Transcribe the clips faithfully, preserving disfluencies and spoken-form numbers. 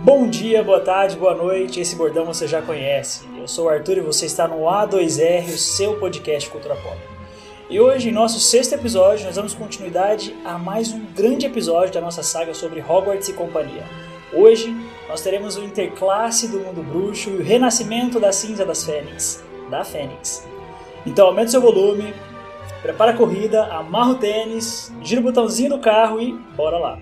Bom dia, boa tarde, boa noite, esse bordão você já conhece. Eu sou o Arthur e você está no A dois R, o seu podcast Cultura Pop. E hoje, em nosso sexto episódio, nós damos continuidade a mais um grande episódio da nossa saga sobre Hogwarts e companhia. Hoje, nós teremos o interclasse do mundo bruxo e o renascimento da cinza das Fênix, da Fênix. Então, aumente seu volume, prepara a corrida, amarra o tênis, gira o botãozinho do carro e bora lá.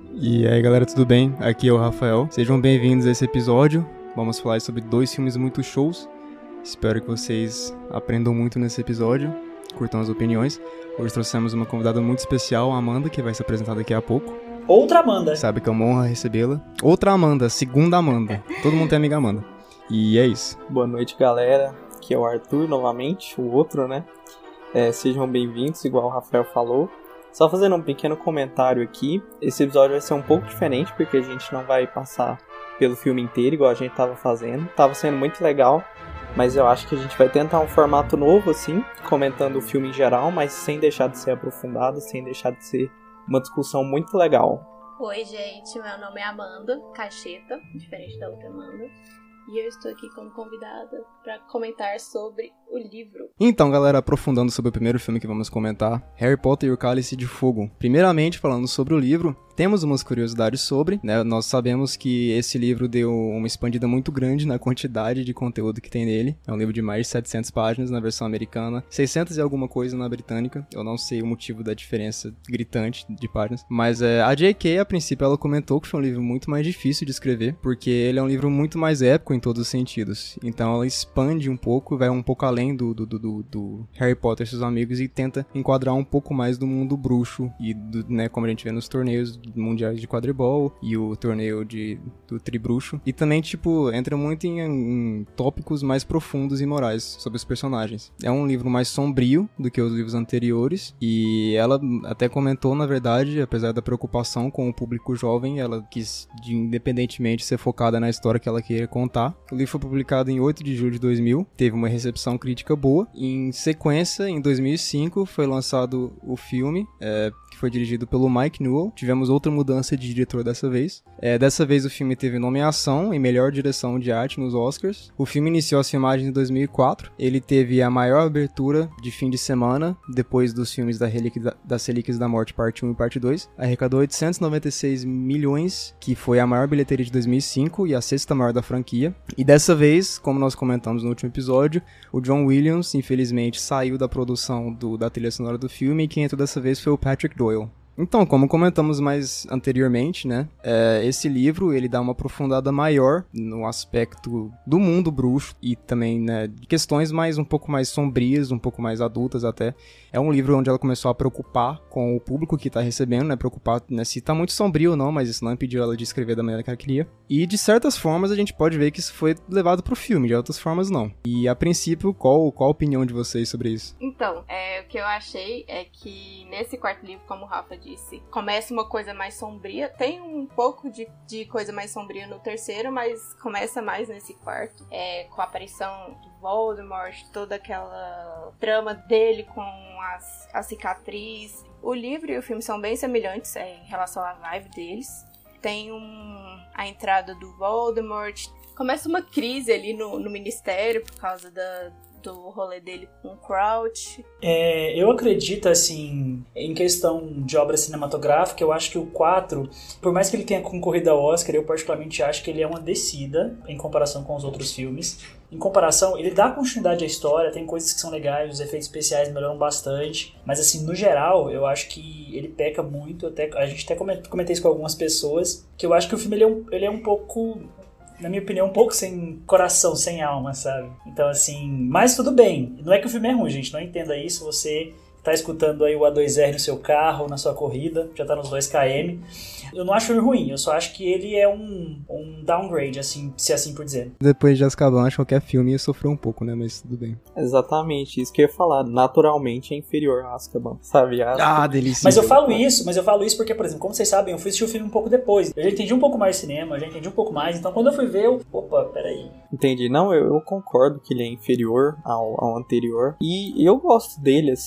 E aí galera, tudo bem? Aqui é o Rafael. Sejam bem-vindos a esse episódio. Vamos falar sobre dois filmes muito shows. Espero que vocês aprendam muito nesse episódio, curtam as opiniões. Hoje trouxemos uma convidada muito especial, a Amanda, que vai se apresentar daqui a pouco. Outra Amanda. Sabe que é uma honra recebê-la. Outra Amanda, segunda Amanda. Todo mundo tem amiga Amanda. E é isso. Boa noite, galera. Aqui é o Arthur, novamente, o outro, né? É, sejam bem-vindos, igual o Rafael falou. Só fazendo um pequeno comentário aqui, esse episódio vai ser um pouco diferente, porque a gente não vai passar pelo filme inteiro, igual a gente tava fazendo. Tava sendo muito legal, mas eu acho que a gente vai tentar um formato novo, assim, comentando o filme em geral, mas sem deixar de ser aprofundado, sem deixar de ser uma discussão muito legal. Oi, gente, meu nome é Amanda Cacheta, diferente da outra Amanda. E eu estou aqui como convidada para comentar sobre o livro. Então, galera, aprofundando sobre o primeiro filme que vamos comentar, Harry Potter e o Cálice de Fogo. Primeiramente, falando sobre o livro, temos umas curiosidades sobre, né? Nós sabemos que esse livro deu uma expandida muito grande na quantidade de conteúdo que tem nele. É um livro de mais de setecentas páginas na versão americana, seiscentas e alguma coisa na britânica. Eu não sei o motivo da diferença gritante de páginas. Mas é, a J K, a princípio, ela comentou que foi um livro muito mais difícil de escrever, porque ele é um livro muito mais épico em todos os sentidos. Então ela expande um pouco, vai um pouco além do, do, do, do Harry Potter e seus amigos e tenta enquadrar um pouco mais do mundo bruxo e do, né, como a gente vê nos torneios mundiais de quadribol e o torneio de, do tribruxo. E também, tipo, entra muito em, em tópicos mais profundos e morais sobre os personagens. É um livro mais sombrio do que os livros anteriores e ela até comentou, na verdade, apesar da preocupação com o público jovem, ela quis, de, independentemente, ser focada na história que ela queria contar. O livro foi publicado em oito de julho de dois mil, teve uma recepção crítica boa. Em sequência, em dois mil e cinco, foi lançado o filme, é, que foi dirigido pelo Mike Newell. Tivemos outra mudança de diretor dessa vez. É, dessa vez o filme teve nomeação em melhor direção de arte nos Oscars. O filme iniciou as filmagens em dois mil e quatro. Ele teve a maior abertura de fim de semana, depois dos filmes da Relíquia da, das Relíquias da Morte, parte um e parte dois. Arrecadou oitocentos e noventa e seis milhões, que foi a maior bilheteria de dois mil e cinco e a sexta maior da franquia. E dessa vez, como nós comentamos no último episódio, o John Williams, infelizmente, saiu da produção do, da trilha sonora do filme e quem entrou dessa vez foi o Patrick Doyle. Então, como comentamos mais anteriormente, né, é, esse livro, ele dá uma aprofundada maior no aspecto do mundo bruxo e também, né, de questões mais, um pouco mais sombrias, um pouco mais adultas até. É um livro onde ela começou a preocupar com o público que tá recebendo, né, preocupar, né, se tá muito sombrio ou não, mas isso não impediu ela de escrever da maneira que ela queria. E, de certas formas, a gente pode ver que isso foi levado pro filme, de outras formas não. E, a princípio, qual, qual a opinião de vocês sobre isso? Então, é, o que eu achei é que nesse quarto livro, como o Rafa disse, Disse. Começa uma coisa mais sombria. Tem um pouco de, de coisa mais sombria no terceiro, mas começa mais nesse quarto. É, com a aparição do Voldemort, toda aquela trama dele com as, a cicatriz. O livro e o filme são bem semelhantes é, em relação à vibe deles. Tem um, a entrada do Voldemort. Começa uma crise ali no, no ministério por causa da... do rolê dele com o Crouch. É, eu acredito, assim, em questão de obra cinematográfica, eu acho que o quatro, por mais que ele tenha concorrido ao Oscar, eu particularmente acho que ele é uma descida em comparação com os outros filmes. Em comparação, ele dá continuidade à história, tem coisas que são legais, os efeitos especiais melhoram bastante, mas assim, no geral, eu acho que ele peca muito, até, a gente até comentei isso com algumas pessoas, que eu acho que o filme ele é um, ele é um pouco... na minha opinião, um pouco sem coração, sem alma, sabe? Então, assim, mas tudo bem. Não é que o filme é ruim, gente. Não entenda isso. Você tá escutando aí o A dois R no seu carro, na sua corrida, já tá nos dois quilômetros. Eu não acho ele ruim, eu só acho que ele é um, um downgrade, assim, se assim por dizer. Depois de Azkaban, acho que qualquer filme ia sofrer um pouco, né? Mas tudo bem. Exatamente, isso que eu ia falar. Naturalmente é inferior a Azkaban, sabe? Azkaban. Ah, delícia. Mas eu falo isso, mas eu falo isso porque, por exemplo, como vocês sabem, eu fui assistir o filme um pouco depois. Eu já entendi um pouco mais de cinema, eu já entendi um pouco mais. Então, quando eu fui ver, eu... Opa, peraí. Entendi. Não, eu, eu concordo que ele é inferior ao, ao anterior. E eu gosto dele, assim, tipo...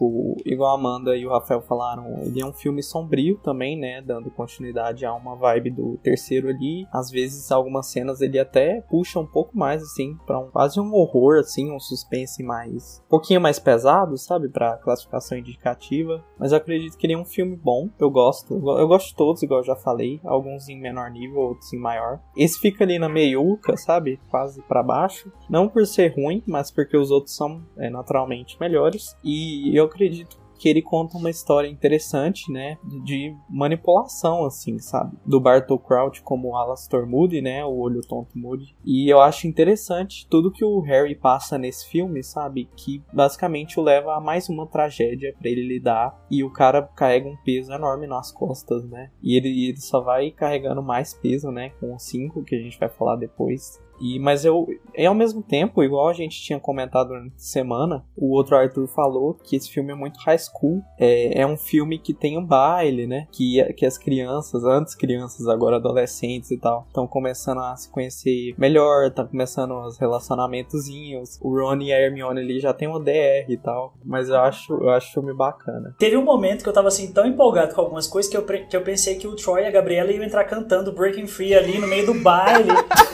tipo, igual a Amanda e o Rafael falaram, ele é um filme sombrio também, né, dando continuidade a uma vibe do terceiro ali. Às vezes, algumas cenas ele até puxa um pouco mais, assim, pra um, quase um horror, assim, um suspense mais, um pouquinho mais pesado, sabe, pra classificação indicativa. Mas eu acredito que ele é um filme bom, eu gosto, eu gosto de todos, igual eu já falei, alguns em menor nível, outros em maior. Esse fica ali na meiuca, sabe, quase pra baixo, não por ser ruim, mas porque os outros são é, naturalmente melhores, e eu acredito que ele conta uma história interessante, né, de manipulação, assim, sabe, do Bartol Crouch como Alastor Moody, né, o olho tonto Moody, e eu acho interessante tudo que o Harry passa nesse filme, sabe, que basicamente o leva a mais uma tragédia pra ele lidar, e o cara carrega um peso enorme nas costas, né, e ele, ele só vai carregando mais peso, né, com o cinco, que a gente vai falar depois. E, mas eu, e ao mesmo tempo, igual a gente tinha comentado durante a semana, o outro Arthur falou que esse filme é muito high school. É, é um filme que tem um baile, né? Que, que as crianças, antes crianças, agora adolescentes e tal, estão começando a se conhecer melhor, tá começando os relacionamentozinhos. O Ron e a Hermione ali já tem uma D R e tal. Mas eu acho, eu acho o filme bacana. Teve um momento que eu tava assim tão empolgado com algumas coisas que eu, que eu pensei que o Troy e a Gabriela iam entrar cantando Breaking Free ali no meio do baile.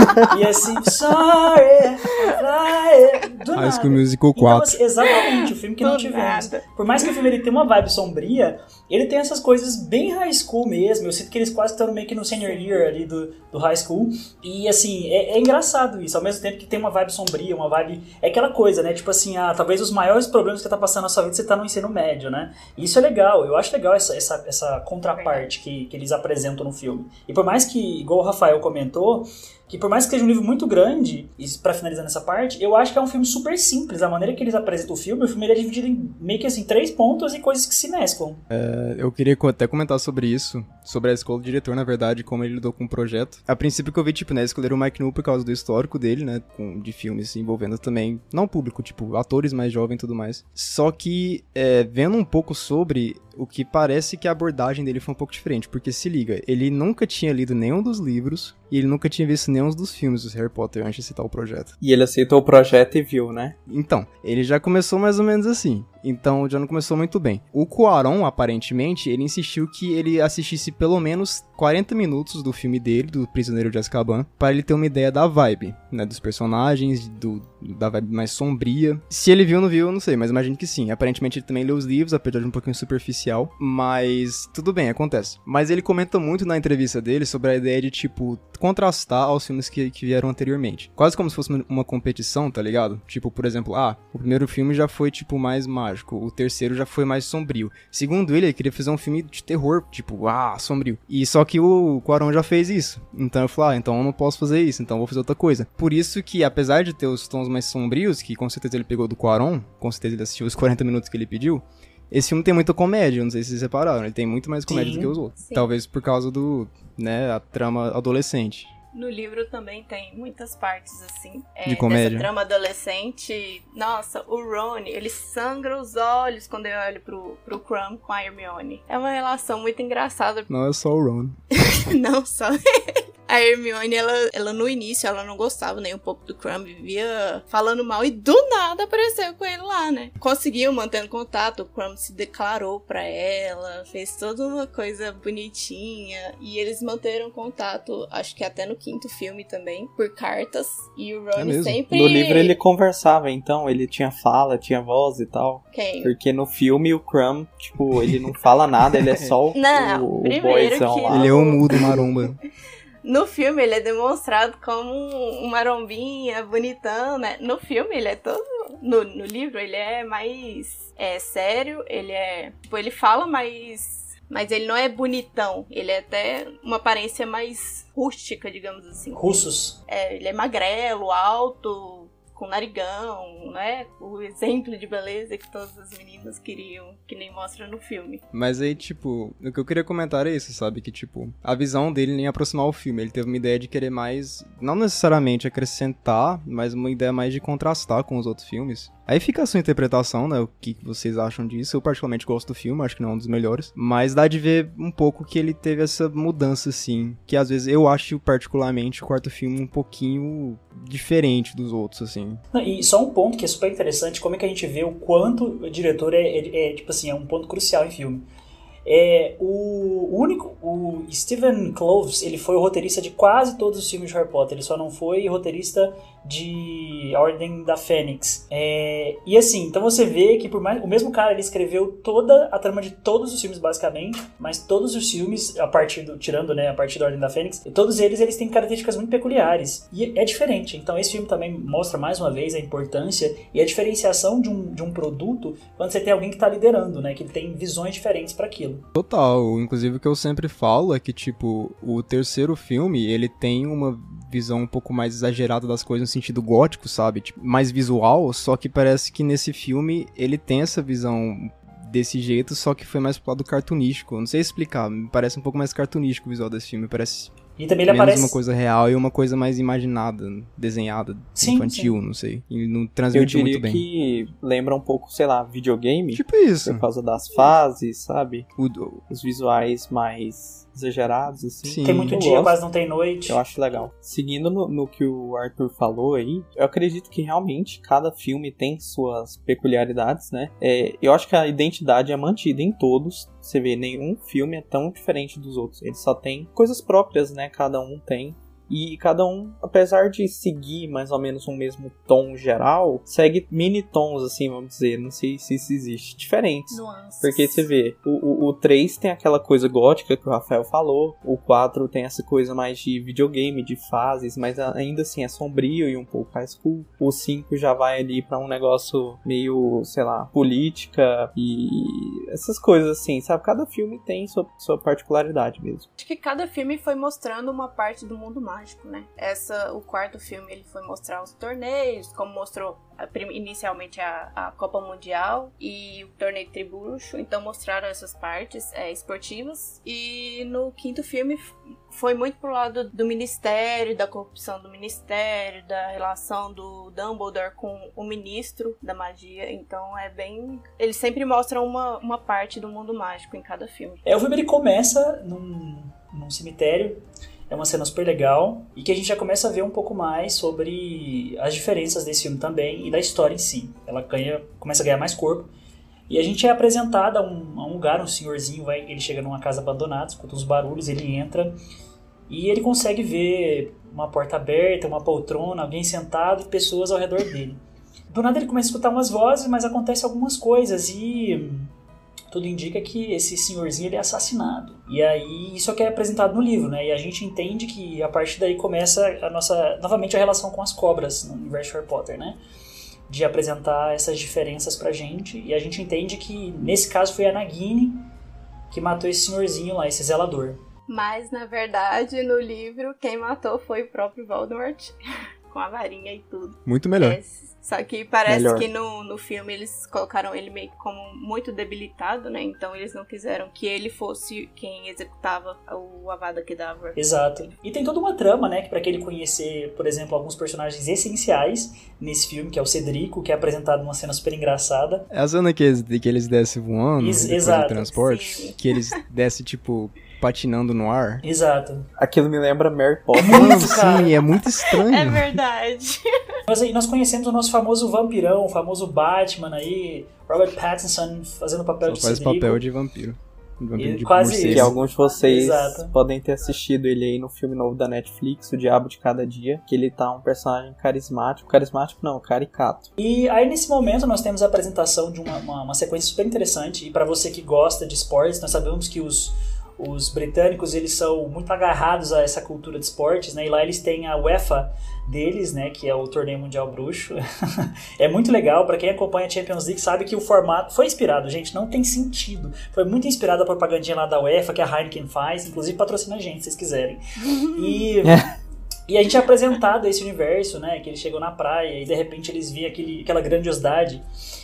E assim, sorry, fly, do High School nada. Musical quatro. Então, assim, exatamente, o filme que Do não tivemos. nada. Por mais que o filme ele tenha uma vibe sombria, ele tem essas coisas bem high school mesmo. Eu sinto que eles quase estão meio que no senior year ali do, do high school. E assim, é, é engraçado isso. Ao mesmo tempo que tem uma vibe sombria, uma vibe... É aquela coisa, né? Tipo assim, ah, talvez os maiores problemas que você tá passando na sua vida você tá no ensino médio, né? E isso é legal. Eu acho legal essa, essa, essa contraparte que, que eles apresentam no filme. E por mais que, igual o Rafael comentou, que por mais que seja um livro muito grande, e pra finalizar nessa parte, eu acho que é um filme super simples. A maneira que eles apresentam o filme, o filme ele é dividido em meio que assim, três pontos e coisas que se mesclam. É, eu queria até comentar sobre isso, sobre a escolha do diretor, na verdade, como ele lidou com o projeto. A princípio que eu vi, tipo, né, escolheram o Mike Newell por causa do histórico dele, né, com, de filmes envolvendo também, não público, tipo, atores mais jovens e tudo mais. Só que, é, vendo um pouco sobre... O que parece que a abordagem dele foi um pouco diferente, porque se liga, ele nunca tinha lido nenhum dos livros e ele nunca tinha visto nenhum dos filmes do Harry Potter antes de citar o projeto. E ele aceitou o projeto e viu, né? Então, ele já começou mais ou menos assim. Então, já não começou muito bem. O Cuarón, aparentemente, ele insistiu que ele assistisse pelo menos quarenta minutos do filme dele, do Prisioneiro de Azkaban, para ele ter uma ideia da vibe, né, dos personagens, do, da vibe mais sombria. Se ele viu ou não viu, eu não sei, mas imagino que sim. Aparentemente, ele também leu os livros, apesar de um pouquinho superficial, mas tudo bem, acontece. Mas ele comenta muito na entrevista dele sobre a ideia de, tipo, contrastar aos filmes que, que vieram anteriormente. Quase como se fosse uma, uma competição, tá ligado? Tipo, por exemplo, ah, o primeiro filme já foi, tipo, mais mágico. O terceiro já foi mais sombrio. Segundo ele, ele queria fazer um filme de terror, tipo, ah, sombrio. E só que o Cuarón já fez isso. Então eu falei, ah, então eu não posso fazer isso, então eu vou fazer outra coisa. Por isso que, apesar de ter os tons mais sombrios, que com certeza ele pegou do Cuarón, com certeza ele assistiu os quarenta minutos que ele pediu, esse filme tem muita comédia, não sei se vocês repararam, ele tem muito mais comédia Sim, do que os outros. sim. Talvez por causa do, né, a trama adolescente. No livro também tem muitas partes, assim, é, De comédia. dessa trama adolescente. Nossa, o Ron, ele sangra os olhos quando ele olha pro, pro Crumb com a Hermione. É uma relação muito engraçada. Não é só o Ron. Não só... A Hermione, ela, ela no início, ela não gostava nem um pouco do Crumb, vivia falando mal e do nada apareceu com ele lá, né? Conseguiu mantendo contato, o Crumb se declarou pra ela, fez toda uma coisa bonitinha e eles manteram contato, acho que até no quinto filme também, por cartas. E o É Ron mesmo? sempre... No livro ele conversava, então, ele tinha fala, tinha voz e tal. Quem? Porque no filme o Crumb, tipo, ele não fala nada, ele é só o, Não, o, o primeiro boyzão que- lá. Ele é o mudo maromba. No filme ele é demonstrado como um marombinha, bonitão, né? No filme ele é todo... No, no livro ele é mais é, sério, ele é... Tipo, ele fala mais... Mas ele não é bonitão, ele é até uma aparência mais rústica, digamos assim. Russos. É, ele é magrelo, alto, com narigão, né? O exemplo de beleza que todas as meninas queriam, que nem mostra no filme. Mas aí, tipo, o que eu queria comentar é isso, sabe? Que, tipo, a visão dele nem aproximar o filme. Ele teve uma ideia de querer mais, não necessariamente acrescentar, mas uma ideia mais de contrastar com os outros filmes. A Aí fica a sua interpretação, né, o que vocês acham disso. Eu particularmente gosto do filme, acho que não é um dos melhores, mas dá de ver um pouco que ele teve essa mudança, assim, que às vezes eu acho particularmente o quarto filme um pouquinho diferente dos outros, assim. E só um ponto que é super interessante, como é que a gente vê o quanto o diretor é, é, é tipo assim, é um ponto crucial em filme. É, o único, o Stephen Kloves, ele foi o roteirista de quase todos os filmes de Harry Potter, ele só não foi roteirista de A Ordem da Fênix. É, e assim, então você vê que por mais, o mesmo cara, ele escreveu toda a trama de todos os filmes basicamente, mas todos os filmes, a partir do, tirando, né, a partir da Ordem da Fênix, todos eles, eles têm características muito peculiares, e é diferente. Então esse filme também mostra mais uma vez a importância e a diferenciação de um, de um produto quando você tem alguém que está liderando, né, que ele tem visões diferentes para aquilo. Total, inclusive o que eu sempre falo é que, tipo, o terceiro filme, ele tem uma visão um pouco mais exagerada das coisas no sentido gótico, sabe? Tipo, mais visual, só que parece que nesse filme ele tem essa visão desse jeito, só que foi mais pro lado cartunístico. Eu não sei explicar, me parece um pouco mais cartunístico o visual desse filme, parece... E também ele menos aparece... uma coisa real e uma coisa mais imaginada, desenhada, sim, infantil, sim. Não sei. E não transmitiu muito bem. Eu diria que lembra um pouco, sei lá, videogame. Tipo isso. Por causa das fases, sabe? O... Os visuais mais exagerados, assim. Sim. Tem muito eu dia, gosto. quase não tem noite. Eu acho legal. Seguindo no, no que o Arthur falou aí, eu acredito que realmente cada filme tem suas peculiaridades, né? É, eu acho que a identidade é mantida em todos. Você vê, nenhum filme é tão diferente dos outros. Ele só tem coisas próprias, né? Cada um tem. E cada um, apesar de seguir mais ou menos um mesmo tom geral, segue mini tons, assim, vamos dizer. Não sei se isso existe. Diferentes. Nuances. Porque você vê, o, o, o três tem aquela coisa gótica que o Rafael falou. O quatro tem essa coisa mais de videogame, de fases. Mas ainda assim é sombrio e um pouco mais cool. O cinco já vai ali pra um negócio meio, sei lá, política e essas coisas assim, sabe? Cada filme tem sua, sua particularidade mesmo. Acho que cada filme foi mostrando uma parte do mundo mágico. Né? Essa, o quarto filme ele foi mostrar os torneios, como mostrou a, inicialmente a, a Copa Mundial e o torneio Tribucho, então mostraram essas partes é, esportivas. E no quinto filme foi muito pro lado do ministério, da corrupção do ministério, da relação do Dumbledore com o ministro da magia. Então é bem... Eles sempre mostram uma, uma parte do mundo mágico em cada filme. É, o filme ele começa num, num cemitério. É uma cena super legal e que a gente já começa a ver um pouco mais sobre as diferenças desse filme também e da história em si. Ela ganha, começa a ganhar mais corpo e a gente é apresentado a um, a um lugar, um senhorzinho, vai, ele chega numa casa abandonada, escuta uns barulhos, ele entra e ele consegue ver uma porta aberta, uma poltrona, alguém sentado e pessoas ao redor dele. Do nada ele começa a escutar umas vozes, mas acontecem algumas coisas e... tudo indica que esse senhorzinho ele é assassinado. E aí, isso é que é apresentado no livro, né? E a gente entende que a partir daí começa a nossa, novamente a relação com as cobras no universo de Harry Potter, né? De apresentar essas diferenças pra gente. E a gente entende que, nesse caso, foi a Nagini que matou esse senhorzinho lá, esse zelador. Mas, na verdade, no livro, quem matou foi o próprio Voldemort. Com a varinha e tudo. Muito melhor. É, só que parece melhor. que no, no filme eles colocaram ele meio que como muito debilitado, né? Então eles não quiseram que ele fosse quem executava o Avada Kedavra. Exato. E tem toda uma trama, né? Que pra aquele conhecer, por exemplo, alguns personagens essenciais nesse filme, que é o Cedrico, que é apresentado numa cena super engraçada. É a cena que eles, que eles descem voando, Ex- depois exato, do transporte, sim. que eles descem, tipo... patinando no ar. Exato. Aquilo me lembra Mary Poppins. Mano, sim, é muito estranho. É verdade. Nós, nós conhecemos o nosso famoso vampirão, o famoso Batman aí, Robert Pattinson fazendo o papel Só de faz Cedrico. papel de vampiro. De vampiro E de quase morcego. Que alguns de vocês Exato. podem ter assistido ele aí no filme novo da Netflix, O Diabo de Cada Dia, que ele tá um personagem carismático. Carismático não, caricato. E aí nesse momento nós temos a apresentação de uma, uma, uma sequência super interessante. E para você que gosta de esportes, nós sabemos que os, os britânicos eles são muito agarrados a essa cultura de esportes, né? E lá eles têm a UEFA deles, né, que é o Torneio Mundial Bruxo. É muito legal, para quem acompanha a Champions League sabe que o formato foi inspirado, gente, não tem sentido. Foi muito inspirado a propagandinha lá da UEFA que a Heineken faz, inclusive patrocina a gente, se vocês quiserem. E... E a gente é apresentado a esse universo, né, que eles chegam na praia e de repente eles veem aquele, aquela grandiosidade.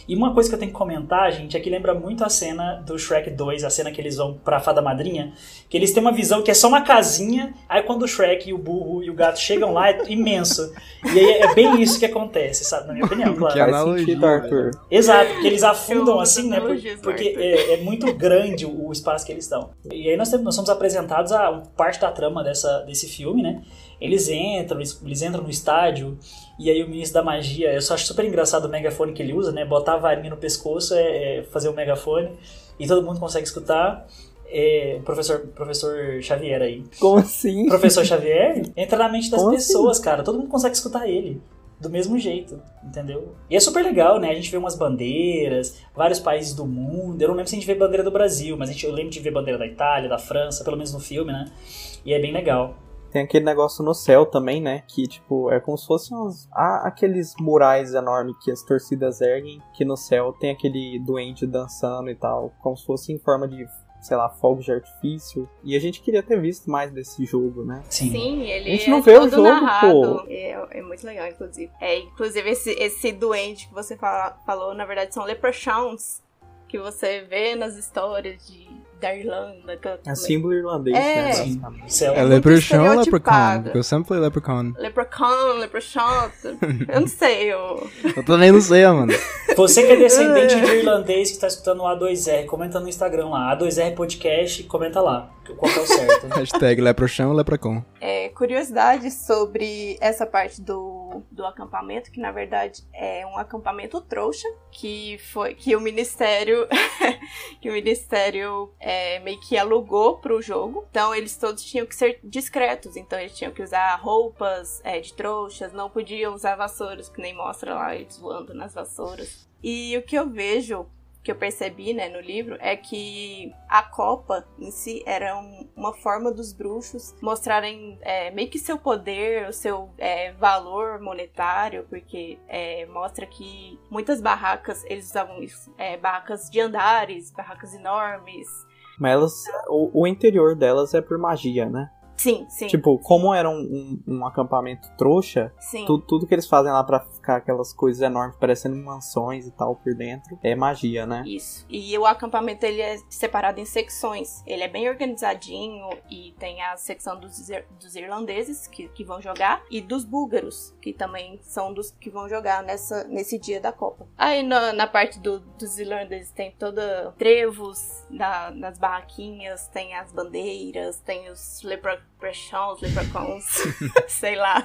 E uma coisa que eu tenho que comentar, gente, é que lembra muito a cena do Shrek dois, a cena que eles vão pra Fada Madrinha, que eles têm uma visão que é só uma casinha, aí quando o Shrek e o burro e o gato chegam lá, é imenso. E aí é bem isso que acontece, sabe? Na minha opinião, claro. Que analogia, Arthur. Exato, porque eles afundam Eu assim, né? Porque, analogismo, porque Arthur. é, é muito grande o, o espaço que eles estão. E aí nós, temos, nós somos apresentados a parte da trama dessa, desse filme, né? Eles entram, eles, eles entram no estádio, e aí o ministro da magia, eu só acho super engraçado o megafone que ele usa, né? Botar a varinha no pescoço é, é fazer o megafone, e todo mundo consegue escutar. É, o professor, professor Xavier aí. Como assim? O professor Xavier entra na mente das Como pessoas, assim? cara. Todo mundo consegue escutar ele. Do mesmo jeito, entendeu? E é super legal, né? A gente vê umas bandeiras, vários países do mundo. Eu não lembro se a gente vê bandeira do Brasil, mas a gente, eu lembro de ver bandeira da Itália, da França, pelo menos no filme, né? E é bem legal. Tem aquele negócio no céu também, né? Que, tipo, é como se fossem uns... Ah, aqueles murais enormes que as torcidas erguem, que no céu tem aquele duende dançando e tal, como se fosse em forma de, sei lá, fogos de artifício. E a gente queria ter visto mais desse jogo, né? Sim. Sim, ele A gente não é vê o todo jogo, narrado. pô. É, é muito legal, inclusive. É, inclusive, esse, esse duende que você fala, falou, na verdade, são leprechauns, que você vê nas histórias de, da Irlanda. Que, É símbolo irlandês, É. né? Sim. basicamente. Céu. É muito Leprechaun ou Leprechaun? estereotipado. Porque eu sempre falei Leprechaun. Leprechaun, leprechaun, eu não sei, eu... Eu também não sei, mano. Você que é descendente de irlandês que está escutando o A dois R, comenta no Instagram lá, A dois R Podcast, comenta lá, qual que é o certo. Hashtag Leprechaun ou Leprechaun. É, curiosidade sobre essa parte do, do acampamento, que na verdade é um acampamento trouxa, que foi que o Ministério que o Ministério é, meio que alugou pro jogo. Então eles todos tinham que ser discretos, então eles tinham que usar roupas é, de trouxas, não podiam usar vassouras, que nem mostra lá eles voando nas vassouras. E o que eu vejo, que eu percebi, né, no livro, é que a Copa em si era um, uma forma dos bruxos mostrarem é, meio que seu poder, o seu é, valor monetário, porque é, mostra que muitas barracas, eles usavam isso, é, barracas de andares, barracas enormes. Mas elas, o, o interior delas é por magia, né? Sim, sim. Tipo, como era um, um, um acampamento trouxa, sim. tu, tudo que eles fazem lá pra ficar aquelas coisas enormes, parecendo mansões e tal por dentro, é magia, né? Isso. E o acampamento, ele é separado em secções. Ele é bem organizadinho e tem a secção dos, ir- dos irlandeses que, que vão jogar e dos búlgaros, que também são dos que vão jogar nessa, nesse dia da Copa. Aí na, na parte do, dos irlandeses tem toda trevos na, nas barraquinhas, tem as bandeiras, tem os leprechauns, leprechauns, sei lá.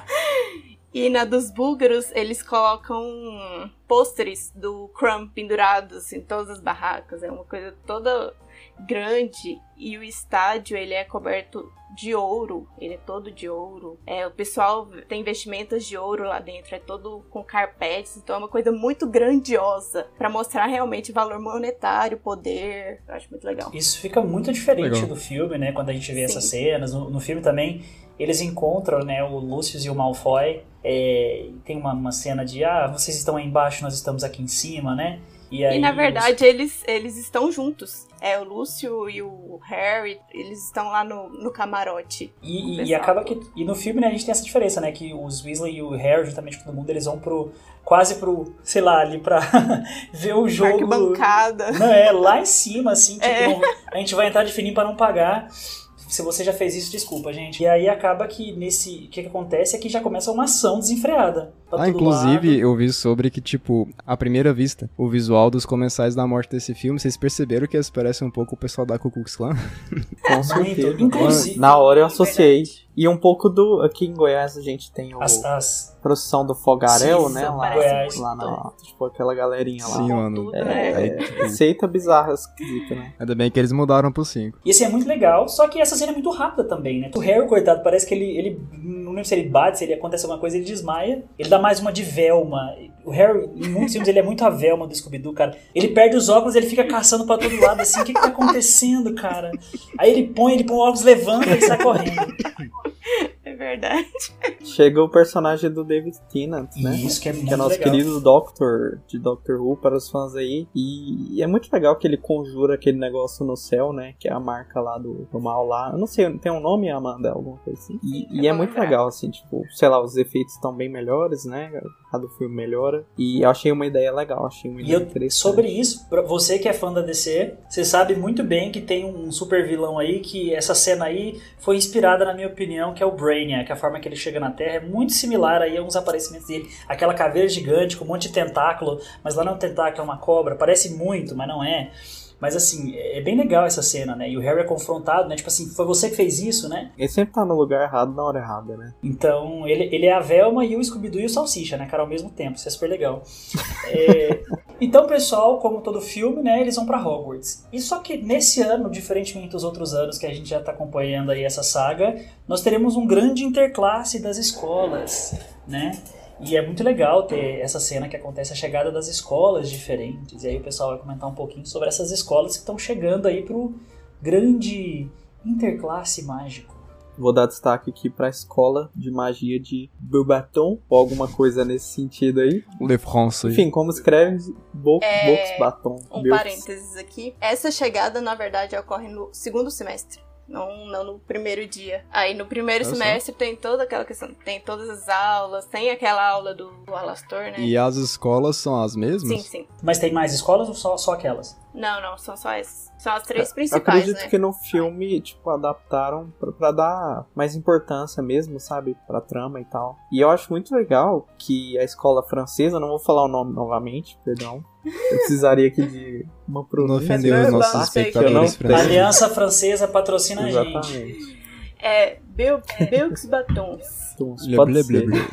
E na dos búlgaros, eles colocam pôsteres do Crumb pendurados em todas as barracas. É uma coisa toda grande. E o estádio, ele é coberto de ouro. Ele é todo de ouro. É, o pessoal tem vestimentas de ouro lá dentro. É todo com carpetes. Então é uma coisa muito grandiosa. Pra mostrar realmente valor monetário, poder. Eu acho muito legal. Isso fica muito diferente Legal. do filme, né? Quando a gente vê Sim. essas cenas. No, no filme também, eles encontram, né, o Lucius e o Malfoy. É, tem uma, uma cena de, ah, vocês estão aí embaixo, nós estamos aqui em cima, né? E, aí, E na os- verdade eles, eles estão juntos. É, o Lúcio e o Harry, eles estão lá no, no camarote. E, O e pessoal acaba que. todo. E no filme, né, a gente tem essa diferença, né? Que os Weasley e o Harry, juntamente com todo mundo, eles vão pro. Quase pro. Sei lá, ali pra ver o jogo. Arquibancada. Não, é lá em cima, assim, tipo, É. não- a gente vai entrar de fininho pra não pagar. Se você já fez isso, desculpa, gente. E aí acaba que nesse. O que, que acontece é que já começa uma ação desenfreada. Pra Ah, todo inclusive, lado. eu vi sobre que, tipo, à primeira vista, o visual dos comensais da morte desse filme, vocês perceberam que eles parecem um pouco o pessoal da Ku Klux Klan? Com certeza. Inclusive- Na hora eu associei. Verdade. E um pouco do... Aqui em Goiás a gente tem o... As, as, procissão do fogaréu, Sim, né? isso Lá, parece lá muito. na... Tipo, aquela galerinha lá. Sim, Com mano. tudo, É, né? Aí, tipo, seita bizarra, esquisita, né? ainda bem que eles mudaram pro cinco. E esse é muito legal, só que essa cena é muito rápida também, né? O Harry, coitado, parece que ele, ele. Não lembro se ele bate, se ele acontece alguma coisa, ele desmaia. Ele dá mais uma de Velma. O Harry, em muitos filmes, ele é muito a Velma do Scooby-Doo, cara. Ele perde os óculos, ele fica caçando pra todo lado, assim, o que que tá acontecendo, cara? Aí ele põe, ele põe o óculos, levanta e sai correndo. É verdade. Chega o personagem do David Tennant, né? Isso que é muito Que é nosso legal. querido Doctor, de Doctor Who, para os fãs aí. E é muito legal que ele conjura aquele negócio no céu, né? Que é a marca lá do, do mal lá. Eu não sei, tem um nome, Amanda? Alguma coisa assim. E, e é vou muito lembrar. legal, assim, tipo, sei lá, os efeitos estão bem melhores, né? cada filme melhora. E eu achei uma ideia legal, achei uma E ideia eu, interessante. sobre isso, pra você que é fã da D C, você sabe muito bem que tem um super vilão aí, que essa cena aí foi inspirada, na minha opinião, que é o Brainiac, a forma que ele chega na Terra é muito similar aí a uns aparecimentos dele, aquela caveira gigante com um monte de tentáculo, mas lá não é um tentáculo, é uma cobra, parece muito, mas não é. Mas assim, é bem legal essa cena, né? E o Harry é confrontado, né? Tipo assim, foi você que fez isso, né? Ele sempre tá no lugar errado na hora errada, né? Então, ele, ele é a Velma e o Scooby-Doo e o Salsicha, né, cara? Ao mesmo tempo, isso é super legal. É... Então, pessoal, como todo filme, né? Eles vão pra Hogwarts. E só que nesse ano, diferentemente dos outros anos que a gente já tá acompanhando aí essa saga, nós teremos um grande interclasse das escolas, né? E é muito legal ter essa cena que acontece a chegada das escolas diferentes. E aí o pessoal vai comentar um pouquinho sobre essas escolas que estão chegando aí pro grande interclasse mágico. Vou dar destaque aqui pra escola de magia de Beauxbaton, ou alguma coisa nesse sentido aí. Le France. Enfim, como escreve Beauxbaton. Um parênteses aqui. Essa chegada, na verdade, ocorre no segundo semestre. Não, não no primeiro dia. Aí no primeiro Olha semestre só. Tem toda aquela questão, tem todas as aulas, tem aquela aula do, do Alastor, né? E as escolas são as mesmas? Sim, sim. Mas tem mais escolas ou só, só aquelas? Não, não, são só essas. São as três Eu principais, acredito né? que no filme, tipo, adaptaram pra, pra dar mais importância mesmo, sabe? Pra trama e tal. E eu acho muito legal que a escola francesa, não vou falar o nome novamente, perdão. Eu precisaria aqui de uma pronúncia. Não ofender os nossos espectadores não- franceses. Aliança Francesa patrocina a gente. Exatamente. É Beux- Beauxbatons. Então, Blé, pode blé, ser. blé, blé.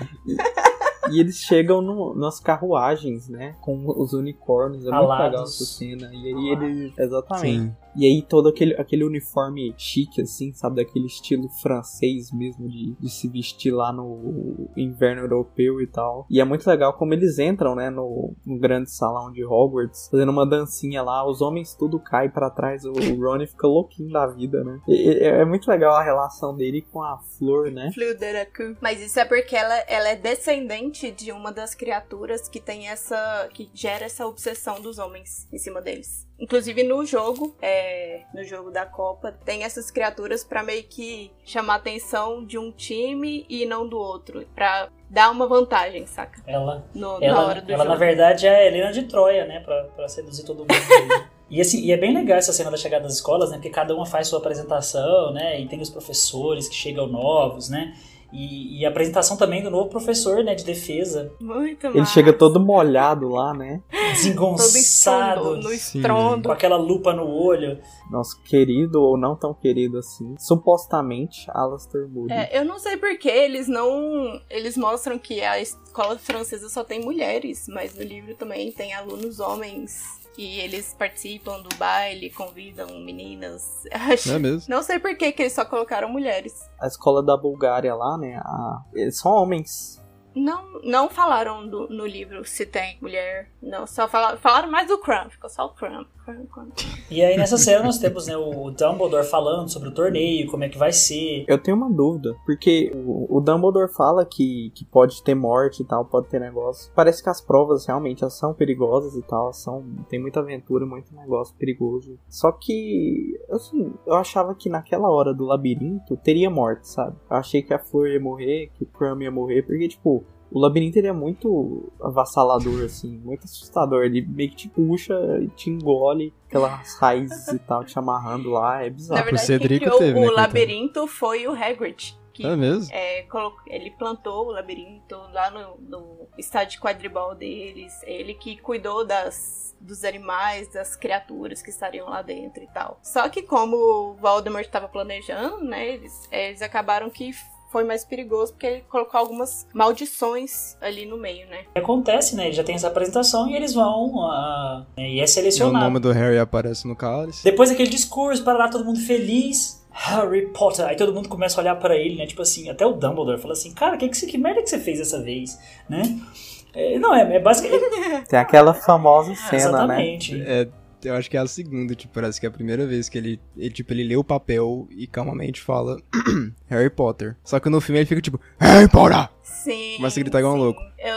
E eles chegam no, nas carruagens, né? Com os unicórnios. É muito Alados. legal essa cena. E aí eles. Exatamente. Sim. E aí todo aquele, aquele uniforme chique, assim, sabe? Daquele estilo francês mesmo, de, de se vestir lá no inverno europeu e tal. E é muito legal como eles entram, né? No, no grande salão de Hogwarts, fazendo uma dancinha lá. Os homens tudo cai pra trás. O, o Ron fica louquinho da vida, né? E, e, é muito legal a relação dele com a Flor, né? Fleur de la Cour. Mas isso é porque ela, ela é descendente de uma das criaturas que tem essa... que gera essa obsessão dos homens em cima deles. Inclusive no jogo, é, no jogo da Copa, tem essas criaturas pra meio que chamar a atenção de um time e não do outro. Pra dar uma vantagem, saca? Ela, No, na ela, hora do ela jogo. na verdade, é a Helena de Troia, né? Pra, pra seduzir todo mundo. aí. E, assim, e é bem legal essa cena da chegada das escolas, né? Porque cada uma faz sua apresentação, né? E tem os professores que chegam novos, né? E, e a apresentação também do novo professor, né? De defesa. Muito Ele massa. chega todo molhado lá, né? Desengonçado. Todo no Sim. estrondo. Com aquela lupa no olho. Nosso querido ou não tão querido assim, supostamente Alastor Moody. É, eu não sei porque eles não... Eles mostram que a escola francesa só tem mulheres, mas no livro também tem alunos homens. E eles participam do baile, convidam meninas. Acho- Não é mesmo? Não sei por que que eles só colocaram mulheres. A escola da Bulgária lá, né? A... Eles são homens. Não, não falaram do- no livro se tem mulher. Não, só falaram, falaram mais do Crumb. Ficou só o Crumb. Crumb, Crumb. E aí nessa cena nós temos, né, o Dumbledore falando sobre o torneio, como é que vai ser. Eu tenho uma dúvida, porque o, o Dumbledore fala que, que pode ter morte e tal, pode ter negócio. Parece que as provas realmente elas são perigosas e tal, são, tem muita aventura, muito negócio perigoso. Só que, assim, eu achava que naquela hora do labirinto teria morte, sabe? Eu achei que a Flor ia morrer, que o Crumb ia morrer, porque, tipo, o labirinto ele é muito avassalador, assim, muito assustador. Ele meio que te puxa e te engole, aquelas raízes e tal, te amarrando lá, é Na bizarro. verdade, Cedrico quem criou teve, né, o coitado? labirinto foi o Hagrid. Que É mesmo? é, colo- ele plantou o labirinto lá no, no estádio de quadribol deles. Ele que cuidou das, dos animais, das criaturas que estariam lá dentro e tal. Só que como o Voldemort estava planejando, né, eles, eles acabaram que foi mais perigoso porque ele colocou algumas maldições ali no meio, né? O que acontece, né? Já tem essa apresentação e eles vão. Uh, e é E o selecionado. nome do Harry aparece no cálice. Depois daquele discurso, para lá todo mundo feliz. Harry Potter. Aí todo mundo começa a olhar pra ele, né? Tipo assim, até o Dumbledore fala assim: cara, que, que, você- que merda que você fez dessa vez, né? É, não, é, é basicamente. Tem aquela famosa cena, né? Exatamente. É, eu acho que é a segunda, tipo, parece que é a primeira vez que ele, ele tipo, ele lê o papel e calmamente fala Harry Potter. Só que no filme ele fica tipo, Harry Potter! Sim. Começa a gritar igual um sim. louco.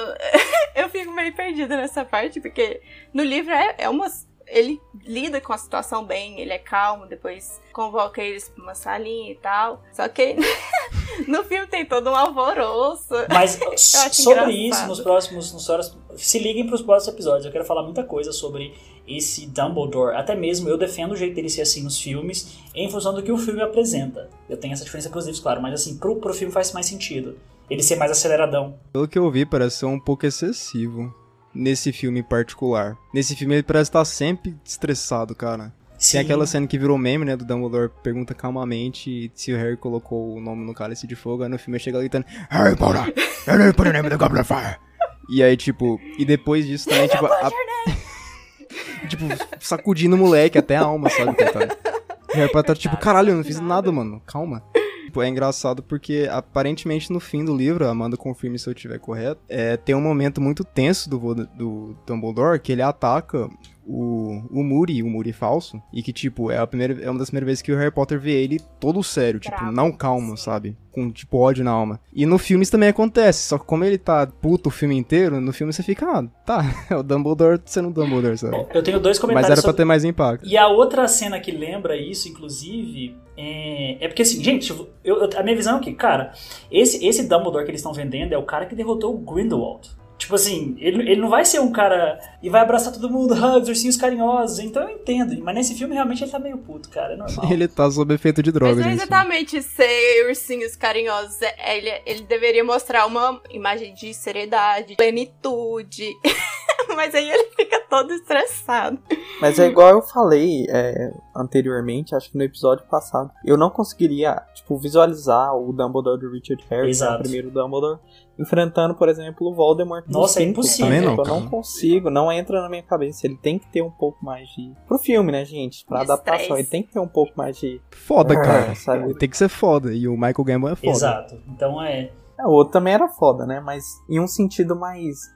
Eu, eu fico meio perdida nessa parte, porque no livro é, é uma. Ele lida com a situação bem, ele é calmo, depois convoca eles pra uma salinha e tal. Só que No filme tem todo um alvoroço. Mas sobre engraçado. isso, nos próximos, nos próximos... Se liguem pros próximos episódios. Eu quero falar muita coisa sobre esse Dumbledore. Até mesmo eu defendo o jeito dele ser assim nos filmes, em função do que o filme apresenta. Eu tenho essa diferença pros livros, claro. Mas assim, pro, pro filme faz mais sentido. Ele ser mais aceleradão. Pelo que eu vi, parece ser um pouco excessivo. Nesse filme em particular. Nesse filme ele parece estar sempre estressado, cara. Sim. Tem aquela cena que virou meme, né, do Dumbledore pergunta calmamente se o Harry colocou o nome no cálice de fogo, aí no filme ele chega gritando Harry Potter, Harry Potter name the Goblet of Fire. E aí, tipo, e depois disso também, tipo, a... tipo, sacudindo o moleque até a alma, sabe, coitado. Harry Potter, tipo, caralho, eu não fiz nada, mano, calma. Tipo, é engraçado porque, aparentemente, no fim do livro, a Amanda confirme se eu estiver correto, é, tem um momento muito tenso do, do Dumbledore que ele ataca o, o Moody, o Moody falso, e que, tipo, é, a primeira, é uma das primeiras vezes que o Harry Potter vê ele todo sério, tipo, Bravo, não calmo, sim. sabe? Com, tipo, ódio na alma. E no filme isso também acontece, só que como ele tá puto o filme inteiro, no filme você fica, ah, tá, é o Dumbledore sendo o Dumbledore, sabe? Eu tenho dois comentários Mas era sobre... pra ter mais impacto. E a outra cena que lembra isso, inclusive, é, é porque assim, gente, eu, eu, a minha visão é que, cara, esse, esse Dumbledore que eles estão vendendo é o cara que derrotou o Grindelwald. Tipo assim, ele, ele não vai ser um cara e vai abraçar todo mundo, hugs, ursinhos carinhosos, então eu entendo. Mas nesse filme realmente ele tá meio puto, cara, é normal. Ele tá sob efeito de drogas. Mas não é nesse exatamente ser ursinhos carinhosos. É- Ele, ele deveria mostrar uma imagem de seriedade, plenitude. Mas aí ele fica todo estressado. Mas é igual eu falei é, anteriormente, acho que no episódio passado. Eu não conseguiria, tipo, visualizar o Dumbledore do Richard Harris, Exato. o primeiro Dumbledore, enfrentando, por exemplo, o Voldemort. nos Nossa, é cinco, impossível. por Também não, exemplo. Eu não cara. consigo, não entra na minha cabeça. Ele tem que ter um pouco mais de... Pro filme, né, gente? Pra De adaptação, estresse. ele tem que ter um pouco mais de... Foda, cara. Sabe? Tem que ser foda. E o Michael Gambon é foda. Exato. Então é É, o outro também era foda, né? Mas em um sentido mais...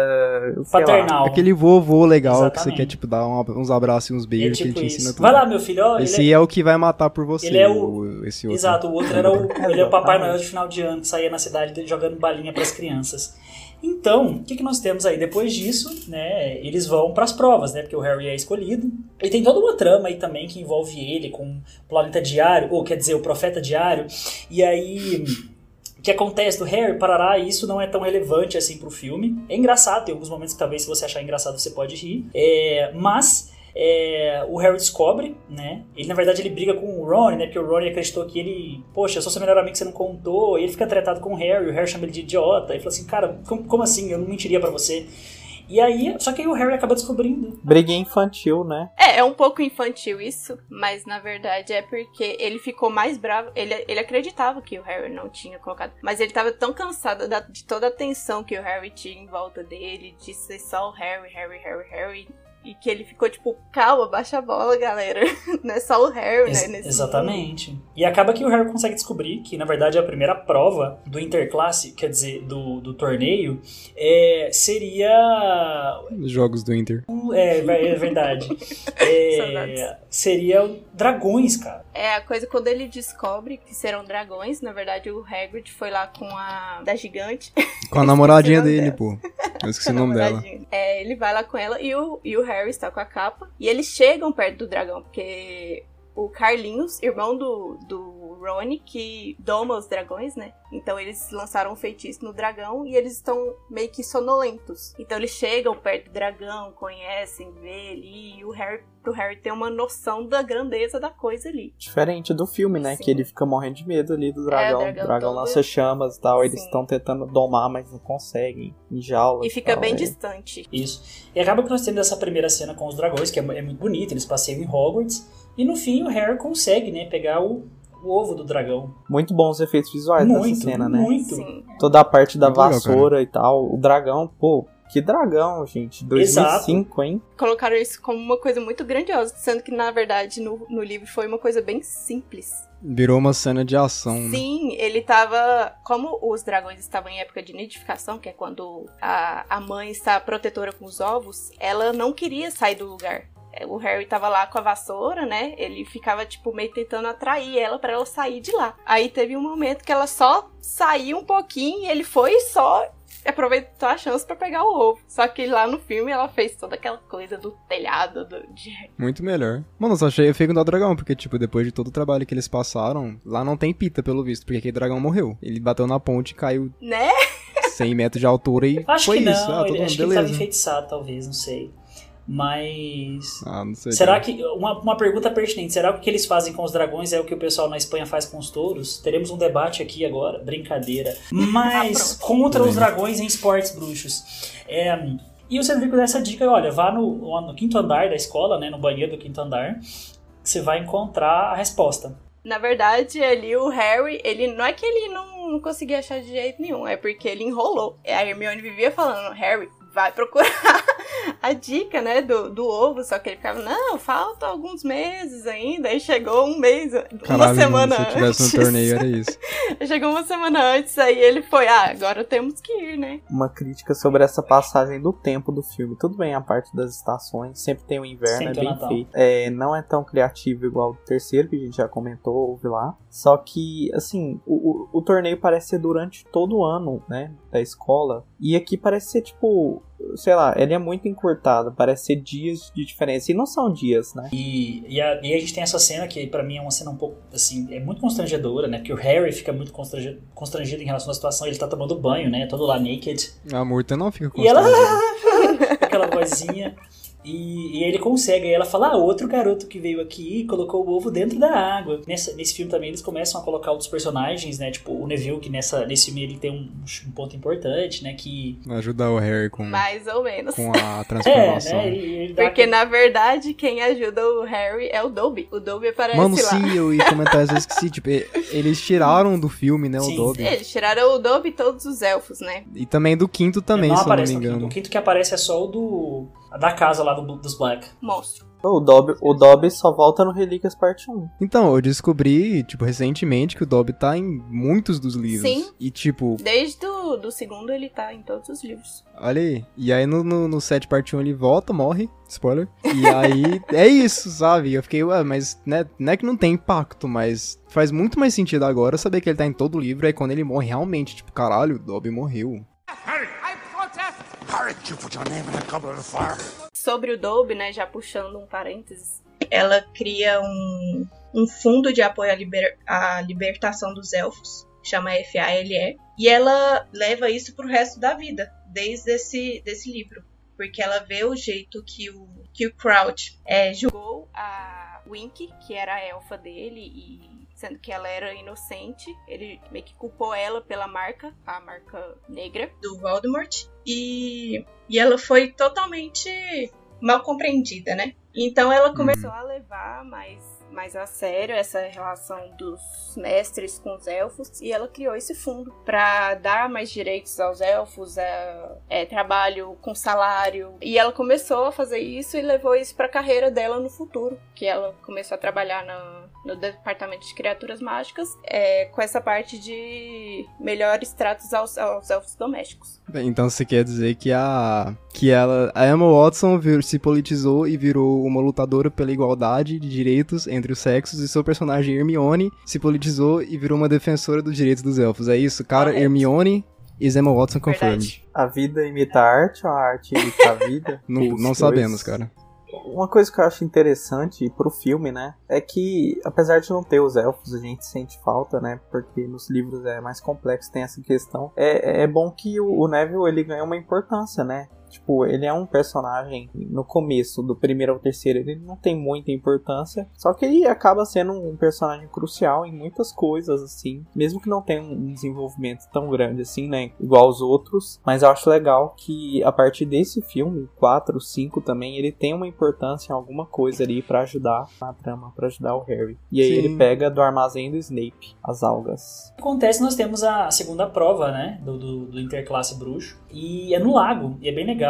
Uh, sei lá. paternal. Aquele vovô legal que Exatamente. você quer, tipo, dar um- uns abraços e uns É beijos que ele tipo te ensina isso. tudo. Vai lá, meu filho, ó, ele Esse é... é o que vai matar por você, ele é o- o- esse outro. Exato, o outro era o, ele é o Papai Exatamente. Noel de final de ano, que saía na cidade jogando balinha pras crianças. Então, o que, que nós temos aí? Depois disso, né, eles vão pras provas, né, porque o Harry é escolhido. E tem toda uma trama aí também que envolve ele com o Planeta Diário, ou quer dizer, o Profeta Diário. E aí... O que acontece do Harry, parará, e isso não é tão relevante assim pro filme. É engraçado, tem alguns momentos que talvez se você achar engraçado você pode rir. É, mas é, o Harry descobre, né? Ele na verdade ele briga com o Ron, né? Porque o Ron acreditou que ele... Poxa, eu sou seu melhor amigo que você não contou. E ele fica tratado com o Harry, o Harry chama ele de idiota. E fala assim, cara, como, como assim? Eu não mentiria pra você. E aí, só que aí o Harry acaba descobrindo. Briguinha infantil, né? É, é um pouco infantil isso, mas na verdade é porque ele ficou mais bravo. Ele, ele acreditava que o Harry não tinha colocado, mas ele tava tão cansado da- de toda a atenção que o Harry tinha em volta dele, de ser só o Harry, Harry, Harry, Harry, e que ele ficou tipo, calma, baixa a bola, galera. Não é só o Harry, Ex- né? Nesse exatamente. E acaba que o Harry consegue descobrir que, na verdade, a primeira prova do interclasse, quer dizer, do, do torneio, é, seria... Os jogos do Inter. um- É, é verdade. É, Saudades. seria dragões, cara. É a coisa quando ele descobre que serão dragões. Na verdade, o Hagrid foi lá com a da gigante. Com a namoradinha Esqueci o dele, nome pô. Eu esqueci o nome dela. namoradinha. É, ele vai lá com ela e o, e o Harry está com a capa. E eles chegam perto do dragão, porque o Carlinhos, irmão do, do Rony, que doma os dragões, né? Então eles lançaram um feitiço no dragão e eles estão meio que sonolentos. Então eles chegam perto do dragão, conhecem, vê ali, e o Harry, pro Harry ter uma noção da grandeza da coisa ali. Diferente do filme, né? Sim. Que ele fica morrendo de medo ali do dragão. É, o o dragão dragão todo- lança chamas e tal. Eles Sim. estão tentando domar, mas não conseguem. Em jaula. E fica tal, bem é. distante. Isso. E acaba que nós temos essa primeira cena com os dragões, que é, mu- é muito bonita, eles passeiam em Hogwarts. E no fim o Harry consegue, né, pegar o, o ovo do dragão. Muito bons efeitos visuais Muito, dessa cena, né? muito. Sim. Toda a parte da Muito legal, vassoura e tal. O dragão, pô, que dragão, gente. dois mil e cinco, hein? Colocaram isso como uma coisa muito grandiosa, sendo que, na verdade, no, no livro foi uma coisa bem simples. Virou uma cena de ação, né? Sim, ele tava... Como os dragões estavam em época de nidificação, que é quando a, a mãe está protetora com os ovos, ela não queria sair do lugar. O Harry tava lá com a vassoura, né? Ele ficava, tipo, meio tentando atrair ela pra ela sair de lá. Aí teve um momento que ela só saiu um pouquinho e ele foi e só aproveitou a chance pra pegar o ovo. Só que lá no filme ela fez toda aquela coisa do telhado, do... de... Muito melhor. Mano, eu só achei feio do dragão, porque, tipo, depois de todo o trabalho que eles passaram, lá não tem pita, pelo visto, porque aquele dragão morreu. Ele bateu na ponte e caiu... Né? cem metros de altura e acho foi que não, isso. Ah, ele, todo acho mundo, que ele beleza. tava enfeitiçado, talvez, não sei. Mas... Ah, não sei. Será cara. que... Uma, uma pergunta pertinente. Será que o que eles fazem com os dragões é o que o pessoal na Espanha faz com os touros? Teremos um debate aqui agora. Brincadeira. Mas Ah, contra os Bem. dragões em esportes bruxos. É... E o Cedrico dá essa dica, olha, vá no, no quinto andar da escola, né, no banheiro do quinto andar, você vai encontrar a resposta. Na verdade, ali o Harry, ele não é que ele não conseguia achar de jeito nenhum, é porque ele enrolou. A Hermione vivia falando, Harry, vai procurar a dica, né, do, do ovo, só que ele ficava, não, falta alguns meses ainda, aí chegou um mês, Caralho, uma semana mano, se eu tivesse antes. no torneio era isso. Chegou uma semana antes, aí ele foi, ah, agora temos que ir, né? Uma crítica sobre essa passagem do tempo do filme. Tudo bem, a parte das estações, sempre tem o inverno, Sempre é tem o bem Natal. feito. É, não é tão criativo igual o terceiro, que a gente já comentou, houve lá. Só que, assim, o, o, o torneio parece ser durante todo o ano, né, da escola. E aqui parece ser, tipo, sei lá, ele é muito encurtado, parece ser dias de diferença. E não são dias, né? E, e, a, e a gente tem essa cena que pra mim é uma cena um pouco, assim, é muito constrangedora, né, porque o Harry fica muito constrangido, constrangido em relação à situação, ele tá tomando banho, né, todo lá naked. A Murta não fica E ela... constrangida. aquela vozinha... E, e ele consegue, aí ela fala, ah, outro garoto que veio aqui e colocou o ovo dentro da água. Nessa, nesse filme também eles começam a colocar outros personagens, né, tipo o Neville, que nessa, nesse filme ele tem um, um ponto importante, né, que... Ajudar o Harry com, Mais ou menos. com a É, transformação. né, ele, ele dá Porque, aquele- na verdade, quem ajuda o Harry é o Dobby. O Dobby aparece Mano, lá. sim, eu ia comentar isso, eu esqueci. Tipo, e- eles tiraram do filme, né, o Sim. Dobby. Eles tiraram o Dobby e todos os elfos, né? E também do quinto também, não se eu não me aparece no quinto. engano. O quinto que aparece é só o do... da casa lá do, dos Black. Monstro. O Dobby, o Dobby só volta no Relíquias Parte um. Então, eu descobri, tipo, recentemente que o Dobby tá em muitos dos livros. Sim. E, tipo, Desde o do segundo ele tá em todos os livros. olha aí. E aí no, no, no sete parte um ele volta, morre. Spoiler. E aí é isso, sabe? Eu fiquei, ué, mas né, não é que não tem impacto, mas faz muito mais sentido agora saber que ele tá em todo o livro. Aí quando ele morre, realmente, tipo, caralho, o Dobby morreu. Sobre o Dobby, né, já puxando um parênteses, ela cria um, um fundo de apoio à, liber, à libertação dos elfos, chama F A L E, e ela leva isso pro resto da vida, desde esse desse livro, porque ela vê o jeito que o, que o Crouch é, julgou a Winky, que era a elfa dele, e sendo que ela era inocente, ele meio que culpou ela pela marca, a marca negra do Voldemort, e, e ela foi totalmente mal compreendida, né? Então ela começou a levar mais, mais a sério essa relação dos mestres com os elfos, e ela criou esse fundo para dar mais direitos aos elfos, é, é, trabalho com salário, e ela começou a fazer isso e levou isso para a carreira dela no futuro, que ela começou a trabalhar na, no departamento de criaturas mágicas, é, com essa parte de melhores tratos aos, aos elfos domésticos. Bem, então você quer dizer que a que ela, a Emma Watson vir, se politizou e virou uma lutadora pela igualdade de direitos entre os sexos, e seu personagem Hermione se politizou e virou uma defensora dos direitos dos elfos. É isso? Cara, Correto. Hermione is Emma Watson confirmed. Verdade. A vida imita a arte, ou a arte imita a vida? Não, Os não dois. sabemos, cara. Uma coisa que eu acho interessante pro filme, né, é que, apesar de não ter os elfos, a gente sente falta, né, porque nos livros é mais complexo, tem essa questão. É, é bom que o, o Neville, ele ganha uma importância, né. Tipo, ele é um personagem, no começo, do primeiro ao terceiro, ele não tem muita importância, só que ele acaba sendo um personagem crucial em muitas coisas, assim, mesmo que não tenha um desenvolvimento tão grande assim, né, igual os outros, mas eu acho legal que a partir desse filme, quatro, cinco também, ele tem uma importância em alguma coisa ali pra ajudar na trama, pra ajudar o Harry. E aí Sim. ele pega do armazém do Snape, as algas. Acontece, nós temos a segunda prova, né, do, do, do Interclasse Bruxo, e é no lago, e é bem legal,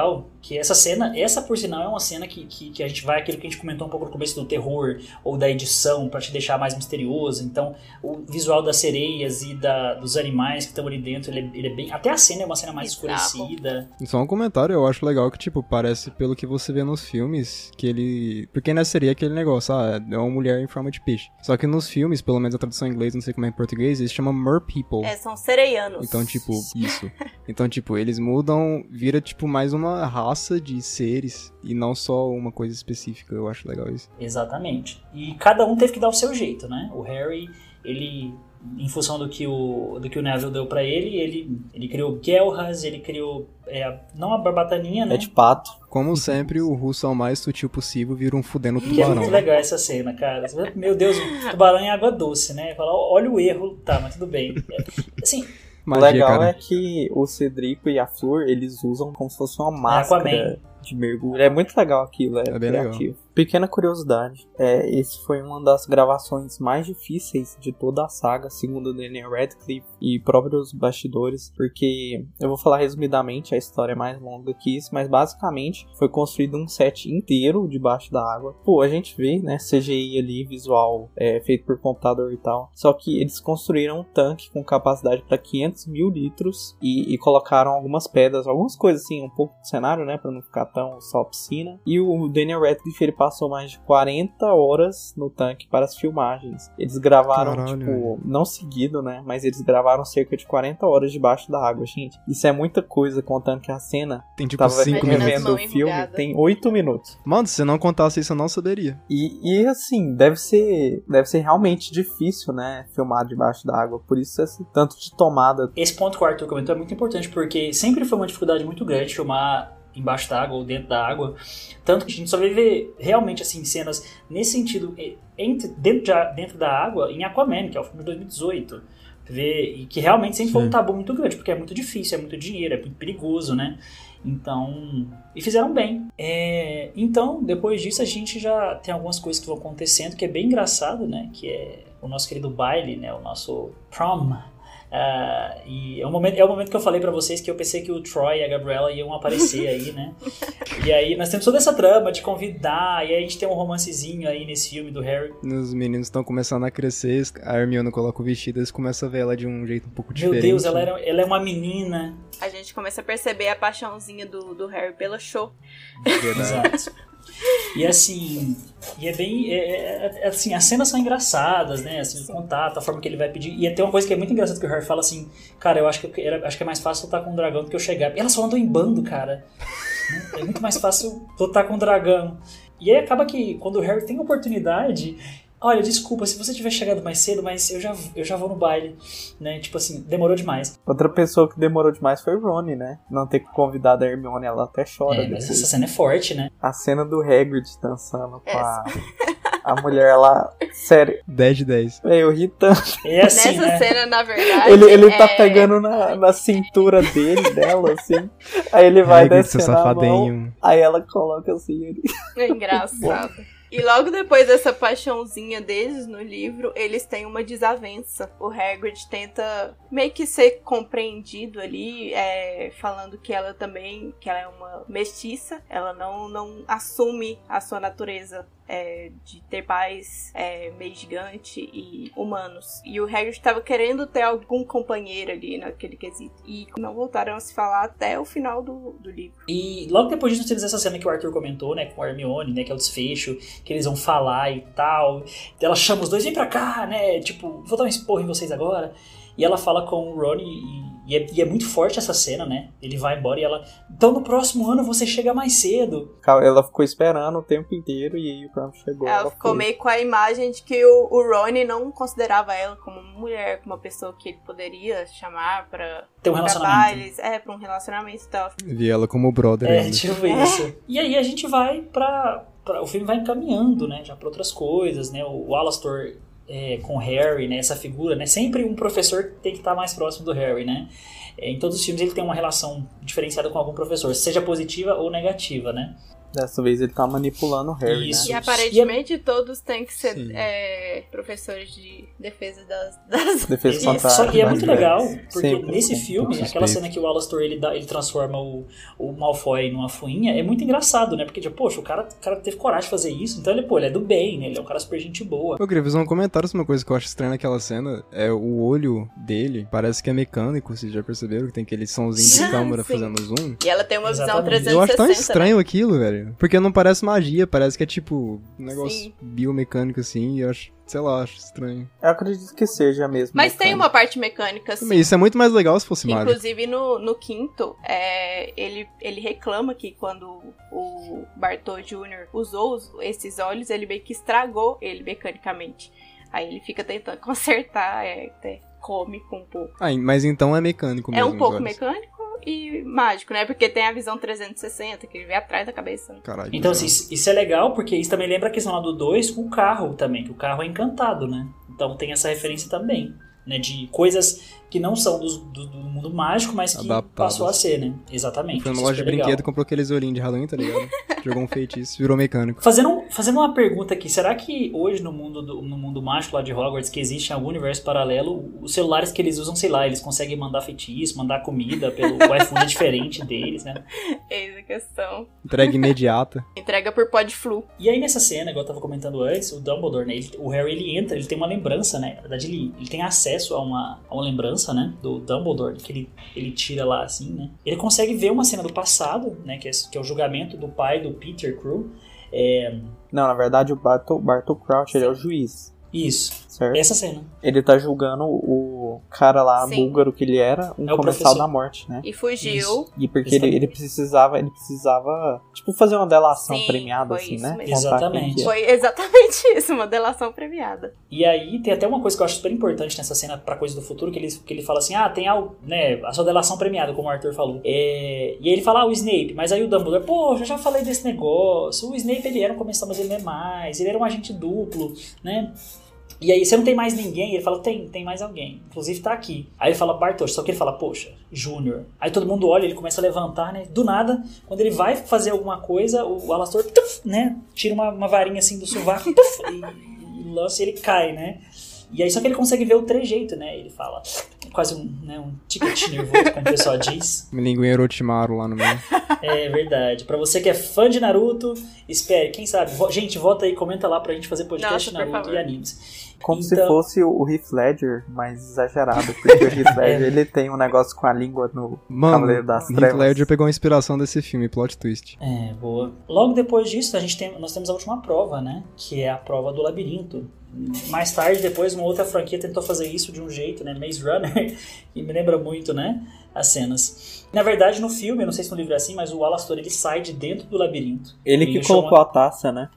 Que essa cena, essa por sinal é uma cena que, que, que a gente vai, aquilo que a gente comentou um pouco no começo do terror ou da edição, pra te deixar mais misterioso. Então, o visual das sereias e da, dos animais que estão ali dentro, ele é, ele é bem... Até a cena é uma cena mais Exato. escurecida. Só um comentário, eu acho legal que, tipo, parece pelo que você vê nos filmes, que ele... Porque na seria aquele negócio, ah, é uma mulher em forma de peixe. Só que nos filmes, pelo menos a tradução em inglês, não sei como é em português, eles chamam mer people. É, são sereianos. Então, tipo, isso. Então, tipo, eles mudam, vira, tipo, mais uma raça de seres e não só uma coisa específica. Eu acho legal isso. Exatamente. E cada um teve que dar o seu jeito, né? O Harry, ele... em função do que o, do que o Neville deu pra ele, ele, ele criou Gelras, ele criou, é, não a barbataninha, né? É de pato. Como sempre, o russo ao mais sutil possível vira um fudendo Que é tubarão. muito legal essa cena, cara. Meu Deus, o tubarão em água doce, né? Fala, olha o erro, tá, mas tudo bem. É, assim... O Magia, legal cara. é que o Cedrico e a Flor, eles usam como se fosse uma máscara Aquaman. de mergulho. É muito legal aquilo, é, É bem criativo. Pequena curiosidade, é, esse foi uma das gravações mais difíceis de toda a saga, segundo Daniel Radcliffe e próprios bastidores, porque eu vou falar resumidamente, a história é mais longa que isso, mas basicamente foi construído um set inteiro debaixo da água. Pô, a gente vê, né, C G I ali, visual, é, feito por computador e tal, só que eles construíram um tanque com capacidade para quinhentos mil litros e, e colocaram algumas pedras, algumas coisas assim, um pouco de cenário, né, para não ficar tão só piscina. E o Daniel Radcliffe, ele passou mais de quarenta horas no tanque para as filmagens. Eles gravaram, Caralho, tipo, velho. não seguido, né? Mas eles gravaram cerca de quarenta horas debaixo da água, gente. Isso é muita coisa, contando que a cena... Tem tipo Tava cinco Imagina minutos. as revendo o mãos filme, enrugadas. tem oito minutos. Mano, se você não contasse isso, eu não saberia. E, e assim, deve ser, deve ser realmente difícil, né? Filmar debaixo da água. Por isso esse tanto de tomada. Esse ponto que o Arthur comentou é muito importante, porque sempre foi uma dificuldade muito grande filmar embaixo da água ou dentro da água, tanto que a gente só vai ver realmente assim cenas nesse sentido entre, dentro, de, dentro da água em Aquaman, que é o filme de dois mil e dezoito, ver, e que realmente sempre foi um tabu muito grande, porque é muito difícil, é muito dinheiro, é muito perigoso, né? Então, e fizeram bem. É, então, depois disso a gente já tem algumas coisas que vão acontecendo, que é bem engraçado, né? Que é o nosso querido baile, né? O nosso prom. Uh, e é o, momento, é o momento que eu falei pra vocês que eu pensei que o Troy e a Gabriella iam aparecer aí, né? E aí nós temos toda essa trama de convidar, e aí a gente tem um romancezinho aí nesse filme do Harry. Os meninos estão começando a crescer, a Hermione coloca o vestido, eles começam a ver ela de um jeito um pouco Meu diferente. Deus, ela, era, ela é uma menina. A gente começa a perceber a paixãozinha do, do Harry pela Cho. Verdade. Exato. E assim, e é bem, é, é, assim, as cenas são engraçadas, né, assim, o contato, a forma que ele vai pedir, e tem uma coisa que é muito engraçada que o Harry fala assim, cara, eu acho que, eu, acho que é mais fácil lutar com um dragão do que eu chegar, e elas só andam em bando, cara, é muito mais fácil lutar com um dragão, e aí acaba que quando o Harry tem a oportunidade, olha, desculpa, se você tiver chegado mais cedo, mas eu já, eu já vou no baile, né, tipo assim, demorou demais. Outra pessoa que demorou demais foi o Rony, né? Não ter convidado a Hermione, ela até chora É, depois. mas essa cena é forte, né? A cena do Hagrid dançando com a, a mulher lá, sério, dez de dez. é, eu ri tanto. É assim, Nessa né? cena, na verdade. Ele, ele é... tá pegando na, na cintura dele, dela, assim. Aí ele vai Hagrid, seu descendo a mão, safadinho. aí ela coloca assim, ele... É engraçado. E logo depois dessa paixãozinha deles no livro, eles têm uma desavença. O Hagrid tenta meio que ser compreendido ali, é, falando que ela também, que ela é uma mestiça, ela não, não assume a sua natureza. É, de ter pais é, meio gigante e humanos. E o Hagrid estava querendo ter algum companheiro ali naquele quesito. E não voltaram a se falar até o final do, do livro. E logo depois disso temos essa cena que o Arthur comentou, né, com a Hermione, né, que é o desfecho, que eles vão falar e tal. Ela chama os dois, vem pra cá, né, tipo, vou dar um esporro em vocês agora. E ela fala com o Ron e, e, é, e é muito forte essa cena, né? Ele vai embora e ela... Então no próximo ano você chega mais cedo. Ela ficou esperando o tempo inteiro e aí o Ron chegou. Ela, ela ficou foi. meio com a imagem de que o, o Ron não considerava ela como uma mulher, como uma pessoa que ele poderia chamar pra... Ter um relacionamento. Bailes, é, pra um relacionamento e tal. Vi ela como brother É, ainda. tipo isso. E aí a gente vai pra, pra... O filme vai encaminhando, né? Já pra outras coisas, né? O, o Alastor... É, com o Harry, né, essa figura, né, sempre um professor tem que estar mais próximo do Harry, né, é, em todos os filmes ele tem uma relação diferenciada com algum professor, seja positiva ou negativa, né, Dessa vez ele tá manipulando o Harry, Isso. né? E aparentemente todos têm que ser é, professores de defesa das... das... Defesa E, contra só que é muito das legal, breves. porque Sempre, nesse sempre. filme, pouco aquela suspeito. cena que o Alastor ele, dá, ele transforma o, o Malfoy numa fuinha, é muito engraçado, né? Porque, tipo, poxa, o cara, o cara teve coragem de fazer isso, então ele, pô, ele é do bem, né? Ele é um cara super gente boa. Eu queria fazer um comentário sobre uma coisa que eu acho estranha naquela cena. É o olho dele, parece que é mecânico, vocês já perceberam que tem aquele somzinho de câmera Sim. fazendo zoom? E ela tem uma visão Exatamente. trezentos e sessenta. Eu acho tão né? estranho aquilo, velho. Porque não parece magia, parece que é tipo um negócio Sim. biomecânico assim, e eu acho, sei lá, acho estranho. Eu acredito que seja mesmo. Mas tem mecânico. uma parte mecânica, sim. Mas isso é muito mais legal se fosse mágico. Inclusive no, no quinto, é, ele, ele reclama que quando o Bartô Júnior usou os- esses olhos, ele meio que estragou ele mecanicamente. Aí ele fica tentando consertar, é até cômico um pouco. Ah, mas então é mecânico mesmo. É um os pouco olhos. mecânico e mágico, né? Porque tem a visão trezentos e sessenta, que ele vê atrás da cabeça. Né? Caralho. Então, bizarro. assim, isso isso é legal, porque isso também lembra a questão lá do dois com o carro também, que o carro é encantado, né? Então tem essa referência também, né? De coisas que não são do, do, do mundo mágico, mas que Adaptadas. passou a ser, né? Exatamente. Foi numa isso é loja de super brinquedo, legal. comprou aqueles olhinhos de Halloween, tá ligado? Jogou um feitiço, virou mecânico. Fazendo, um- fazendo uma pergunta aqui, será que hoje no mundo, do, no mundo mágico lá de Hogwarts, que existe algum universo paralelo, os celulares que eles usam, sei lá, eles conseguem mandar feitiço, mandar comida pelo o iPhone é diferente deles, né? Eis a questão. Entrega imediata. Entrega por Podflu. E aí nessa cena, igual eu tava comentando antes, o Dumbledore, né, ele- o Harry ele entra, ele tem uma lembrança, né, na verdade ele, ele tem acesso a uma, a uma lembrança, né, do Dumbledore, que ele, ele tira lá assim, né. Ele consegue ver uma cena do passado, né, que é, que é o julgamento do pai do Peter Crew. É, Não, na verdade o Bartol, Bartol Crouch ele é o juiz, isso, certo? essa cena. Ele tá julgando o cara lá, Sim. búlgaro que ele era, um É o comensal professor. da morte, né? E fugiu. Isso. E porque ele, Exatamente. ele precisava, ele precisava, tipo, fazer uma delação Sim, premiada, foi assim, isso né? mesmo. Contar Exatamente. quem que é. Foi exatamente isso, uma delação premiada. E aí tem até uma coisa que eu acho super importante nessa cena pra coisa do futuro, que ele, que ele fala assim, ah, tem algo, né, a sua delação premiada, como o Arthur falou. É, e aí ele fala, ah, o Snape, mas aí o Dumbledore, pô, eu já falei desse negócio, o Snape ele era um comensal, mas ele não é mais, ele era um agente duplo, né? E aí, você não tem mais ninguém? Ele fala, tem, tem mais alguém. Inclusive tá aqui. Aí ele fala, Bartosz, só que ele fala, poxa, Júnior. Aí todo mundo olha, ele começa a levantar, né? Do nada, quando ele vai fazer alguma coisa, o Alastor, tuf, né? Tira uma, uma varinha assim do sovaco, tuf, e, e lança e ele cai, né? E aí só que ele consegue ver o trejeito, né? Ele fala, quase um, né, um ticket nervoso, como o pessoal diz. Me linguinha Orochimaru lá no meio. É verdade. Pra você que é fã de Naruto, espere, quem sabe? Vo- Gente, volta aí, comenta lá pra gente fazer podcast Nossa, de por Naruto favor. e animes. Como se Então- fosse o o Heath Ledger mais exagerado, porque o Heath Ledger, ele tem um negócio com a língua no Mano, Cavaleiro das Heath Trevas. Ledger pegou a inspiração desse filme, plot twist. É, boa. Logo depois disso, a gente tem, nós temos a última prova, né? Que é a prova do labirinto. Mais tarde, depois, uma outra franquia tentou fazer isso de um jeito, né? Maze Runner, que me lembra muito, né? As cenas. Na verdade, no filme, eu não sei se no livro é assim, mas o Alastor, ele sai de dentro do labirinto. Ele E que chama- colocou a taça, né?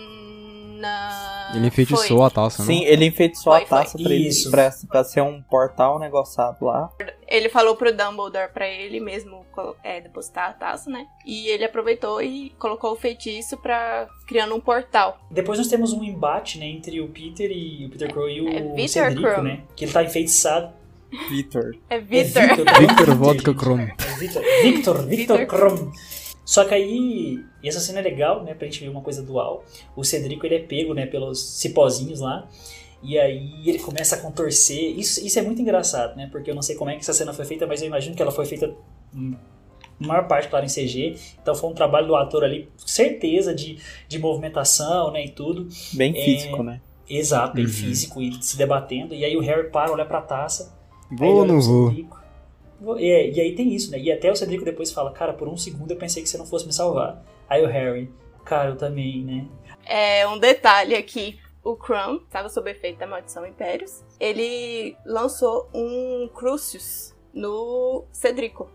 Hum, na... Ele enfeitiçou Foi. a taça, Sim, né? ele enfeitiçou Foi, a taça foi. pra, ele, Isso. pra, pra ser um portal negociado lá. Ele falou pro Dumbledore pra ele mesmo colo- é, depositar a taça, né? E ele aproveitou e colocou o feitiço pra... criando um portal. Depois nós temos um embate, né? Entre o Peter e o Peter Crow e o É Peter Cedrico, Crow. né? Que ele tá enfeitiçado. Victor. É É Victor. Victor, não Victor Peter, Vodka gente. Krum. É Victor, Victor, Victor Victor Krum. Só que aí, e essa cena é legal, né, pra gente ver uma coisa dual. O Cedrico, ele é pego, né, pelos cipózinhos lá, e aí ele começa a contorcer. Isso, isso é muito engraçado, né, porque eu não sei como é que essa cena foi feita, mas eu imagino que ela foi feita, hum, maior parte, claro, em C G. Então foi um trabalho do ator ali, certeza de, de movimentação, né, e tudo. Bem É, físico, né? Exato, bem Uhum. físico e se debatendo. E aí o Harry para, olha pra taça. Aí Vou ele ou olha não pro vou? Cedrico. Vou- É, e aí tem isso, né? E até o Cedrico depois fala, cara, por um segundo eu pensei que você não fosse me salvar. Aí o Harry, cara, eu também, né? É, um detalhe aqui. O Krum estava sob efeito da maldição Impérios. Ele lançou um Crucius no Cedrico.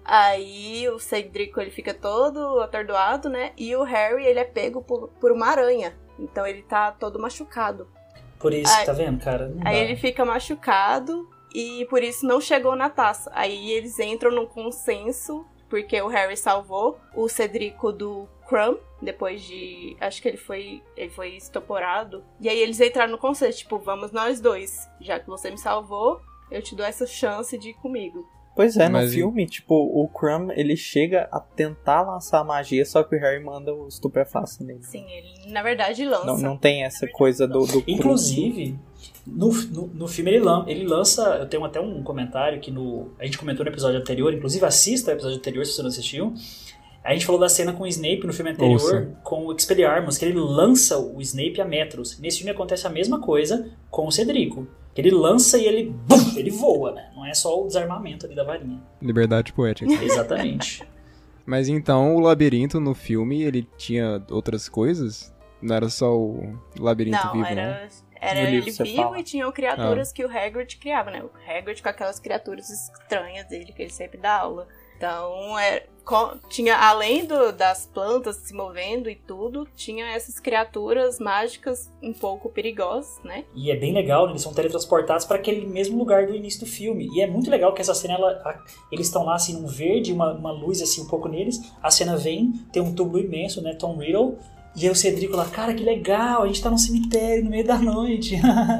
Aí o Cedrico, ele fica todo atordoado, né? E o Harry, ele é pego por, por uma aranha. Então ele tá todo machucado. Por isso, Aí- tá vendo, cara? Não Aí dá. ele fica machucado e por isso não chegou na taça. Aí eles entram num consenso, porque o Harry salvou o Cedrico do Krum, depois de... acho que ele foi ele foi estoporado. E aí eles entraram no consenso, tipo, vamos nós dois. Já que você me salvou, eu te dou essa chance de ir comigo. Pois é, Mas no filme, tipo, o Crumb, ele chega a tentar lançar a magia, só que o Harry manda o estupefaciente nele. Sim, ele na verdade lança. Não, não tem essa coisa do... do Inclusive, no, no, no filme ele, lan, ele lança... Eu tenho até um comentário que no, a gente comentou no episódio anterior, inclusive assista o episódio anterior se você não assistiu. A gente falou da cena com o Snape no filme anterior, Ouça. com o Expelliarmus, que ele lança o Snape a metros. Nesse filme acontece a mesma coisa com o Cedrico. Ele lança e ele, bum, ele voa, né? Não é só o desarmamento ali da varinha. Liberdade poética. Exatamente. Mas então o labirinto no filme, ele tinha outras coisas? Não era só o labirinto Não, vivo, era, não? era No ele livro você vivo fala. e tinham criaturas que o Hagrid criava, né? O Hagrid com aquelas criaturas estranhas dele, que ele sempre dá aula. Então, é, com, tinha, além do, das plantas se movendo e tudo, tinha essas criaturas mágicas um pouco perigosas, né? E é bem legal, né? Eles são teletransportados para aquele mesmo lugar do início do filme. E é muito legal que essa cena, ela, a, eles estão lá assim, num verde, uma, uma luz assim um pouco neles. A cena vem, tem um tubo imenso, né? Tom Riddle. E aí o Cedrico lá, cara, que legal, a gente tá num cemitério no meio da noite.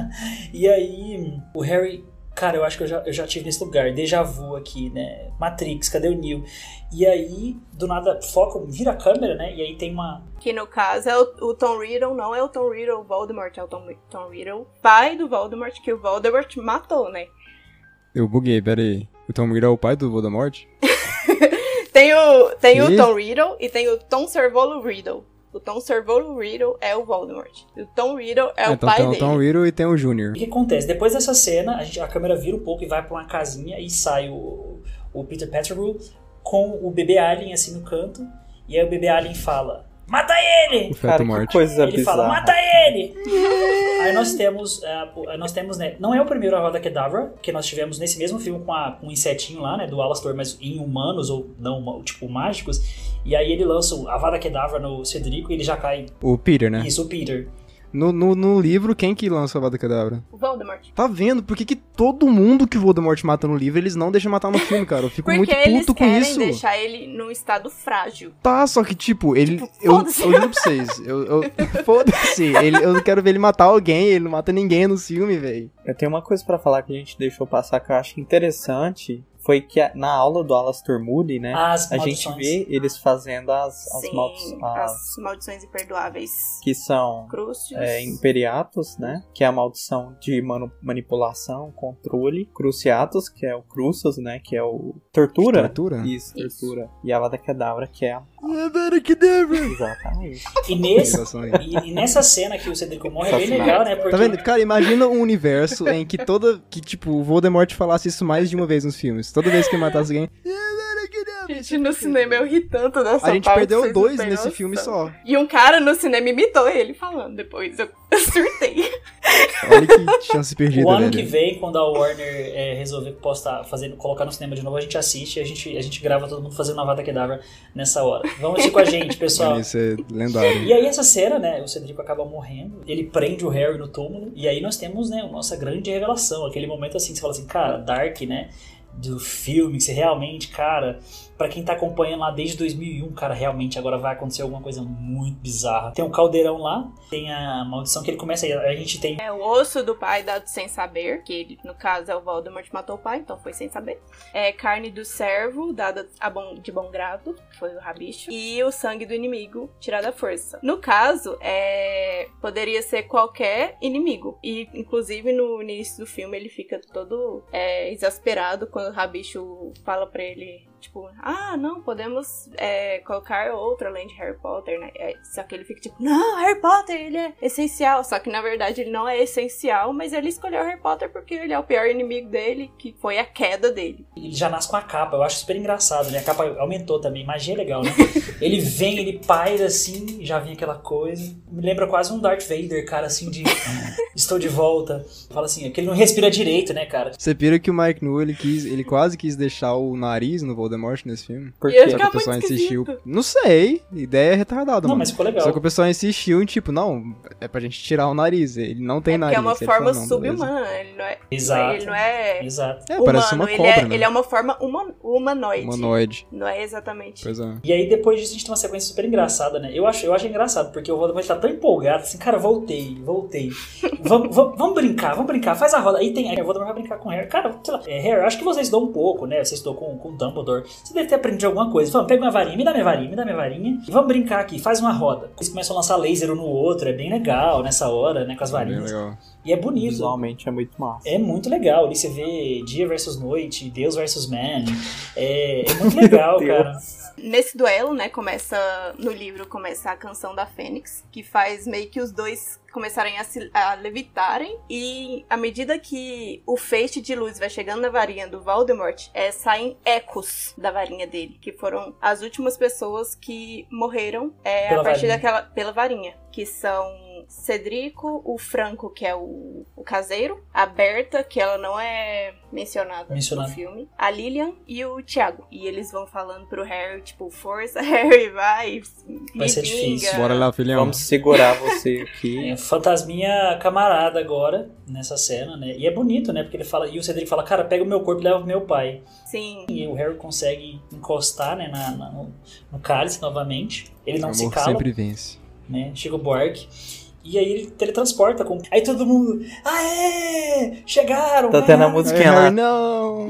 E aí o Harry... Cara, eu acho que eu já, eu já tive nesse lugar. Déjà vu aqui, né? Matrix, cadê o Neo? E aí, do nada, foca, vira a câmera, né? E aí tem uma... Que no caso é o, o Tom Riddle, não é o Tom Riddle Voldemort, é o Tom, Tom Riddle, pai do Voldemort, que o Voldemort matou, né? Eu buguei, peraí. O Tom Riddle é o pai do Voldemort? Tem o, tem o Que? Tom Riddle e tem o Tom Servolo Riddle. O Tom Servolo Riddle é o Voldemort. E o Tom Riddle é Ah, o então pai tem o dele. Tom Riddle e tem o Júnior. O que acontece? Depois dessa cena, a, gente, a câmera vira um pouco e vai pra uma casinha e sai o, o Peter Pettigrew com o bebê Alien assim no canto. E aí o bebê Alien fala, mata ele! O feto Cara, que morte. coisa Ele bizarra. fala, mata ele! Aí nós temos, uh, nós temos, né, não é o primeiro Avada Kedavra, que nós tivemos nesse mesmo filme com, a, com um insetinho lá, né, do Alastor, mas em humanos ou não, tipo, mágicos. E aí ele lança o Avada Kedavra no Cedrico e ele já cai. O Peter, né? Isso, o Peter. No, no, no livro, quem que lança o Avada Kedavra? O Voldemort. Tá vendo? Por que, que todo mundo que o Voldemort mata no livro, eles não deixam matar no filme, cara? Eu fico Porque muito eles puto com querem isso. deixar ele num estado frágil. Tá, só que tipo, ele... Tipo, eu, eu foda-se. juro pra vocês, eu... eu foda-se, ele, eu quero ver ele matar alguém, ele não mata ninguém no filme, velho. Eu tenho uma coisa pra falar que a gente deixou passar que eu acho interessante. Foi que a- na aula do Alastor Moody, né? As a gente maldições. vê eles fazendo as, as, Sim, maldi- as as maldições imperdoáveis. que são Crucius. é, Imperiatus, né? Que é a maldição de manu- manipulação, controle. Cruciatus, que é o Crucius, né? Que é o tortura. Tortura? Isso, Isso. tortura. E a Avada Kedavra, que é a... Avada Kedavra! Exatamente. E, nesse, Ligação aí. e, e nessa cena que o Cedrico morre é bem Fascinante. legal, né? Porque Tá vendo? Cara, imagina um universo em que toda... Que, tipo, o Voldemort falasse isso mais de uma vez nos filmes. Toda vez que matasse alguém... Gente, no cinema eu ri tanto dessa A gente parte, perdeu vocês não dois têm nesse noção. filme só. E um cara no cinema imitou ele falando depois. Eu, eu surtei. Olha que chance perdida, o ano velho. que vem, quando a Warner é, resolver postar, fazer, colocar no cinema de novo, a gente assiste e a gente, a gente grava todo mundo fazendo uma Avada Kedavra nessa hora. Vamos assistir com a gente, pessoal. Mano, isso é lendário. E aí essa cena, né, o Cedrico acaba morrendo, ele prende o Harry no túmulo, e aí nós temos, né, a nossa grande revelação, aquele momento assim, que você fala assim, cara, Dark, né, do filme, que você realmente, cara, pra quem tá acompanhando lá desde dois mil e um, cara, realmente agora vai acontecer alguma coisa muito bizarra. Tem um caldeirão lá, tem a maldição que ele começa, a gente tem... É o osso do pai dado sem saber, que ele, no caso é o Voldemort matou o pai, então foi sem saber. É carne do servo, dada a bom, de bom grado, foi o rabicho. E o sangue do inimigo, tirado à força. No caso, é, poderia ser qualquer inimigo. E, inclusive, no início do filme, ele fica todo é, exasperado quando o rabicho fala pra ele... Tipo, ah, não, podemos é, colocar outro além de Harry Potter, né? É, só que ele fica tipo, não, Harry Potter, ele é essencial. Só que, na verdade, ele não é essencial, mas ele escolheu Harry Potter porque ele é o pior inimigo dele, que foi a queda dele. Ele já nasce com a capa, eu acho super engraçado, né? A capa aumentou também, magia é legal, né? Ele vem, ele paira assim, já vem aquela coisa. Me lembra quase um Darth Vader, cara, assim, de estou de volta. Fala assim, é que ele não respira direito, né, cara? Você pira que o Mike Newell, ele, quis, ele quase quis deixar o nariz no Voldemort nesse filme. Por Ia quê? Só que ficar o pessoal muito insistiu. esquisito. Não sei, ideia é retardada, Não, mano. mas ficou legal. Só que o pessoal insistiu em tipo, não, é pra gente tirar o nariz. Ele não tem É porque nariz. é uma Ele forma falou, não, beleza. subhumana, ele não é... Exato. Ele não é... Exato. É, humano, parece uma ele, cobra, é, né? ele é uma forma uma, humanoide. Humanoide. Não é exatamente. Pois é. E aí depois disso a gente tem uma sequência super engraçada, né? Eu acho, eu acho engraçado, porque o Voldemort tá tão empolgado, assim, cara, voltei, voltei. vamos, vamos, vamos brincar, vamos brincar, faz a roda. Aí tem, aí o Voldemort vai brincar com o Harry. Cara, sei lá, é, Harry, acho que você você estudou um pouco, né? Você estudou com, com o Dumbledore. Você deve ter aprendido alguma coisa. Vamos, pega uma varinha, me dá minha varinha, me dá minha varinha. E vamos brincar aqui, faz uma roda. Eles começam a lançar laser um no outro, é bem legal nessa hora, né? Com as varinhas. Bem legal. E é bonito. Visualmente é muito massa. É muito legal. Ali você vê dia versus noite, Deus versus man. É, é muito legal, cara. Nesse duelo, né, começa, no livro, começa a canção da Fênix, que faz meio que os dois começarem a, se, a levitarem, e à medida que o feixe de luz vai chegando na varinha do Voldemort, é, saem ecos da varinha dele, que foram as últimas pessoas que morreram é, a partir varinha. daquela pela varinha, que são Cedrico, o Franco, que é o, o caseiro, a Berta, que ela não é mencionada, mencionada no filme, a Lilian e o Tiago. E eles vão falando pro Harry, tipo, força, Harry, vai, vai ser vinga. Difícil. Bora lá, filhão. Vamos segurar você aqui. É, fantasminha camarada agora, nessa cena, né? E é bonito, né? Porque ele fala, e o Cedrico fala, cara, pega o meu corpo e leva pro meu pai. Sim. E o Harry consegue encostar, né, na, na, no, no cálice novamente. Ele não o se amor cala. sempre vence. Né? Chega o Borg. E aí ele teletransporta com... Aí todo mundo... Aê! Chegaram! Tá tendo a musiquinha lá. Não!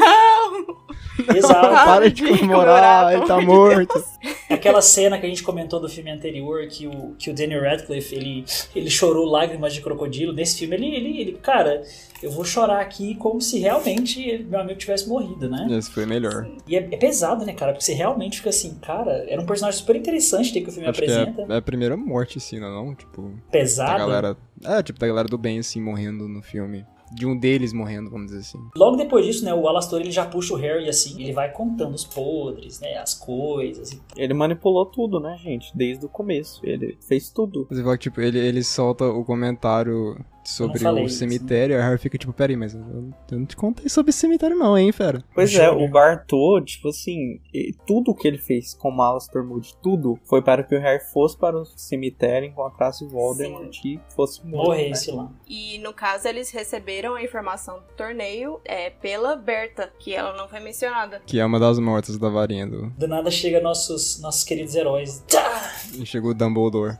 Não! Exato. Para de comemorar, ele tá morto. Aquela cena que a gente comentou do filme anterior, que o, que o Daniel Radcliffe, ele, ele chorou lágrimas de crocodilo. Nesse filme, ele, ele, ele... Cara, eu vou chorar aqui como se realmente meu amigo tivesse morrido, né? Esse foi melhor. E é, é pesado, né, cara? Porque você realmente fica assim, cara... Era um personagem super interessante que o filme Acho apresenta. Que é, é a primeira morte, assim, não? não? Tipo... Pesado? Da galera, é, tipo, da galera do bem, assim, morrendo no filme. De um deles morrendo, vamos dizer assim. Logo depois disso, né, o Alastor ele já puxa o Harry assim, ele vai contando os podres, né, as coisas. Ele manipulou tudo, né, gente? Desde o começo. Ele fez tudo. Você fala que, tipo, ele, ele solta o comentário sobre o isso, cemitério, né? A Harry fica tipo, peraí, mas eu, eu não te contei sobre esse cemitério não, hein, fera? Pois é, o Bartô, tipo assim, tudo que ele fez com o Alastor Moody, tudo, foi para que o Harry fosse para o cemitério, encontrasse o Voldemort e fosse morto, morresse, né? Lá. E no caso eles receberam a informação do torneio é, pela Berta, que ela não foi mencionada. Que é uma das mortas da varinha do... Do nada chega nossos, nossos queridos heróis. Tá! E chegou o Dumbledore.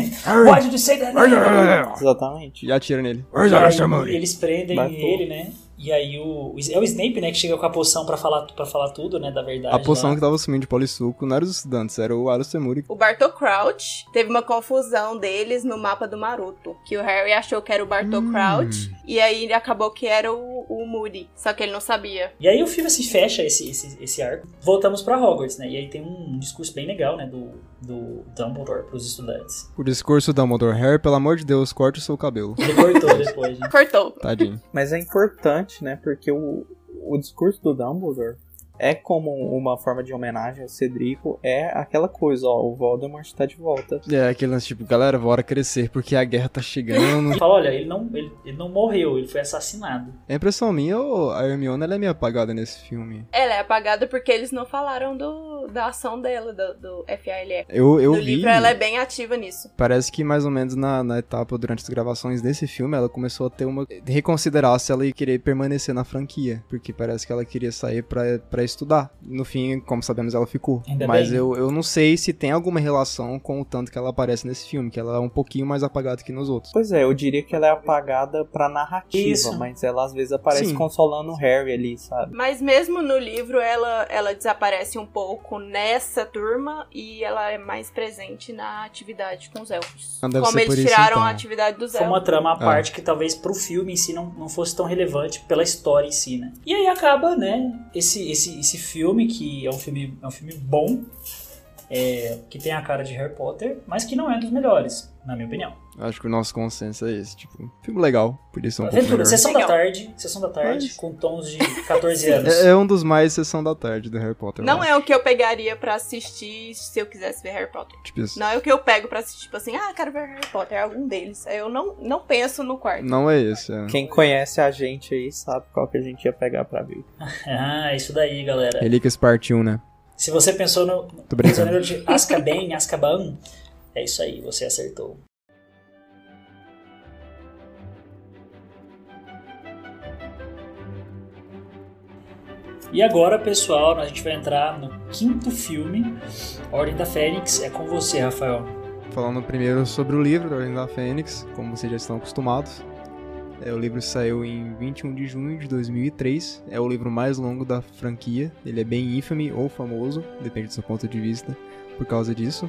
Why did you say that? Exatamente. E atira nele. E eles prendem Bartô. ele, né? E aí o... É o Snape, né, que chega com a poção pra falar, pra falar tudo, né, da verdade. A poção lá. que tava sumindo de polissuco não era os estudantes, era o Alastor Moody. O Bartô Crouch teve uma confusão deles no mapa do Maroto. Que o Harry achou que era o Bartô hum. Crouch. E aí acabou que era o, o Moody. Só que ele não sabia. E aí o filme se fecha, esse, esse, esse arco. Voltamos pra Hogwarts, né? E aí tem um discurso bem legal, né, do, do Dumbledore pros estudantes. O discurso do Dumbledore. Harry, pelo amor de Deus, corte o seu cabelo. Ele cortou depois, né? Cortou. Tadinho. Mas é importante, né? Porque o, o discurso do Dumbledore é como uma forma de homenagem ao Cedrico, é aquela coisa, ó, o Voldemort tá de volta. É, aquele lance tipo, galera, bora crescer, porque a guerra tá chegando. Ele fala, olha, ele não, ele, ele não morreu, ele foi assassinado. A impressão minha, a Hermione, ela é meio apagada nesse filme. Ela é apagada porque eles não falaram do, da ação dela, do, do F A L E. Eu, eu no vi... livro ela é bem ativa nisso. Parece que mais ou menos na, na etapa, durante as gravações desse filme, ela começou a ter uma... reconsiderar se ela ia querer permanecer na franquia, porque parece que ela queria sair pra, pra estudar. No fim, como sabemos, ela ficou. Ainda Mas bem. eu, eu não sei se tem alguma relação com o tanto que ela aparece nesse filme, que ela é um pouquinho mais apagada que nos outros. Pois é, eu diria que ela é apagada pra narrativa, Isso. mas ela às vezes aparece Sim. consolando o Harry ali, sabe? Mas mesmo no livro, ela, ela desaparece um pouco nessa turma e ela é mais presente na atividade com os elfos. Não deve Como ser por eles isso, tiraram então. a atividade dos Foi elfos. uma trama à É. parte que talvez pro filme em si não, não fosse tão relevante pela história em si, né? E aí acaba, né, esse, esse, esse filme, que é um filme, é um filme bom, é, que tem a cara de Harry Potter, mas que não é dos melhores, na minha opinião. Acho que o nosso consenso é esse, tipo, filme legal, podia ser um pouco Aventura, melhor. sessão da Legal. tarde, sessão da tarde, Mas- com tons de catorze anos. É, é um dos mais Sessão da Tarde do Harry Potter. Não é o que eu pegaria pra assistir se eu quisesse ver Harry Potter. Tipo isso. Não é o que eu pego pra assistir, tipo assim, ah, quero ver Harry Potter, é algum deles. Eu não, não penso no quarto. Não é esse, é. Quem conhece a gente aí sabe qual que a gente ia pegar pra ver. Ah, isso daí, galera. Relíquias Parte um, né? Se você pensou no Tô brincando. prisioneiro de Azkaban, Azkaban, é isso aí, você acertou. E agora, pessoal, a gente vai entrar no quinto filme, Ordem da Fênix. É com você, Rafael. Falando primeiro sobre o livro da Ordem da Fênix, como vocês já estão acostumados. É, o livro saiu em vinte e um de junho de dois mil e três. É o livro mais longo da franquia. Ele é bem ínfame ou famoso, depende do seu ponto de vista, por causa disso.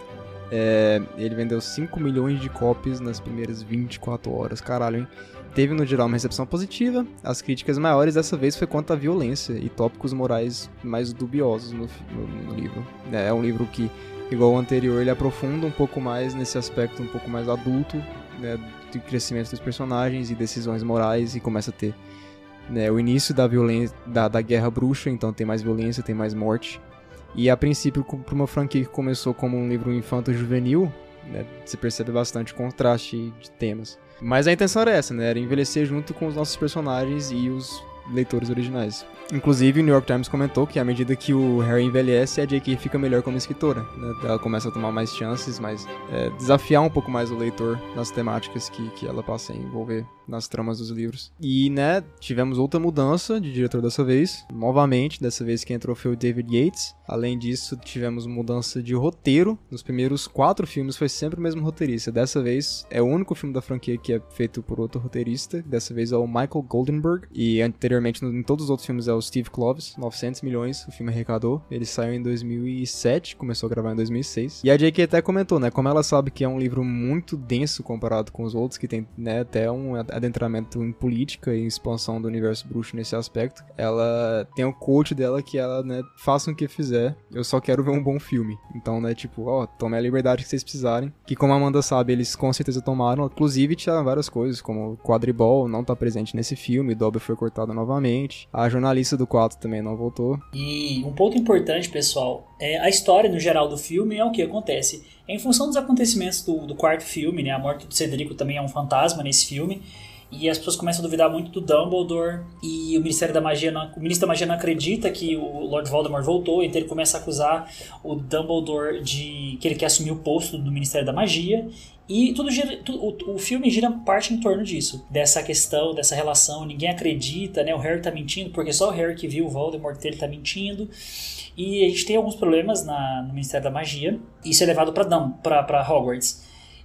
É, ele vendeu cinco milhões de cópias nas primeiras vinte e quatro horas. Caralho, hein? Teve, no geral, uma recepção positiva. As críticas maiores dessa vez foi quanto à violência e tópicos morais mais dubiosos no, no, no livro. É um livro que, igual o anterior, ele aprofunda um pouco mais nesse aspecto um pouco mais adulto, né, do crescimento dos personagens e decisões morais, e começa a ter, né, o início da violência, da, da guerra bruxa, então tem mais violência, tem mais morte. E a princípio, para uma franquia que começou como um livro infanto-juvenil, né, se percebe bastante contraste de temas. Mas a intenção era essa, né? Era envelhecer junto com os nossos personagens e os leitores originais. Inclusive, o New York Times comentou que à medida que o Harry envelhece, a J K fica melhor como escritora, né? Ela começa a tomar mais chances, mas é, desafiar um pouco mais o leitor nas temáticas que, que ela passa a envolver nas tramas dos livros. E, né, tivemos outra mudança de diretor dessa vez. Novamente, dessa vez quem entrou foi o David Yates. Além disso, tivemos mudança de roteiro. Nos primeiros quatro filmes foi sempre o mesmo roteirista. Dessa vez, é o único filme da franquia que é feito por outro roteirista. Dessa vez é o Michael Goldenberg. E anteriormente, em todos os outros filmes, é o Steve Kloves. novecentos milhões o filme arrecadou. Ele saiu em dois mil e sete, começou a gravar em dois mil e seis. E a J K até comentou, né, como ela sabe que é um livro muito denso comparado com os outros, que tem, né, até um adentramento em política e expansão do universo bruxo nesse aspecto, ela tem o quote dela que ela, né, façam o que fizer, eu só quero ver um bom filme. Então, né, tipo, ó, tome a liberdade que vocês precisarem, que como a Amanda sabe, eles com certeza tomaram, inclusive tiraram várias coisas, como o quadribol não tá presente nesse filme, Dobby foi cortado novamente, a jornalista do quatro também não voltou. E um ponto importante, pessoal, é a história no geral do filme é o que acontece. Em função dos acontecimentos do, do quarto filme, né, a morte do Cedrico também é um fantasma nesse filme, e as pessoas começam a duvidar muito do Dumbledore, e o Ministério da Magia não, o Ministro da Magia não acredita que o Lord Voldemort voltou, então ele começa a acusar o Dumbledore de que ele quer assumir o posto do Ministério da Magia, e tudo gira, tudo, o, o filme gira parte em torno disso, dessa questão, dessa relação, ninguém acredita, né, o Harry tá mentindo, porque só o Harry que viu o Voldemort, ele tá mentindo, e a gente tem alguns problemas na, no Ministério da Magia, e isso é levado para Hogwarts.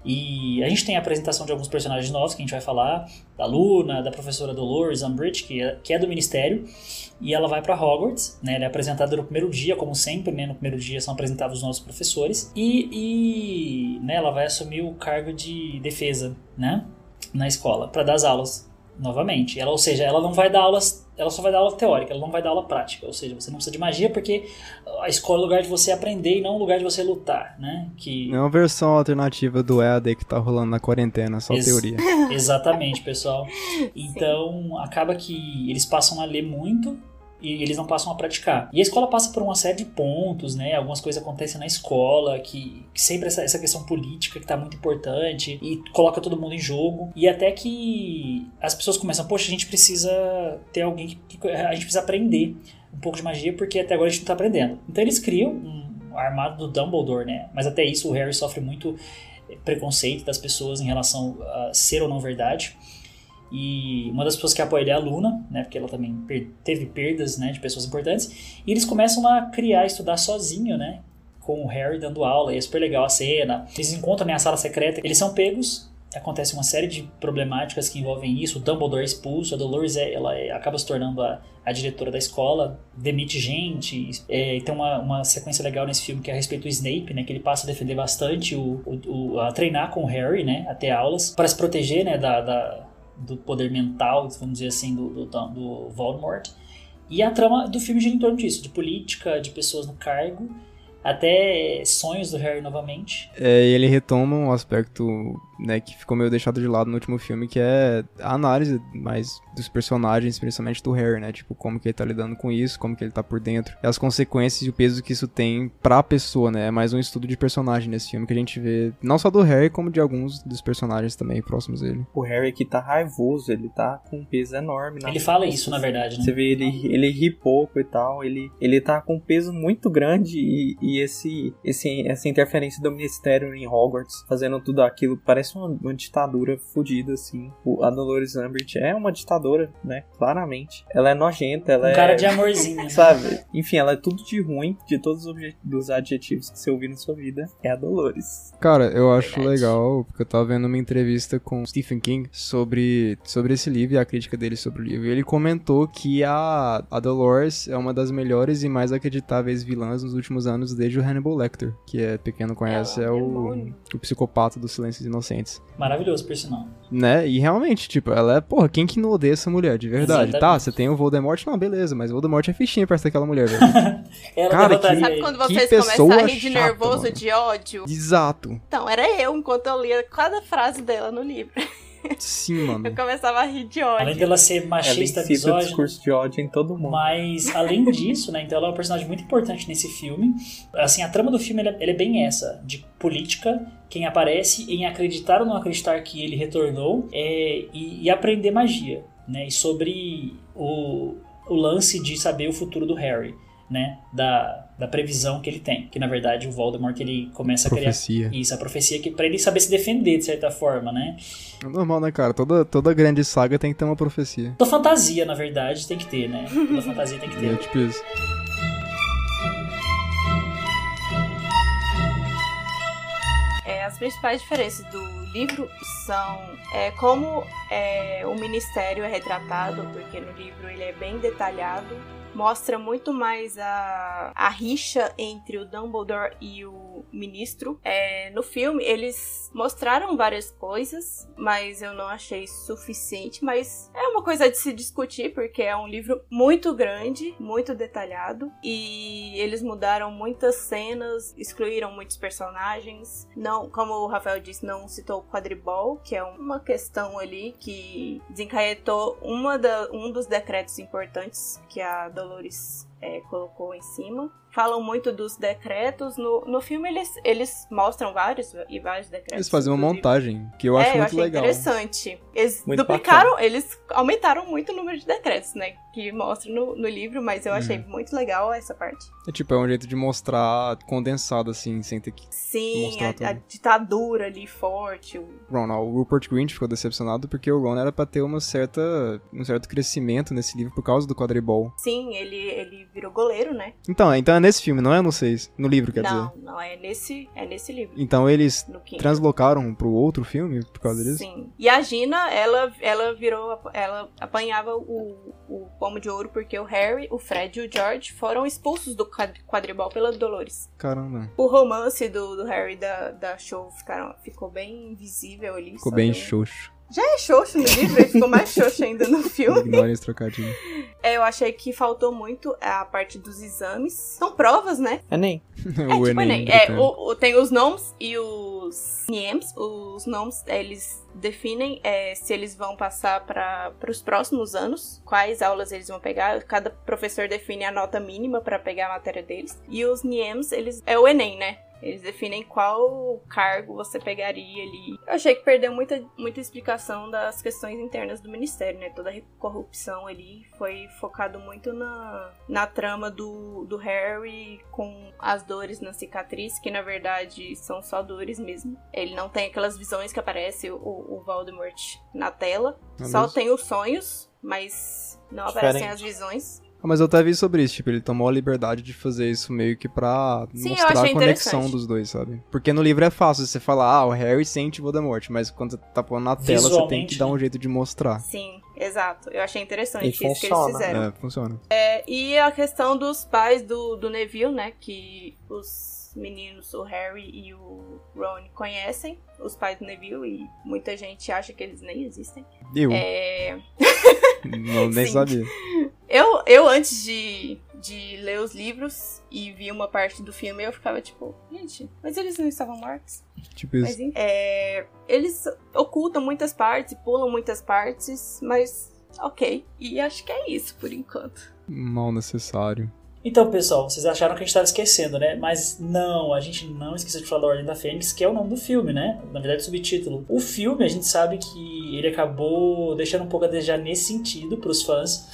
E a gente tem a apresentação de alguns personagens novos que a gente vai falar, da Luna, da professora Dolores Umbridge, que é, que é do Ministério, e ela vai para Hogwarts, né? Ela é apresentada no primeiro dia, como sempre, né? No primeiro dia são apresentados os nossos professores, e, e né, ela vai assumir o cargo de defesa, né? Na escola, para dar as aulas novamente. Ela, ou seja, ela não vai dar aulas, ela só vai dar aula teórica, ela não vai dar aula prática, ou seja, você não precisa de magia porque a escola é o lugar de você aprender e não o lugar de você lutar, né? Que... É uma versão alternativa do E A D que tá rolando na quarentena, só Ex- teoria. Exatamente, pessoal. Então, acaba que eles passam a ler muito e eles não passam a praticar. E a escola passa por uma série de pontos, né? Algumas coisas acontecem na escola, que, que sempre essa, essa questão política que tá muito importante e coloca todo mundo em jogo. E até que as pessoas começam, poxa, a gente precisa ter alguém que, que a gente precisa aprender um pouco de magia, porque até agora a gente não tá aprendendo. Então eles criam um armado do Dumbledore, né? Mas até isso o Harry sofre muito preconceito das pessoas em relação a ser ou não verdade. E uma das pessoas que apoia ele é a Luna, né, porque ela também per- teve perdas, né, de pessoas importantes, e eles começam a criar, estudar sozinho, né, com o Harry dando aula, e é super legal a cena. Eles encontram, né, a sala secreta, eles são pegos, acontece uma série de problemáticas que envolvem isso, o Dumbledore é expulso, a Dolores é, ela é, acaba se tornando a, a diretora da escola, demite gente, é, tem uma, uma sequência legal nesse filme que é a respeito do Snape, né, que ele passa a defender bastante, o, o, o, a treinar com o Harry, né, até aulas, para se proteger, né, da... da do poder mental, vamos dizer assim, do, do, do Voldemort. E a trama do filme gira em torno disso, de política, de pessoas no cargo, até sonhos do Harry novamente. É, e ele retoma um aspecto, né, que ficou meio deixado de lado no último filme, que é a análise mais dos personagens, principalmente do Harry, né, tipo, como que ele tá lidando com isso, como que ele tá por dentro, e as consequências e o peso que isso tem pra pessoa, né, é mais um estudo de personagem nesse filme que a gente vê, não só do Harry, como de alguns dos personagens também próximos dele. O Harry aqui tá raivoso, ele tá com um peso enorme. Ele fala isso, na verdade, né? Você vê, ele, ele ri pouco e tal, ele, ele tá com um peso muito grande e, e E esse, esse, essa interferência do Ministério em Hogwarts, fazendo tudo aquilo, parece uma, uma ditadura fodida, assim. O, a Dolores Umbridge é uma ditadora, né? Claramente. Ela é nojenta, ela um é... cara de amorzinho. Sabe? Enfim, ela é tudo de ruim, de todos os, obje- dos adjetivos que você ouvir na sua vida. É a Dolores. Cara, eu acho Verdade. legal, porque eu tava vendo uma entrevista com Stephen King sobre, sobre esse livro e a crítica dele sobre o livro. E ele comentou que a, a Dolores é uma das melhores e mais acreditáveis vilãs nos últimos anos desde o Hannibal Lecter, que é pequeno conhece, Ela é é um o, demônio. o psicopata dos Silêncios Inocentes. Maravilhoso, por sinal. Né? E realmente, tipo, ela é, porra, quem que não odeia essa mulher, de verdade? Exatamente. Tá, você tem o Voldemort, não, beleza, mas o Voldemort é fichinha perto daquela mulher, velho. Ela Cara, derrotaria que- Sabe ele. quando Que vocês pessoa começam a rir de chata, nervoso, mano. de ódio? Exato. Então, era eu enquanto eu lia cada frase dela no livro. Sim, mano. Eu começava a rir de ódio. Além dela ser Ela machista, incita misógina. discurso de ódio em todo mundo. Mas, além disso, né, então ela é um personagem muito importante nesse filme. Assim, a trama do filme ela, ela é bem essa, de política, quem aparece em acreditar ou não acreditar que ele retornou é, e, e aprender magia, né, e sobre o, o lance de saber o futuro do Harry, né, da, da previsão que ele tem, que na verdade o Voldemort ele começa a criar Profecia. isso, a profecia que pra ele saber se defender de certa forma, né. É normal, né, cara? Toda, toda grande saga tem que ter uma profecia. Toda fantasia, na verdade, tem que ter, né, toda fantasia tem que É ter. tipo isso. É, as principais diferenças do livro são é, como é, o ministério é retratado, porque no livro ele é bem detalhado, mostra muito mais a, a rixa entre o Dumbledore e o ministro. É, no filme eles mostraram várias coisas, mas eu não achei suficiente, mas é uma coisa de se discutir, porque é um livro muito grande, muito detalhado, e eles mudaram muitas cenas, excluíram muitos personagens, não, como o Rafael disse, não citou o quadribol, que é uma questão ali que desencadeou uma da, um dos decretos importantes que a Dolores é, colocou em cima. Falam muito dos decretos. No, no filme eles, eles mostram vários e vários decretos. Eles fazem uma inclusive. montagem, que eu acho é, eu muito achei legal. interessante. Eles Muito duplicaram, eles aumentaram muito o número de decretos, né? Que mostra no, no livro, mas eu achei Uhum. muito legal essa parte. É tipo, é um jeito de mostrar condensado, assim, sem ter que... Sim, Mostrar a, a tudo. ditadura ali forte. O... Ron, ó, o Rupert Grint ficou decepcionado porque o Ron era pra ter uma certa, um certo crescimento nesse livro por causa do quadribol. Sim, ele, ele virou goleiro, né? Então, então é nesse filme, não é no seis, no livro, quer não, dizer. não, é nesse, é nesse livro. Então eles No quinto. translocaram pro outro filme por causa disso? Sim. E a Gina, ela, ela virou. Ela apanhava o, o pomo de ouro porque o Harry, o Fred e o George foram expulsos do quad- quadribol pela Dolores. Caramba. O romance do, do Harry e da, da Cho ficaram, ficou bem invisível ali. Ficou só bem deu- xoxo. Já é xoxo no livro, ele ficou mais xoxo ainda no filme. Ignorem esse trocadilho. É, eu achei que faltou muito a parte dos exames. São provas, né? Enem. É o tipo Enem. Enem. É, britânico. o, o- tem os nomes e os NIEMs. Os nomes, eles definem é, se eles vão passar para os próximos anos, quais aulas eles vão pegar. Cada professor define a nota mínima para pegar a matéria deles. E os NIEMs, eles é o Enem, né? Eles definem qual cargo você pegaria ali. Eu achei que perdeu muita, muita explicação das questões internas do ministério, né? Toda a corrupção ali foi focado muito na, na trama do, do Harry com as dores na cicatriz, que na verdade são só dores mesmo. Ele não tem aquelas visões que aparece o, o Voldemort na tela. Ah, Só mesmo? tem os sonhos, mas não Diferente. aparecem as visões. Ah, mas eu até vi sobre isso, tipo, ele tomou a liberdade de fazer isso meio que pra Sim, eu mostrar achei a conexão interessante. dos dois, sabe? Porque no livro é fácil você falar, ah, o Harry sente Voldemort, mas quando você tá pondo na tela, você tem Visualmente, que dar um né? jeito de mostrar. Sim, exato. Eu achei interessante E isso que eles funciona. fizeram. É, funciona. É, e a questão dos pais do, do Neville, né? Que os meninos, o Harry e o Ron, conhecem. Os pais do Neville, e muita gente acha que eles nem existem. Eu, É, não, nem Sim. sabia. eu, eu, antes de, de ler os livros e vi uma parte do filme, eu ficava tipo, gente, mas eles não estavam mortos? Tipo Mas, isso. enfim, é, eles ocultam muitas partes e pulam muitas partes, mas ok. E acho que é isso por enquanto. Mal necessário. Então, pessoal, vocês acharam que a gente estava esquecendo, né? Mas não, a gente não esqueceu de falar da Ordem da Fênix, que é o nome do filme, né? Na verdade, o subtítulo. O filme, a gente sabe que ele acabou deixando um pouco a desejar nesse sentido para os fãs,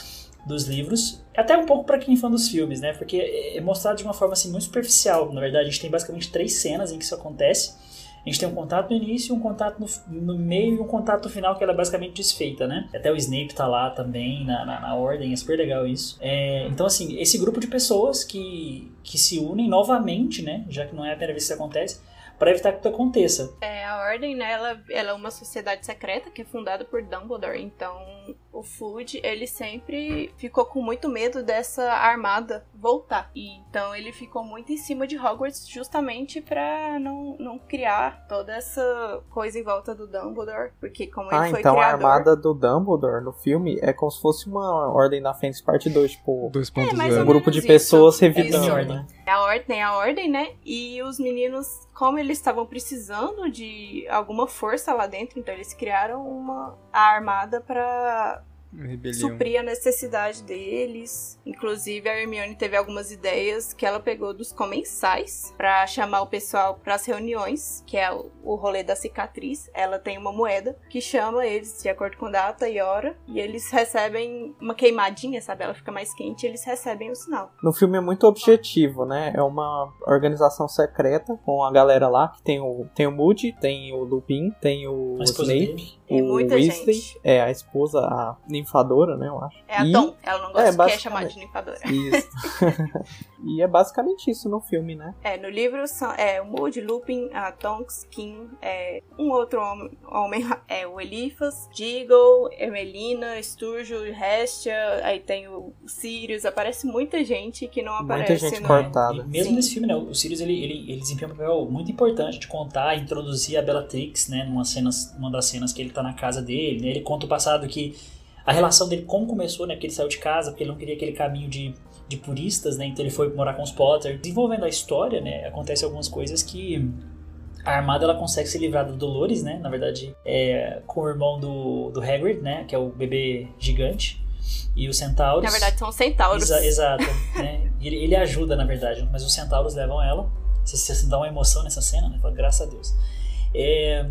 dos livros, até um pouco pra quem é fã dos filmes, né? Porque é mostrado de uma forma assim muito superficial. Na verdade, a gente tem basicamente três cenas em que isso acontece. A gente tem um contato no início, um contato no, no meio e um contato no final, que ela é basicamente desfeita, né? Até o Snape tá lá também, na, na, na ordem, é super legal isso. É, então, assim, esse grupo de pessoas que, que se unem novamente, né? Já que não é a primeira vez que isso acontece, para evitar que isso aconteça. É, a Ordem, né, ela, ela é uma sociedade secreta que é fundada por Dumbledore, então o Fudge, ele sempre ficou com muito medo dessa armada voltar. E, então ele ficou muito em cima de Hogwarts justamente pra não, não criar toda essa coisa em volta do Dumbledore, porque como ele ah, foi então criador... a armada do Dumbledore no filme é como se fosse uma Ordem da Fênix parte dois, tipo... dois ponto É, mais zero. um grupo de isso. pessoas Isso. revidando, né? A ordem, tem a ordem, né? E os meninos, como eles estavam precisando de alguma força lá dentro, então eles criaram uma a armada pra Rebelião. suprir a necessidade deles. Inclusive, a Hermione teve algumas ideias que ela pegou dos comensais pra chamar o pessoal pras reuniões, que é o, o rolê da cicatriz. Ela tem uma moeda que chama eles de acordo com data e hora, e eles recebem uma queimadinha, sabe? Ela fica mais quente e eles recebem o sinal. No filme é muito objetivo, né? É uma organização secreta com a galera lá, que tem o, tem o Moody, tem o Lupin, tem o A esposa Snape, dele. Tem o muita Weasley, gente. é a esposa, a ninfadora, né, eu acho. É a E- Tom, ela não gosta é, que é basicamente- chamada de limpadora. Isso. E é basicamente isso no filme, né? É, no livro são é, o Moody, Lupin, a Tonks, Kim, é, um outro homem, homem é o Eliphas, Diggle, Emelina, Sturgill, Hestia, aí tem o Sirius, aparece muita gente que não Muita aparece gente no... cortada. E mesmo Sim. nesse filme, né, o Sirius ele, ele, ele desempenha um papel muito importante de contar, introduzir a Bellatrix, né, numa, cenas, numa das cenas que ele tá na casa dele, né, ele conta o passado que a relação dele como começou, né, porque ele saiu de casa, porque ele não queria aquele caminho de, de puristas, né, então ele foi morar com os Potter. Desenvolvendo a história, né, acontece algumas coisas que a Armada ela consegue se livrar do Dolores, né, na verdade, é, com o irmão do, do Hagrid, né, que é o bebê gigante, e os Centauros. Na verdade são centauros. Exa- exato, né? E Ele, ele ajuda, na verdade, mas os centauros levam ela. Você, você dá uma emoção nessa cena, né? Fala, graças a Deus. É...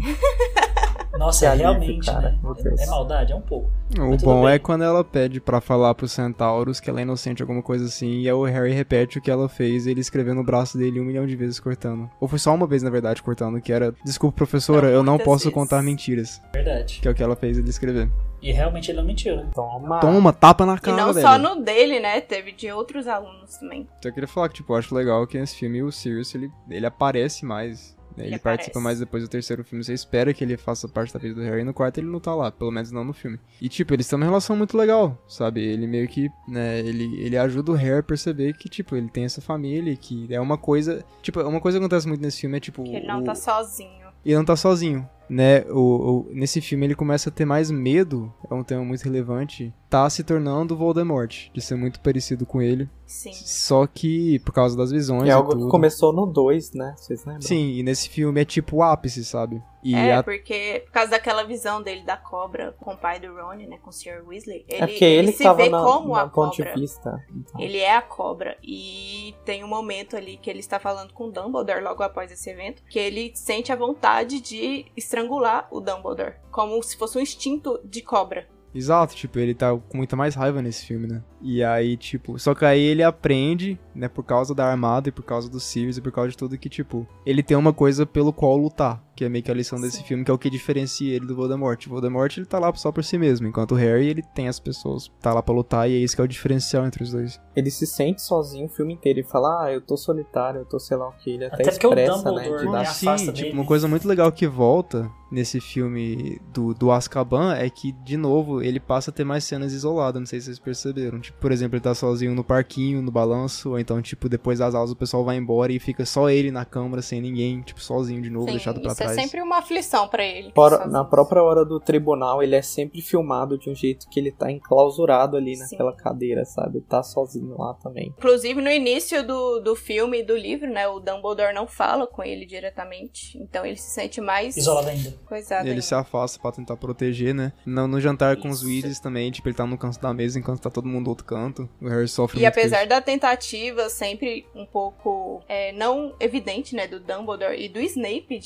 Nossa, Que é alívio, realmente, cara. né? Meu Deus. É, é maldade, é um pouco. O Mas tudo bom bem. é quando ela pede pra falar pros centauros que ela é inocente, alguma coisa assim, e aí o Harry repete o que ela fez, ele escrevendo no braço dele um milhão de vezes cortando. Ou foi só uma vez, na verdade, cortando, que era: desculpa, professora, Não, eu não muitas posso vezes. contar mentiras. Verdade. Que é o que ela fez ele escrever. E realmente ele não mentiu, né? Toma. Toma, tapa na E cara, não velho. só no dele, né? Teve de outros alunos também. Então eu queria falar que, tipo, eu acho legal que nesse filme o Sirius, ele, ele aparece mais. Né? Ele, Ele participa aparece. mais depois do terceiro filme. Você espera que ele faça parte da vida do Harry. No quarto ele não tá lá, pelo menos não no filme. E, tipo, eles têm uma relação muito legal, sabe? Ele meio que, né, ele, ele ajuda o Harry a perceber que, tipo, ele tem essa família, que é uma coisa... Tipo, uma coisa que acontece muito nesse filme é, tipo... Que ele não o- tá sozinho. ele não tá sozinho, né? O, o- nesse filme ele começa a ter mais medo, é um tema muito relevante, tá se tornando Voldemort, de ser muito parecido com ele. Sim. Só que, por causa das visões É e algo tudo. que começou no dois, né? Vocês lembram? Sim, e nesse filme é tipo o ápice, sabe? E É, a- porque por causa daquela visão dele da cobra com o pai do Rony, né? Com o senhor Weasley. Ele, É porque ele, ele que se tava vê na, como na a ponte cobra. vista. Então. Ele é a cobra. E tem um momento ali que ele está falando com o Dumbledore logo após esse evento, que ele sente a vontade de estrangular o Dumbledore. Como se fosse um instinto de cobra. Exato, tipo, ele tá com muita mais raiva nesse filme, né? E aí, tipo, só que aí ele aprende, né, por causa da armada e por causa dos Sirius e por causa de tudo que, tipo, ele tem uma coisa pelo qual lutar, que é meio que a lição desse Sim. filme, que é o que diferencia ele do Voldemort. O Voldemort, ele tá lá só por si mesmo, enquanto o Harry, ele tem as pessoas, tá lá pra lutar, e é isso que é o diferencial entre os dois. Ele se sente sozinho o filme inteiro e fala, ah, eu tô solitário, eu tô sei lá o que. Ele até, Até porque o expressa, né? Dumbledore, De né, dar... afasta Sim, dele. tipo, uma coisa muito legal que volta nesse filme do, do Azkaban é que, de novo, ele passa a ter mais cenas isoladas, não sei se vocês perceberam. Tipo, por exemplo, ele tá sozinho no parquinho, no balanço, ou então, tipo, depois das aulas o pessoal vai embora e fica só ele na câmara, sem ninguém, tipo, sozinho de novo, Sim, deixado pra isso trás. é sempre uma aflição pra ele. Fora- sozinho. na própria hora do tribunal, ele é sempre filmado de um jeito que ele tá enclausurado ali Sim. naquela cadeira, sabe? Ele tá sozinho lá também. Inclusive, no início do, do filme e do livro, né? O Dumbledore não fala com ele diretamente. Então ele se sente mais Isolado ainda. coisado Ele ainda. se afasta pra tentar proteger, né? No, no jantar com os Isso. Weasleys também, tipo, ele tá no canto da mesa enquanto tá todo mundo do outro canto. O Harry sofre E muito apesar com isso. da tentativa sempre um pouco é, não evidente, né, do Dumbledore e do Snape de ajudar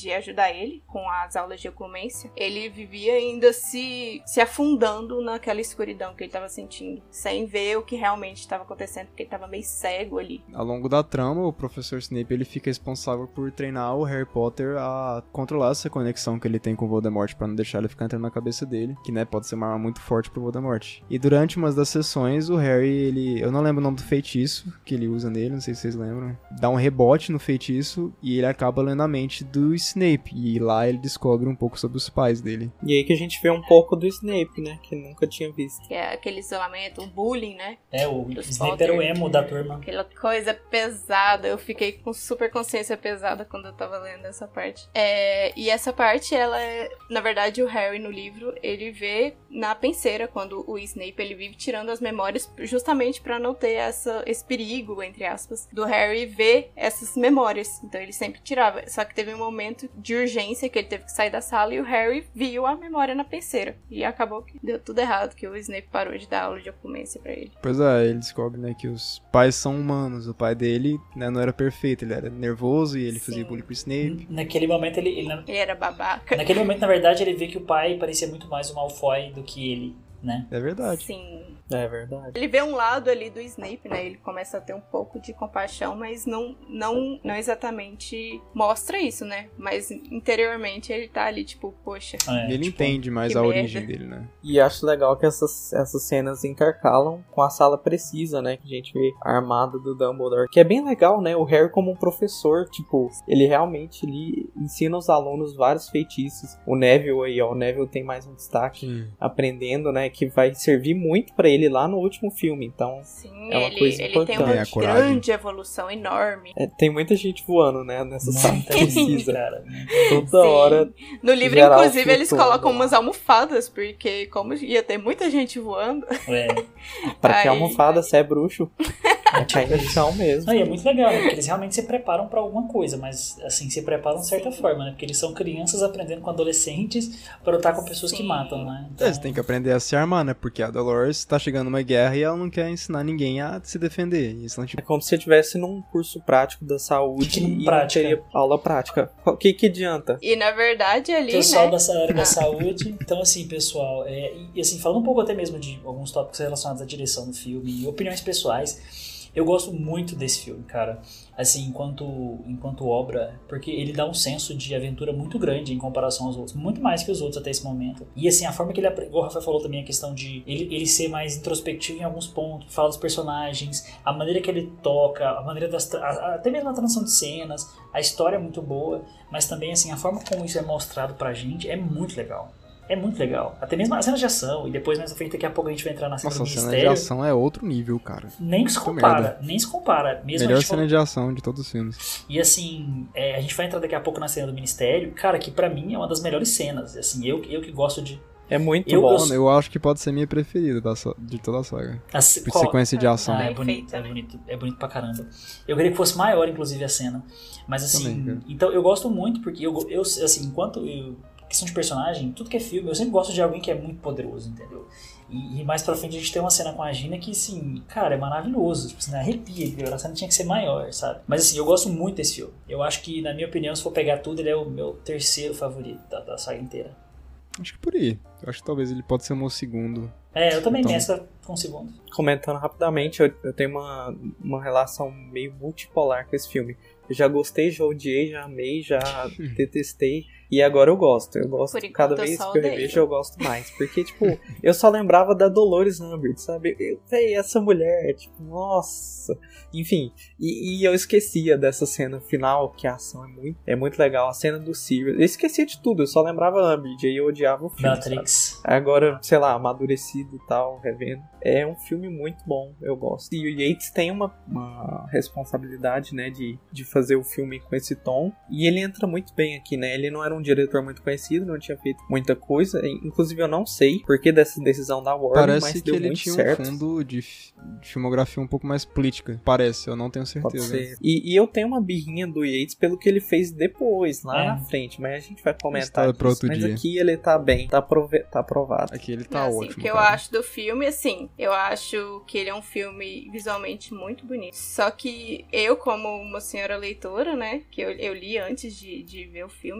ajudar ele com as aulas de oclumência, ele vivia ainda se, se afundando naquela escuridão que ele estava sentindo, sem ver o que realmente estava acontecendo, porque ele estava meio cego ali. Ao longo da trama, o professor Snape ele fica responsável por treinar o Harry Potter a controlar essa conexão que ele tem com o Voldemort, pra não deixar ele ficar entrando na cabeça dele, que, né, pode ser uma arma muito forte pro Voldemort. E durante umas das sessões, o Harry, ele... eu não lembro o nome do feitiço que ele usa nele, não sei se vocês lembram. Dá um rebote no feitiço e ele acaba lendo a mente do Snape. E lá ele descobre um pouco sobre os pais dele. E aí que a gente vê um pouco do Snape, né? Que nunca tinha visto. Que é aquele isolamento, o bullying, né? É, o Dos Snape Potter. era o emo da turma. Aquela coisa pesada. Eu fiquei com super consciência pesada quando eu tava lendo essa parte. É, e essa parte, ela é... Na verdade, o Harry, no livro, ele vê na penseira, quando o Snape, ele vive tirando as memórias justamente pra não ter essa, esse perigo, entre aspas, do Harry ver essas memórias. Então, ele sempre tirava. Só que teve um momento de urgência que ele teve que sair da sala e o Harry viu a memória na penseira. E acabou que deu tudo errado, que o Snape parou de dar aula de oclumência pra ele. Pois é, ele descobre, né, que os pais são humanos. O pai dele, né, não era perfeito, ele era nervoso e ele Sim. fazia bullying pro Snape. Naquele momento, ele... ele Ele era babaca. naquele momento, na verdade, ele vê que o pai parecia muito mais o Malfoy do que ele, né? É verdade. Sim. É verdade. Ele vê um lado ali do Snape, né? Ele começa a ter um pouco de compaixão, mas não, não, não exatamente mostra isso, né? Mas interiormente ele tá ali, tipo, poxa. É, Ele tipo, entende mais que a merda. origem dele, né? E acho legal que essas, essas cenas intercalam com a sala precisa, né? Que a gente vê a armada do Dumbledore. Que é bem legal, né? O Harry como um professor, tipo, ele realmente ele ensina os alunos vários feitiços. O Neville aí, ó. O Neville tem mais um destaque Sim. aprendendo, né? Que vai servir muito pra ele lá no último filme. Então, Sim, é uma ele, coisa ele tem importante. uma É, a coragem. grande evolução enorme. é, tem muita gente voando, né? Nessa sala muita gente, precisa. cara. Toda Sim. hora. No livro, geral inclusive, eles flutuando colocam lá. umas almofadas, porque como ia ter muita gente voando. É. Pra que Aí- almofada, você é bruxo. É cair no chão mesmo. Não, e é muito legal, né? Porque eles realmente se preparam pra alguma coisa, mas assim, se preparam de certa forma, né? Porque eles são crianças aprendendo com adolescentes pra lutar com pessoas que Sim. matam, né? Então, Eles têm que aprender a se armar, né? Porque a Dolores tá chegando numa guerra e ela não quer ensinar ninguém a se defender. Isso não, tipo, É como se você estivesse num curso prático da saúde Que que e prática? não teria aula prática. O que que adianta? E na verdade ali, pessoal né? dessa área da Ah. saúde. Então, assim, pessoal, é, e assim, falando um pouco até mesmo de alguns tópicos relacionados à direção do filme e opiniões pessoais, eu gosto muito desse filme, cara. Assim, enquanto, enquanto obra, porque ele dá um senso de aventura muito grande em comparação aos outros, muito mais que os outros até esse momento. E assim, a forma que ele, o Rafael falou também, a questão de ele, ele ser mais introspectivo em alguns pontos, fala dos personagens, a maneira que ele toca, a maneira das, a, até mesmo a transição de cenas, a história é muito boa, mas também assim, a forma como isso é mostrado pra gente é muito legal. É muito legal. Até mesmo as cenas de ação, e depois mais à frente daqui a pouco a gente vai entrar na cena nossa, do a cena de Ministério. ação é outro nível, cara. Nem se Puta compara, merda. nem se compara. Mesmo a Melhor gente cena falou- de ação de todos os filmes. E assim, é, a gente vai entrar daqui a pouco na cena do Ministério, cara, que pra mim é uma das melhores cenas. Assim, eu, eu que gosto de. É muito Eu- bom. eu- Mano, eu acho que pode ser minha preferida da so- de toda a saga. A, se- Por qual- sequência de ação. Ah, é Bem bonito, feita, é né? bonito, é bonito pra caramba. Eu queria que fosse maior, inclusive, a cena. Mas assim, Também, cara. então eu gosto muito, porque eu, eu assim, enquanto eu. Questão de personagem, tudo que é filme, eu sempre gosto de alguém que é muito poderoso, entendeu? E, e mais pra frente a gente tem uma cena com a Gina que, assim, cara, é maravilhoso. Tipo, assim, arrepia, entendeu? A cena tinha que ser maior, sabe? Mas assim, eu gosto muito desse filme. Eu acho que, na minha opinião, se for pegar tudo, ele é o meu terceiro favorito da, da saga inteira. Acho que por aí. Eu acho que talvez ele pode ser o meu segundo. É, eu também Então- penso com um segundo. Comentando rapidamente, eu, eu tenho uma, uma relação meio multipolar com esse filme. Eu já gostei, já odiei, já amei, já detestei. E agora eu gosto. Eu gosto, Por enquanto, cada eu vez só que eu odeio. revejo, eu gosto mais. Porque, tipo, eu só lembrava da Dolores Umbridge, sabe? Eu, véi, essa mulher, tipo, nossa. Enfim, e, e eu esquecia dessa cena final, que a ação é muito, é muito legal. A cena do Sirius. Eu esquecia de tudo, eu só lembrava Umbridge, aí eu odiava o filme, sabe? Matrix. Agora, sei lá, amadurecido e tal, revendo. É um filme muito bom, eu gosto. E o Yates tem uma, uma responsabilidade, né, de, de fazer o filme com esse tom. E ele entra muito bem aqui, né? Ele não era um diretor muito conhecido, não tinha feito muita coisa. Inclusive, eu não sei por que dessa decisão da Warner, Parece mas que deu ele muito tinha certo. um fundo de, fi- de filmografia um pouco mais política. Parece, eu não tenho Pode certeza. ser. E, e eu tenho uma birrinha do Yates pelo que ele fez depois, lá É. na frente. Mas a gente vai comentar História disso. pra outro Mas dia. aqui ele tá bem, tá, prove... tá aprovado. Aqui ele tá Assim, ótimo. o que eu cara. acho do filme, assim, eu acho que ele é um filme visualmente muito bonito. Só que eu, como uma senhora leitora, né, que eu, eu li antes de, de ver o filme, eu fiquei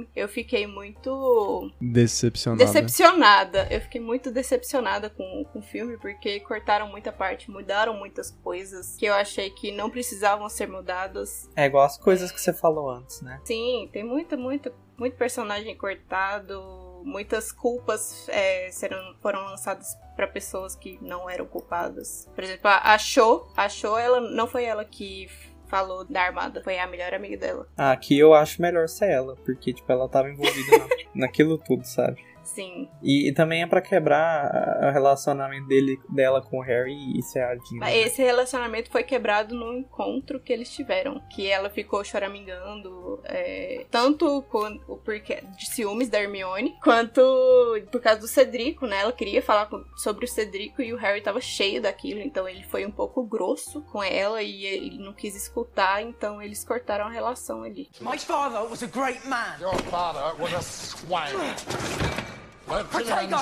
fiquei muito... Decepcionada. Decepcionada. Eu fiquei muito decepcionada com, com o filme, porque cortaram muita parte, mudaram muitas coisas que eu achei que não precisavam ser mudadas. É igual as coisas que você falou antes, né? Sim, tem muita, muita, muito personagem cortado, muitas culpas é, serão, foram lançadas para pessoas que não eram culpadas. Por exemplo, a Cho, a Cho, ela, não foi ela que falou da armada, foi a melhor amiga dela. Ah, aqui eu acho melhor ser ela, porque, tipo, ela tava envolvida na, naquilo tudo, sabe? Sim. E, e também é pra quebrar o relacionamento dele, dela com o Harry e ser a Gina. Mas esse relacionamento foi quebrado no encontro que eles tiveram. Que ela ficou choramingando, é, tanto por, porque, de ciúmes da Hermione, quanto por causa do Cedrico, né? Ela queria falar com, sobre o Cedrico e o Harry tava cheio daquilo. Então ele foi um pouco grosso com ela e ele não quis escutar. Então eles cortaram a relação ali. My father was a great man. Your father was a swine. Potato!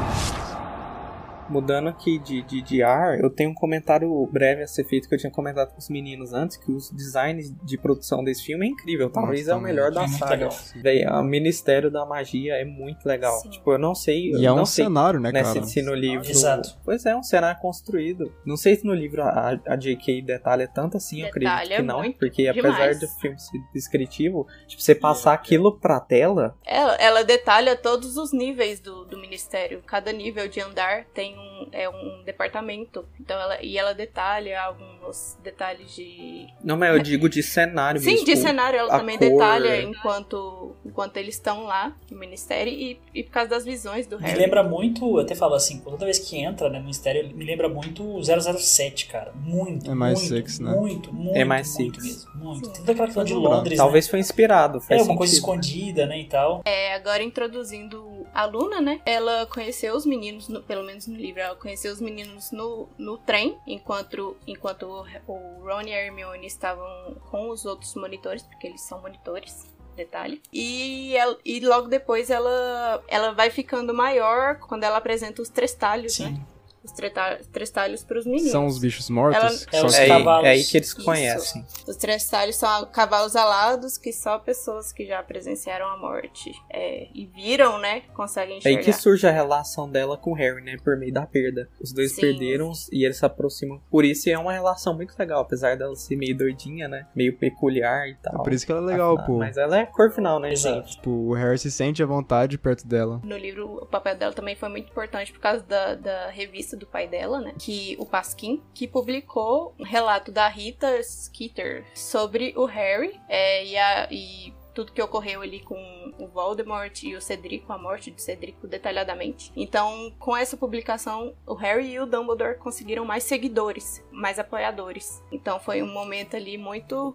Mudando aqui de, de, de ar, eu tenho um comentário breve a ser feito que eu tinha comentado com os meninos antes, que os designs de produção desse filme é incrível. Talvez Nossa, é o melhor da é muito saga. legal. Véi, o Ministério da Magia é muito legal. Sim. Tipo, eu não sei... E eu é não um sei, cenário, né, né, cara? se, se no livro... Exato. Pois é, um cenário construído. Não sei se no livro a, a J K detalha tanto assim, eu acredito Detalha que não. muito Porque apesar demais. do filme ser descritivo, tipo, você passar aquilo pra tela... Ela, ela detalha todos os níveis do, do Ministério. Cada nível de andar tem um, é um departamento. Então ela, e ela detalha alguns detalhes de... Não, mas eu digo de cenário Sim, mesmo. de tipo, cenário ela a também cor. detalha enquanto, enquanto eles estão lá no Ministério e, e por causa das visões do Me Harry. lembra muito, eu até falo assim, toda vez que entra, né, no Ministério, me lembra muito o zero zero sete, cara. Muito, É mais muito, seis, né? muito, muito, É mais muito seis. mesmo. Muito. Sim. Tem toda aquela questão de Lembrar. Londres, Talvez né? foi inspirado, faz É, uma coisa sentido. escondida, né, e tal. É, agora introduzindo a Luna, né? Ela conheceu os meninos, no, pelo menos no livro, ela conheceu os meninos no, no trem, enquanto, enquanto o, o Ron e a Hermione estavam com os outros monitores, porque eles são monitores. Detalhe. E, ela, e logo depois ela, ela vai ficando maior quando ela apresenta os trestalhos, Sim. né? Os treta- trestalhos pros meninos. São os bichos mortos? Ela- Só É, os que- É aí, cavalos. é aí que eles Isso. conhecem. Os trestalhos são cavalos alados que só pessoas que já presenciaram a morte é, e viram, né, conseguem É enxergar. aí que surge a relação dela com o Harry, né? Por meio da perda. Os dois Sim. perderam e eles se aproximam. Por isso é uma relação muito legal, apesar dela ser meio doidinha, né? Meio peculiar e tal. É por isso que ela é legal, Ah, pô. Mas ela é cor final, né, Exato. gente? Tipo, o Harry se sente à vontade perto dela. No livro, o papel dela também foi muito importante por causa da, da revista do pai dela, né? Que, o Pasquim, que publicou um relato da Rita Skeeter sobre o Harry é, e, a, e tudo que ocorreu ali com o Voldemort e o Cedrico, a morte de Cedrico detalhadamente. Então, com essa publicação, o Harry e o Dumbledore conseguiram mais seguidores, mais apoiadores. Então, foi um momento ali muito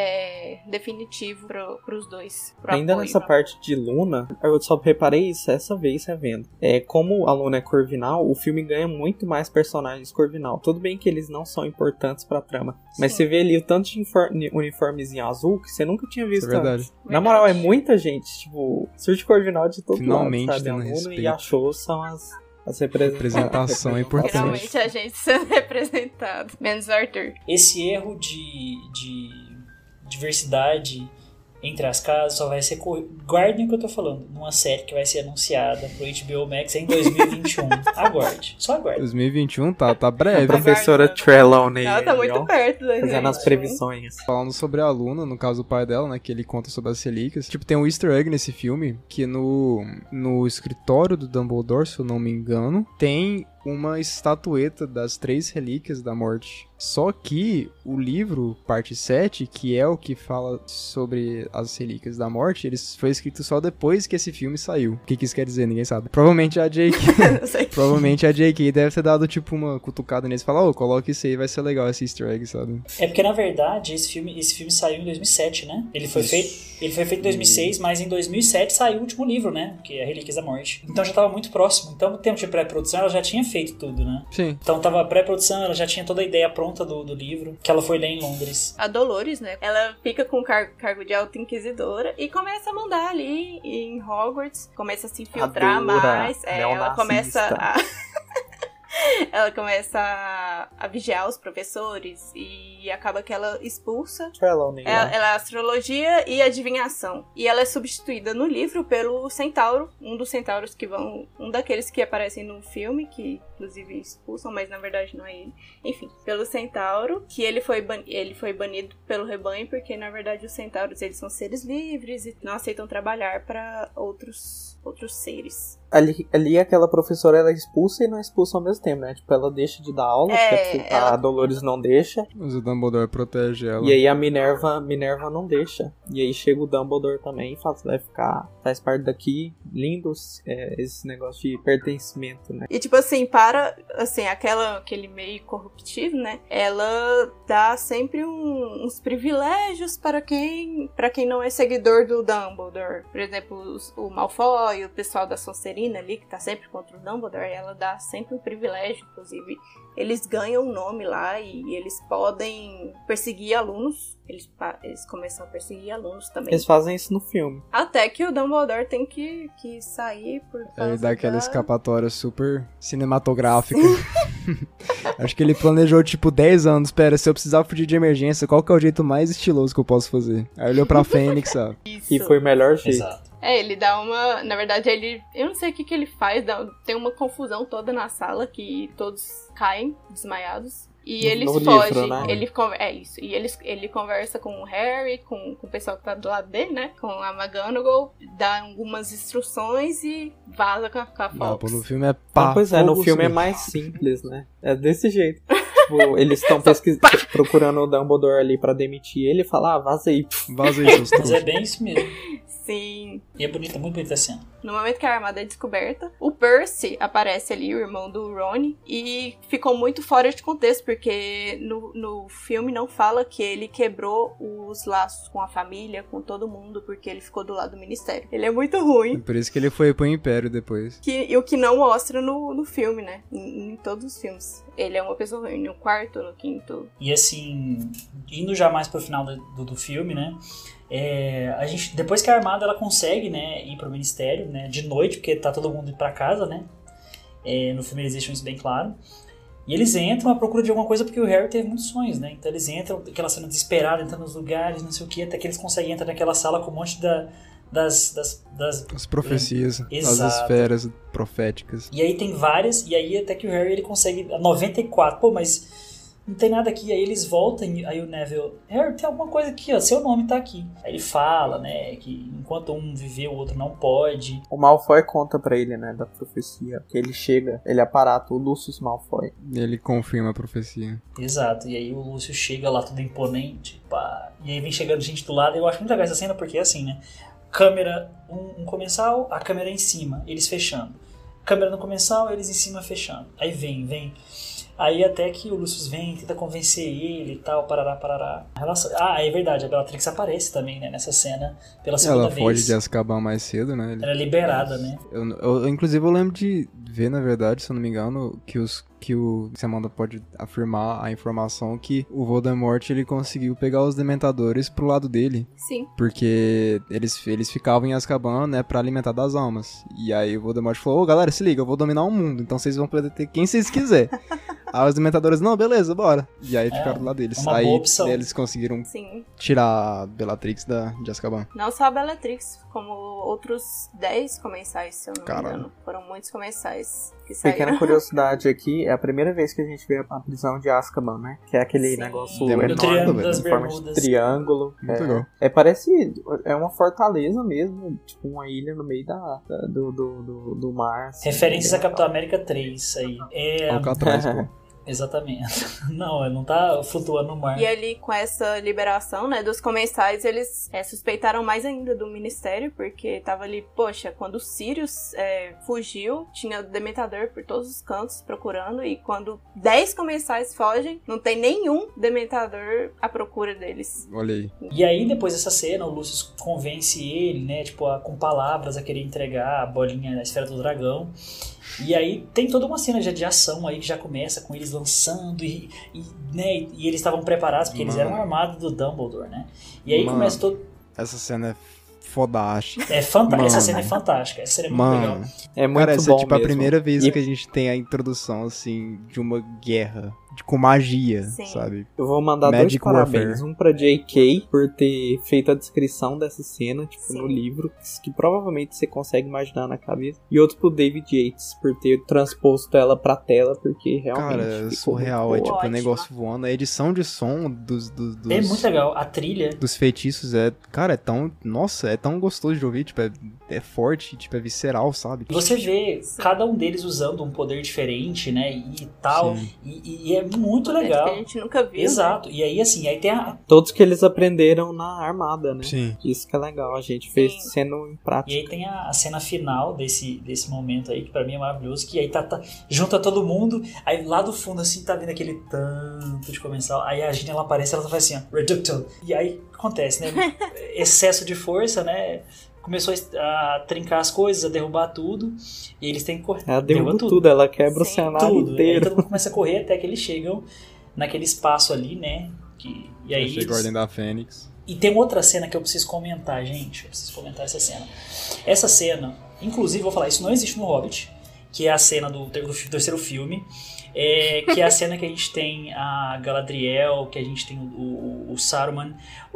é, definitivo para os dois. Pro Ainda apoio. nessa parte de Luna, eu só reparei isso essa vez revendo. É, como a Luna é Corvinal, o filme ganha muito mais personagens Corvinal. Tudo bem que eles não são importantes pra trama, mas Sim. você vê ali o tanto de infor- uniformezinho azul que você nunca tinha visto Isso é verdade. antes. Na moral, é Verdade. muita gente, tipo, surge Corvinal de todo Finalmente lado, sabe? A tendo Luna respeito. e a Cho são as, as representantes. Representação é importante. Finalmente a gente sendo representado. Menos o Arthur. Esse erro de, de diversidade entre as casas só vai ser... Cor... Guardem o que eu tô falando. Numa série que vai ser anunciada pro H B O Max em dois mil e vinte e um. Aguarde. Só aguarde. dois mil e vinte e um tá, tá breve. A professora Aguardando. Trelawney. Ela tá aí, muito ó, perto da fazendo as gente. previsões. Falando sobre a Luna, no caso do pai dela, né, que ele conta sobre as relíquias. Tipo, tem um easter egg nesse filme, que no, no escritório do Dumbledore, se eu não me engano, tem uma estatueta das três relíquias da morte. Só que o livro, parte sete, que é o que fala sobre as relíquias da morte, ele foi escrito só depois que esse filme saiu. O que, que isso quer dizer? Ninguém sabe. Provavelmente a J K... Não sei. Provavelmente a J K deve ter dado, tipo, uma cutucada nele e falar, ô, coloca isso aí, vai ser legal esse easter egg, sabe? É porque, na verdade, esse filme, esse filme saiu em dois mil e sete, né? Ele foi, feito, ele foi feito em dois mil e seis, mas em dois mil e sete saiu o último livro, né? Que é Relíquias da Morte. Então já tava muito próximo. Então, no tempo de pré-produção, ela já tinha feito tudo, né? Sim. Então tava pré-produção, ela já tinha toda a ideia pronta do, do livro, que ela foi ler em Londres. A Dolores, né? Ela fica com o car- cargo de alta inquisidora e começa a mandar ali em Hogwarts. Começa a se infiltrar Adora, mais. É, ela neonazista. começa a... ela começa a, a vigiar os professores e acaba que ela expulsa. Trelawney, né? Ela, ela é astrologia e adivinhação. E ela é substituída no livro pelo centauro, um dos centauros que vão... Um daqueles que aparecem no filme, que inclusive expulsam, mas na verdade não é ele. Enfim, pelo centauro, que ele foi, ban- ele foi banido pelo rebanho, porque na verdade os centauros, eles são seres livres e não aceitam trabalhar para outros, outros seres. Ali, ali aquela professora, ela é expulsa e não é expulsa ao mesmo tempo, né? Tipo, ela deixa de dar aula, É, porque ela- a Dolores não deixa. Mas o Dumbledore protege ela. E aí a Minerva, Minerva não deixa. E aí chega o Dumbledore também e fala, você vai ficar, faz parte daqui, lindo é, esse negócio de pertencimento, né? E tipo assim, para, assim, aquela, aquele meio corruptivo, né? Ela dá sempre um- uns privilégios para quem, para quem não é seguidor do Dumbledore. Por exemplo, os- o Malfoy, o pessoal da Sonserina ali, que tá sempre contra o Dumbledore, ela dá sempre um privilégio, inclusive. Eles ganham um nome lá e eles podem perseguir alunos. Eles, pa- eles começam a perseguir alunos também. Eles fazem isso no filme. Até que o Dumbledore tem que, que sair por causa Aí dá aquela da... escapatória super cinematográfica. Acho que ele planejou, tipo, dez anos. Pera, se eu precisar fugir de emergência, qual que é o jeito mais estiloso que eu posso fazer? Aí olhou pra Fênix, sabe? Isso. E foi o melhor jeito. Exato. É, ele dá uma... Na verdade, ele... Eu não sei o que, que ele faz. Dá, tem uma confusão toda na sala, que todos caem desmaiados. E No- eles no fogem. livro, né? Ele con- É isso. E ele, ele conversa com o Harry, com, com o pessoal que tá do lado dele, né? Com a McGonagall. Dá algumas instruções e vaza com a, com a Não, Fawkes. pô, no filme é pá. Não, pois é, no fogo, filme é sim. mais simples, né? É desse jeito. Tipo, eles estão pesquis... procurando o Dumbledore ali pra demitir ele e falar, ah, vaza aí. Vaza aí, seus Mas é trouxas. bem isso mesmo. Sim. E é bonita, muito bonita a cena. No momento que a armada é descoberta, o Percy aparece ali, o irmão do Ron, e ficou muito fora de contexto, porque no, no filme não fala que ele quebrou os laços com a família, com todo mundo, porque ele ficou do lado do ministério. Ele é muito É ruim, por isso que ele foi pro Império depois. que, e o que não mostra no, no filme, né? Em, em todos os filmes. Ele é uma pessoa ruim, no quarto, no quinto. E assim, indo já mais pro final do, do filme, né? É, a gente, depois que a armada ela consegue, né, ir pro ministério, né, de noite, porque tá todo mundo indo pra casa, né? É, no filme eles deixam isso bem claro. E eles entram à procura de alguma coisa porque o Harry teve muitos sonhos, né? Então eles entram, aquela cena desesperada, entrando nos lugares, não sei o que, até que eles conseguem entrar naquela sala com um monte da, das, das, das... As profecias, Exato. as esferas proféticas. E aí tem várias, e aí até que o Harry ele consegue a noventa e quatro. Pô, mas não tem nada aqui. Aí eles voltam, e aí o Neville, Harry, tem alguma coisa aqui, ó, seu nome tá aqui. Aí ele fala, né, que enquanto um viver, o outro não pode. O Malfoy conta pra ele, né, da profecia. Que ele chega, ele aparata o Lucius Malfoy. Ele confirma a profecia. Exato, e aí o Lúcio chega lá todo imponente, pá, e aí vem chegando gente do lado. Eu acho muito legal essa cena porque é assim, né, câmera, um, um comensal, a câmera em cima, eles fechando. Câmera no comensal, eles em cima fechando. Aí vem, vem. Aí até que o Lucius vem, tenta convencer ele e tal, parará, parará. A relação... Ah, é verdade, a Bellatrix aparece também, né, nessa cena, pela segunda Ela vez. foge de Azkaban mais cedo, né? Ele- Ela é liberada, né? Eu, eu- inclusive eu lembro de ver, na verdade, se eu não me engano, que os que o que Amanda pode afirmar a informação que o Voldemort ele conseguiu pegar os Dementadores pro lado dele, Sim. porque eles, eles ficavam em Azkaban, né, pra alimentar das almas. E aí o Voldemort falou: ô galera, se liga, eu vou dominar o mundo, então vocês vão poder ter quem vocês quiserem. Aí os Dementadores, não, beleza, bora. E aí É, ficaram do lado deles. uma Aí boa opção. eles conseguiram Sim. tirar a Bellatrix da, de Azkaban. Não só a Bellatrix, como outros dez comensais, se eu não me Caralho. engano. Foram muitos comensais que saíram. Pequena curiosidade aqui, é a primeira vez que a gente vê a prisão de Azkaban, né? Que é aquele Sim. negócio Do enorme, Triângulo velho, das em forma de Bermudas. triângulo. Muito é, legal. é, parece, é uma fortaleza mesmo, tipo uma ilha no meio da, da- do, do, do, do mar. assim. Referências a É, Capitão América três aí. É, Alcatraz, pô. exatamente. Não, ele não tá flutuando no mar. E ali, com essa liberação, né, dos comensais, eles é, suspeitaram mais ainda do ministério, porque tava ali, poxa, quando o Sirius é, fugiu, tinha Dementador por todos os cantos procurando, e quando dez comensais fogem, não tem nenhum Dementador à procura deles. Olha aí. E aí, depois dessa cena, o Lucius convence ele, né, tipo, a, com palavras, a querer entregar a bolinha, a esfera do dragão. E aí tem toda uma cena de, de ação aí que já começa com eles lançando e, e, né, e eles estavam preparados porque eles Mano. eram armados do Dumbledore, né? E aí Mano. começa todo... Essa cena é fodástica. É fantástica. Essa Mano. cena é fantástica. Essa cena é muito legal. Mano, É muito cara, essa bom é tipo a mesmo. primeira vez E que a gente tem a introdução, assim, de uma guerra, de, com magia, Sim. sabe? eu vou mandar Magic dois parabéns. Warfare. Um pra J K por ter feito a descrição dessa cena, tipo, Sim. no livro, que, que provavelmente você consegue imaginar na cabeça. E outro pro David Yates por ter transposto ela pra tela, porque realmente Cara, ficou surreal, muito é tipo boa. o Ótima. negócio voando, a edição de som dos, dos, dos, É muito legal. A trilha. dos feitiços é, cara, é tão, nossa, é tão gostoso de ouvir, tipo, é, é forte, tipo, é visceral, sabe? Você vê cada um deles usando um poder diferente, né? E tal. Sim. E, e é muito Poder legal. que a gente nunca viu. Exato. E aí, assim, aí tem a. Todos que eles aprenderam na armada, né? Sim. Isso que é legal, a gente fez Sim. sendo em E prática. aí tem a, a cena final desse, desse momento aí, que pra mim é maravilhoso, que aí tá, tá junta todo mundo, aí lá do fundo, assim, tá vindo aquele tanto de comensal, aí a Jean, ela aparece, ela faz assim, ó, Reducto. E aí acontece, né? Excesso de força, né? Começou a, a trincar as coisas, a derrubar tudo, e eles têm que correr. Ela derruba Derruba tudo. ela quebra o Sim. cenário Tudo. Aí inteiro. todo mundo começa a correr até que eles chegam naquele espaço ali, né? Que, e aí Chega a eles- Ordem da Fênix. E tem outra cena que eu preciso comentar, gente. Eu preciso comentar essa cena. Essa cena, inclusive, vou falar, isso não existe no Hobbit, que é a cena do, ter- do fi- terceiro filme. É, que é a cena que a gente tem a Galadriel, que a gente tem o, o, o Saruman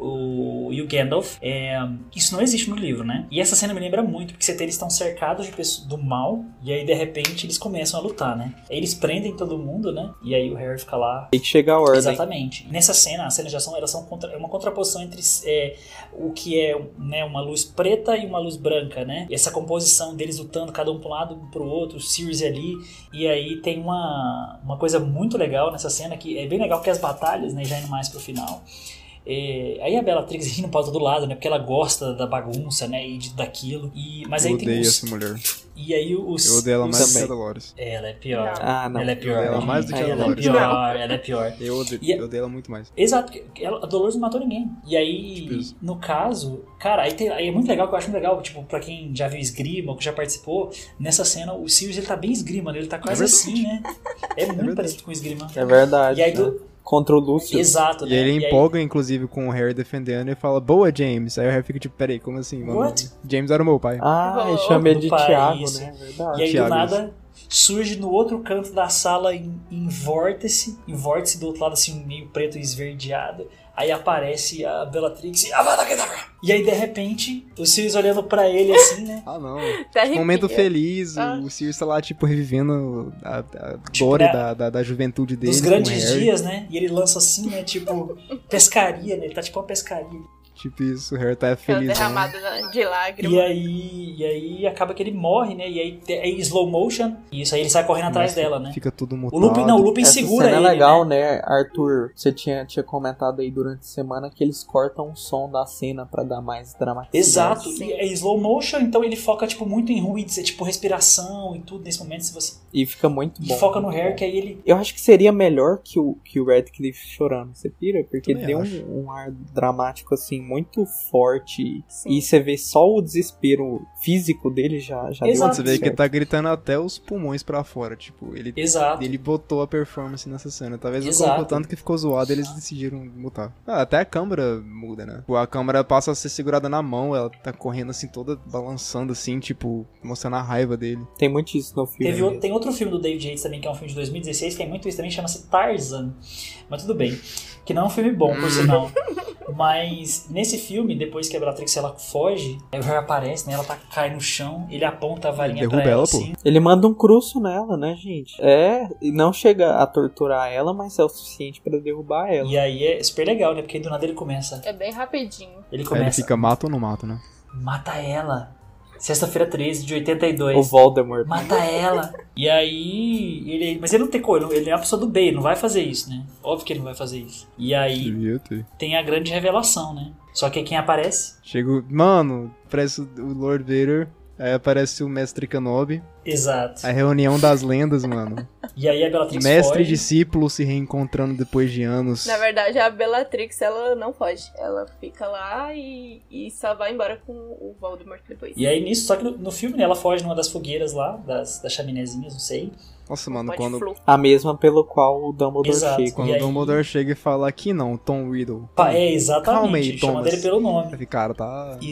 o, e o Gandalf. É, isso não existe no livro, né? E essa cena me lembra muito, porque você tem, eles estão cercados de pessoas, do mal, e aí de repente eles começam a lutar, né? Aí eles prendem todo mundo, né? E aí o Harry fica lá. Tem que chegar a ordem. Exatamente. Nessa cena, as cenas de ação, elas são contra, é uma contraposição entre é, o que é, né, uma luz preta e uma luz branca, né? E essa composição deles lutando, cada um para um lado, um pro outro, o Sirius ali. E aí tem uma, uma coisa muito legal nessa cena, que é bem legal, porque as batalhas, né, já indo mais pro final. É, aí a Bellatrix rindo para todo lado, né? Porque ela gosta da bagunça, né? E de, daquilo. E, mas Eu aí tem odeio os, essa mulher. E aí os... Eu odeio ela os- mais do que também. a Dolores. Ela é pior. Não. Ah, não. Ela é pior. Eu odeio ela mais do que a Ela é Dolores. pior, ela é pior. Eu odeio, E- eu odeio ela muito mais. Exato, porque ela, a Dolores não matou ninguém. E aí, Tipo isso. no caso, cara, aí, tem, aí é muito legal, que eu acho muito legal, tipo, pra quem já viu esgrima ou que já participou, nessa cena o Sirius, ele tá bem esgrima, né? Ele tá quase É assim, né? É muito verdade. parecido com esgrima. É verdade. E aí, né? do, Contra o Lúcio. exato, E né? ele aí- empolga, inclusive, com o Harry defendendo e fala, boa, James. Aí o Harry fica tipo, peraí, como assim, mano? What? James era o meu pai. Ah, ele Do chama ele de pai, Thiago, isso. né? Verdade. E aí, Thiago, do nada, surge no outro canto da sala, em, em vórtice, em vórtice do outro lado, assim, meio preto e esverdeado. Aí aparece a Bellatrix e... Avada Kedavra! E aí, de repente, o Sirius olhando pra ele, assim, né? Ah, não. Até arrepia. Momento feliz, Ah. o Sirius tá lá, tipo, revivendo a, a Tipo, glória né, da, da, da juventude dele. Dos com o grandes Harry. dias, né? E ele lança assim, né? Tipo, pescaria, né? Ele tá tipo uma pescaria. Tipo isso, o Harry tá Aquela feliz. derramada de lágrimas. E aí, e aí acaba que ele morre, né? E aí é slow motion. E isso aí ele sai correndo atrás dela, né? Fica tudo O mutado. Lupin não, o Lupin Essa segura cena ele, é legal, né? né, Arthur? Você tinha, tinha comentado aí durante a semana que eles cortam o som da cena pra dar mais dramaticidade. Exato, Sim. e é slow motion, então ele foca tipo muito em ruídos, é tipo respiração e tudo nesse momento, se você E fica muito e bom. foca no muito Harry, bom. que aí ele Eu acho que seria melhor que o, que o Radcliffe chorando, você pira? Porque Também deu acho. um, um ar dramático, assim, muito forte. Sim. E você vê só o desespero físico dele já, já Exato. Você deu vê que certo. ele tá gritando até os pulmões pra fora, tipo, ele, exato. ele botou a performance nessa cena. Talvez não Exato. colocou tanto que ficou zoado, eles decidiram mutar. Ah, até a câmera muda, né? Tipo, a câmera passa a ser segurada na mão, ela tá correndo assim, toda balançando assim, tipo, mostrando a raiva dele. Tem muito isso no filme. Teve outro, tem outro filme do David Yates também, que é um filme de dois mil e dezesseis, que é muito isso também, chama-se Tarzan. Mas tudo bem. Que não é um filme bom, por sinal. Mas nesse filme, depois que a Bellatrix ela foge, aí o Harry aparece, né? Ela tá, cai no chão, ele aponta a varinha Derruba pra ela, ela, pô. assim. Ele manda um cruço nela, né, gente? É, e não chega a torturar ela, mas é o suficiente pra derrubar ela. E aí é super legal, né? Porque do nada ele começa. É bem rapidinho. Ele Aí ele começa. fica, mata ou não mata, né? Mata ela. Sexta-feira treze de oitenta e O dois. Voldemort. Mata ela. E aí. Ele, mas ele não tem cor, ele é uma pessoa do bem, ele não vai fazer isso, né? Óbvio que ele não vai fazer isso. E aí Devia ter. tem a grande revelação, né? Só que quem aparece? Chega o... Mano, parece o Lord Vader, aí aparece o Mestre Kenobi, Exato. a reunião das lendas, mano. E aí a Bellatrix Mestre e foge. discípulo se reencontrando depois de anos. Na verdade, a Bellatrix, ela não foge. Ela fica lá e, e só vai embora com o Voldemort depois. E aí nisso, só que no, no filme, né, ela foge numa das fogueiras lá, das, das chaminézinhas, não sei. Nossa, mano, Pode quando, flu. A mesma pelo qual o Dumbledore Exato. chega. quando E o aí- Dumbledore chega e fala aqui não, Tom Riddle. Pa- É, exatamente, Calma aí, chamando Thomas. ele pelo nome. Esse cara tá... Isso.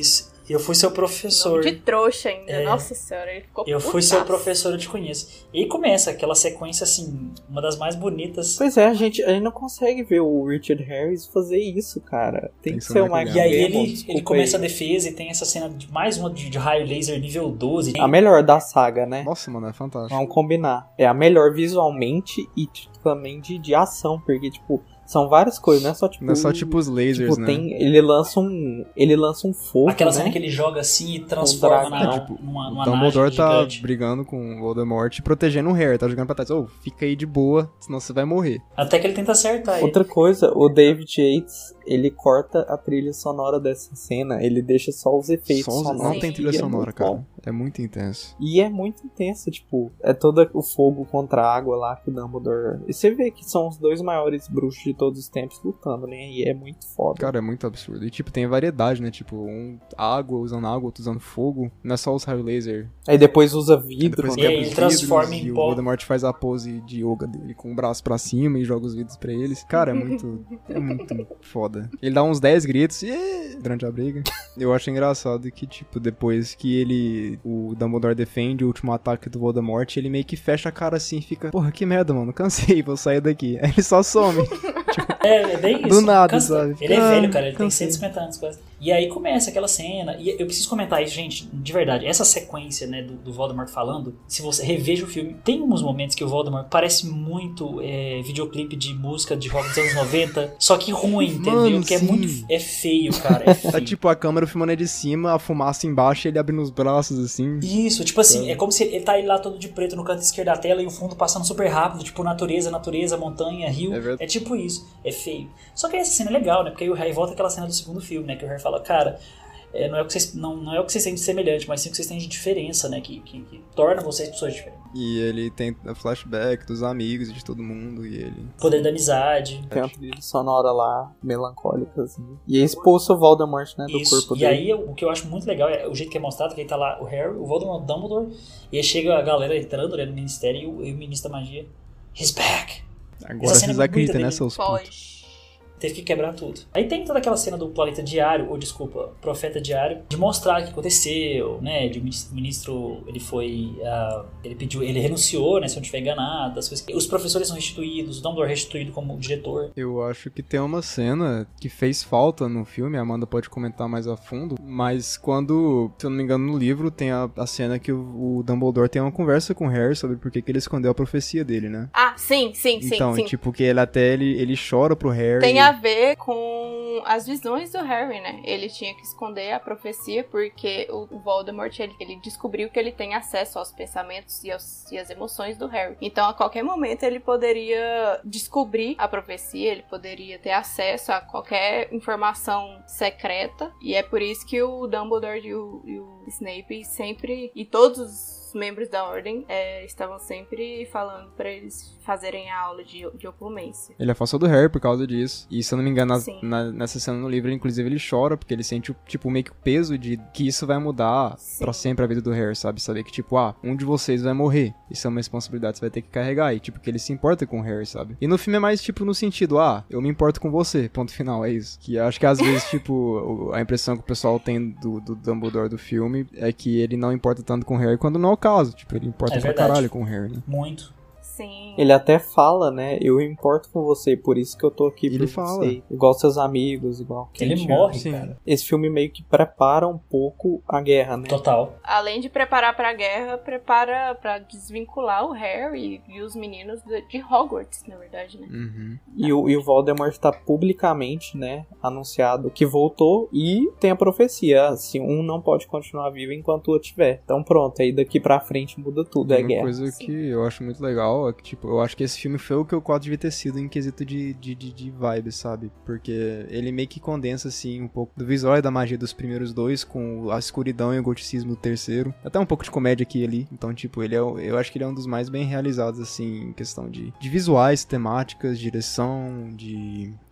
Eu fui seu professor. De trouxa ainda, É. nossa senhora, ele ficou Eu fui putaço. seu professor, eu te conheço. E aí começa aquela sequência, assim, uma das mais bonitas. Pois é, a gente, a gente não consegue ver o Richard Harris fazer isso, cara. Tem, Tem que que ser ser o o Michael Michael E aí Gambon, ele, desculpa ele começa a aí. defesa e tem essa cena de mais uma de, de raio laser nível doze. A melhor da saga, né? Nossa, mano, é fantástico. Vamos combinar. É a melhor visualmente e tipo, também de, de ação, porque, tipo, são várias coisas, não é só tipo. Não é só tipo os lasers, tipo, né? tem, ele lança um. Ele lança um fogo. Aquela né? cena que ele joga assim e transforma dragão. na, É, tipo, numa, O numa Dumbledore nave tá gigante. brigando com o Voldemort e protegendo o Harry, tá jogando pra trás. Ô, fica aí de boa, senão você vai morrer. Até que ele tenta acertar ele. Outra coisa, o David Yates, ele corta a trilha sonora dessa cena, ele deixa só os efeitos Só os- sonoros. não tem trilha E é sonora, muito cara. bom. É muito intenso. E é muito intenso, tipo, é todo o fogo contra a água lá que o Dumbledore... E você vê que são os dois maiores bruxos de todos os tempos lutando, né? E é muito foda. Cara, é muito absurdo. E, tipo, tem variedade, né? Tipo, um água usando água, outro usando fogo. Não é só os raio laser. Aí depois usa vidro, Depois E né? aí quebra ele os transforma vidros em e pó. o Voldemort faz a pose de yoga dele com o braço pra cima e joga os vidros pra eles. Cara, é muito, é muito foda. Ele dá uns dez gritos e durante a briga. Eu acho engraçado que, tipo, depois que ele, o Dumbledore defende o último ataque do Voldemort, ele meio que fecha a cara assim e fica, porra, que merda, mano, cansei, vou sair daqui. Aí ele só some. É, é bem isso. Do nada, Cansa- sabe? Ele é Ah, velho, cara. Ele tem cansei. cento e cinquenta anos quase. E aí começa aquela cena. E eu preciso comentar isso, gente. De verdade. Essa sequência, né, do, do Voldemort falando. Se você reveja o filme, tem uns momentos que o Voldemort parece muito é, videoclipe de música de rock dos anos noventa. Só que ruim, entendeu? Mano, Porque é sim. muito. É feio, cara. É feio. Tá tipo a câmera filmando de cima, a fumaça embaixo e ele abrindo os braços assim. Isso, tipo assim, é como se ele tá aí lá todo de preto no canto esquerdo da tela e o fundo passando super rápido, tipo natureza, natureza, montanha, rio. É verdade. É tipo isso, é feio. Só que essa cena é legal, né? Porque aí o Harry volta aquela cena do segundo filme, né? Que o Harry fala, cara, é, não, é o que vocês, não, não é o que vocês têm de semelhante, mas sim o que vocês têm de diferença, né? Que, que, que torna vocês pessoas diferentes. E ele tem flashback dos amigos e de todo mundo e ele... Poder da amizade. Tem uma trilha sonora lá, melancólica, assim. E aí expulsa o Voldemort, né, do Isso, corpo e dele. aí o que eu acho muito legal é o jeito que é mostrado, que aí tá lá o Harry, o Voldemort, o Dumbledore, e aí chega a galera entrando, né, no Ministério, e o, e o Ministro da Magia, he's back! Agora Essa cena vocês é muito acreditam, dele. né, seus putos? Pode. Teve que quebrar tudo. Aí tem toda aquela cena do planeta diário, ou desculpa, profeta diário, de mostrar o que aconteceu, né? De o ministro, ele foi, uh, ele pediu, ele renunciou, né? Se eu não estiver enganado, as coisas que... Os professores são restituídos, o Dumbledore é restituído como diretor. Eu acho que tem uma cena que fez falta no filme, a Amanda pode comentar mais a fundo, mas quando, se eu não me engano, no livro tem a, a cena que o, o Dumbledore tem uma conversa com o Harry sobre por que que ele escondeu a profecia dele, né? Ah, sim, sim, sim, Então, sim. tipo, que ele até, ele, ele chora pro Harry. Tem a ver com as visões do Harry, né? Ele tinha que esconder a profecia porque o Voldemort, ele, ele descobriu que ele tem acesso aos pensamentos e, aos, e às emoções do Harry. Então, a qualquer momento, ele poderia descobrir a profecia, ele poderia ter acesso a qualquer informação secreta. E é por isso que o Dumbledore e o, e o Snape sempre... E todos os membros da ordem é, estavam sempre falando pra eles fazerem a aula de, de oclumência. Ele afastou do Harry por causa disso. E se eu não me engano, na, Sim. na- nessa cena no livro, inclusive, ele chora, porque ele sente, tipo, meio que o peso de que isso vai mudar Sim. pra sempre a vida do Harry, sabe? Saber que, tipo, ah, um de vocês vai morrer. Isso é uma responsabilidade que você vai ter que carregar. E, tipo, que ele se importa com o Harry, sabe? E no filme é mais, tipo, no sentido, ah, eu me importo com você, ponto final, é isso. Que acho que às vezes, tipo, o- a impressão que o pessoal tem do, do Dumbledore do filme é que ele não importa tanto com o Harry, quando não é o caso. Tipo, ele importa É pra verdade. caralho com o Harry, né? Muito. Sim. Ele até fala, né? Eu importo com você, por isso que eu tô aqui Ele por fala. você. Igual seus amigos, igual quem Ele te morre, Sim. cara. Esse filme meio que prepara um pouco a guerra, né? Total. Além de preparar pra guerra, prepara pra desvincular o Harry e os meninos de, de Hogwarts, na verdade, né? Uhum. E o, e o Voldemort tá publicamente, né, anunciado que voltou e tem a profecia, assim, um não pode continuar vivo enquanto o outro tiver. Então pronto, aí daqui pra frente muda tudo, é Uma guerra. coisa que eu acho muito legal é que, tipo, eu acho que esse filme foi o que o quatro devia ter sido em quesito de, de, de, de vibe, sabe? Porque ele meio que condensa, assim, um pouco do visual e da magia dos primeiros dois com a escuridão e o goticismo do terceiro. Até um pouco de comédia aqui e ali. Então, tipo, ele é, o- eu acho que ele é um dos mais bem realizados, assim, em questão de, de visuais, temáticas, direção, de...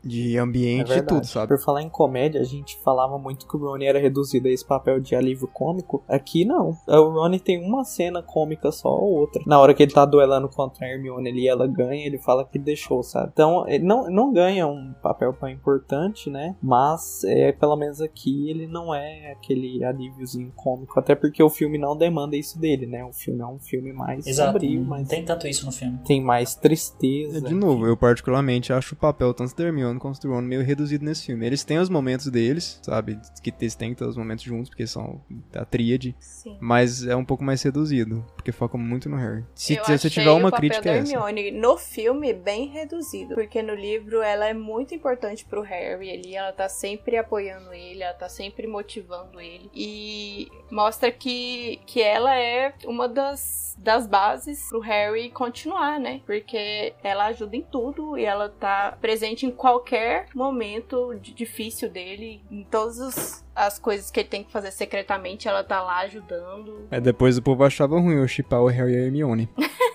de ambiente É e tudo, sabe? Por falar em comédia, a gente falava muito que o Ron era reduzido a esse papel de alívio cômico. Aqui não. O Ron tem uma cena cômica só ou outra. Na hora que ele tá duelando contra a Hermione ali, ela ganha, ele fala que deixou, sabe? Então, ele não, não ganha um papel tão importante, né? Mas, é, pelo menos aqui, ele não é aquele alíviozinho cômico. Até porque o filme não demanda isso dele, né? O filme é um filme mais Exato, sombrio, não mas tem tanto isso no filme. tem mais tristeza. De novo, eu particularmente acho o papel tanto da Hermione quanto do Ron meio reduzido nesse filme. Eles têm os momentos deles, sabe? Que eles têm que ter os momentos juntos, porque são a tríade. Sim. Mas é um pouco mais reduzido, porque foca muito no Harry. Se, eu se você tiver uma o papel crítica da é essa. Hermione no filme bem reduzido, porque no livro ela é muito importante pro Harry ali, ela tá sempre apoiando ele, ela tá sempre motivando ele e mostra que, que ela é uma das, das bases pro Harry continuar, né? Porque ela ajuda em tudo e ela tá presente em qualquer momento difícil dele, em todos os as coisas que ele tem que fazer secretamente, ela tá lá ajudando. É, depois o povo achava ruim eu shippar o Harry e a Hermione.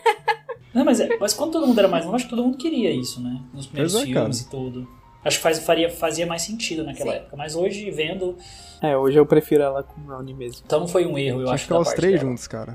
Não, mas, é, mas quando todo mundo era mais novo, acho que todo mundo queria isso, né? Nos primeiros Pois é, filmes cara. e tudo. Acho que faz, faria, fazia mais sentido naquela Sim. época. Mas hoje, vendo... É, hoje eu prefiro ela com o Ron mesmo. Então não foi um erro, eu Tinha que acho, ficar da os parte três dela. juntos, cara.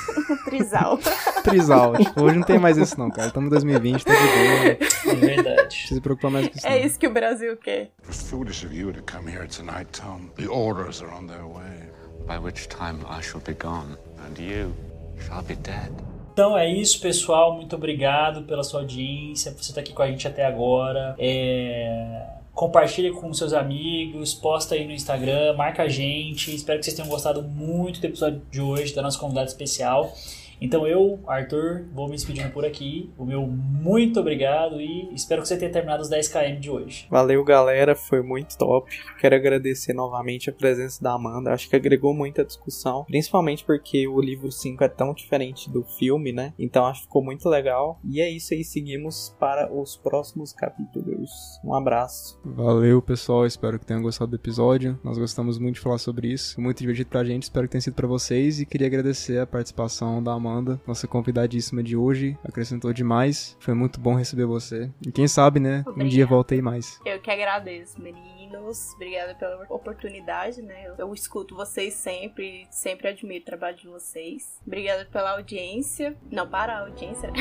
Trisal. Trisal. Tipo, hoje não tem mais isso não, cara. Estamos em dois mil e vinte, tá de boa. É verdade. Precisa se preocupar mais com isso. É não. isso que o Brasil quer. It was foolish of you to come here tonight, Tom. The orders are on their way. By which time I shall be gone, and you shall be dead. Então é isso, pessoal. Muito obrigado pela sua audiência, por você estar aqui com a gente até agora. É... Compartilha com seus amigos, posta aí no Instagram, marca a gente. Espero que vocês tenham gostado muito do episódio de hoje, da nossa convidada especial. Então eu, Arthur, vou me despedindo por aqui. O meu muito obrigado e espero que você tenha terminado os dez quilômetros de hoje. Valeu, galera, foi muito top. Quero agradecer novamente a presença da Amanda. Acho que agregou muita discussão, principalmente porque o livro cinco é tão diferente do filme, né? Então acho que ficou muito legal. E é isso aí, seguimos para os próximos capítulos. Um abraço. Valeu, pessoal. Espero que tenham gostado do episódio. Nós gostamos muito de falar sobre isso. Foi muito divertido pra gente. Espero que tenha sido pra vocês. E queria agradecer a participação da Amanda, nossa convidadíssima de hoje. Acrescentou demais. Foi muito bom receber você. E quem sabe, né? Obrigada. Um dia voltei mais. Eu que agradeço, meninos. Obrigada pela oportunidade, né? Eu, eu escuto vocês sempre, sempre admiro o trabalho de vocês. Obrigada pela audiência. Não, para a audiência, né?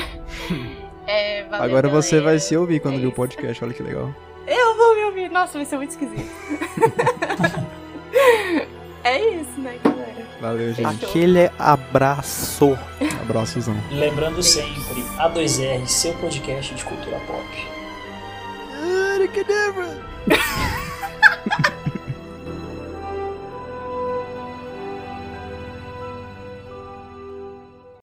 É, valeu, Agora você galera. vai se ouvir quando É vir o isso. podcast. Olha que legal. Eu vou me ouvir. Nossa, vai ser muito esquisito. É isso, né, galera? Valeu, gente. Aquele abraço. Abraçozão. Lembrando sempre, A dois R, seu podcast de cultura pop. Que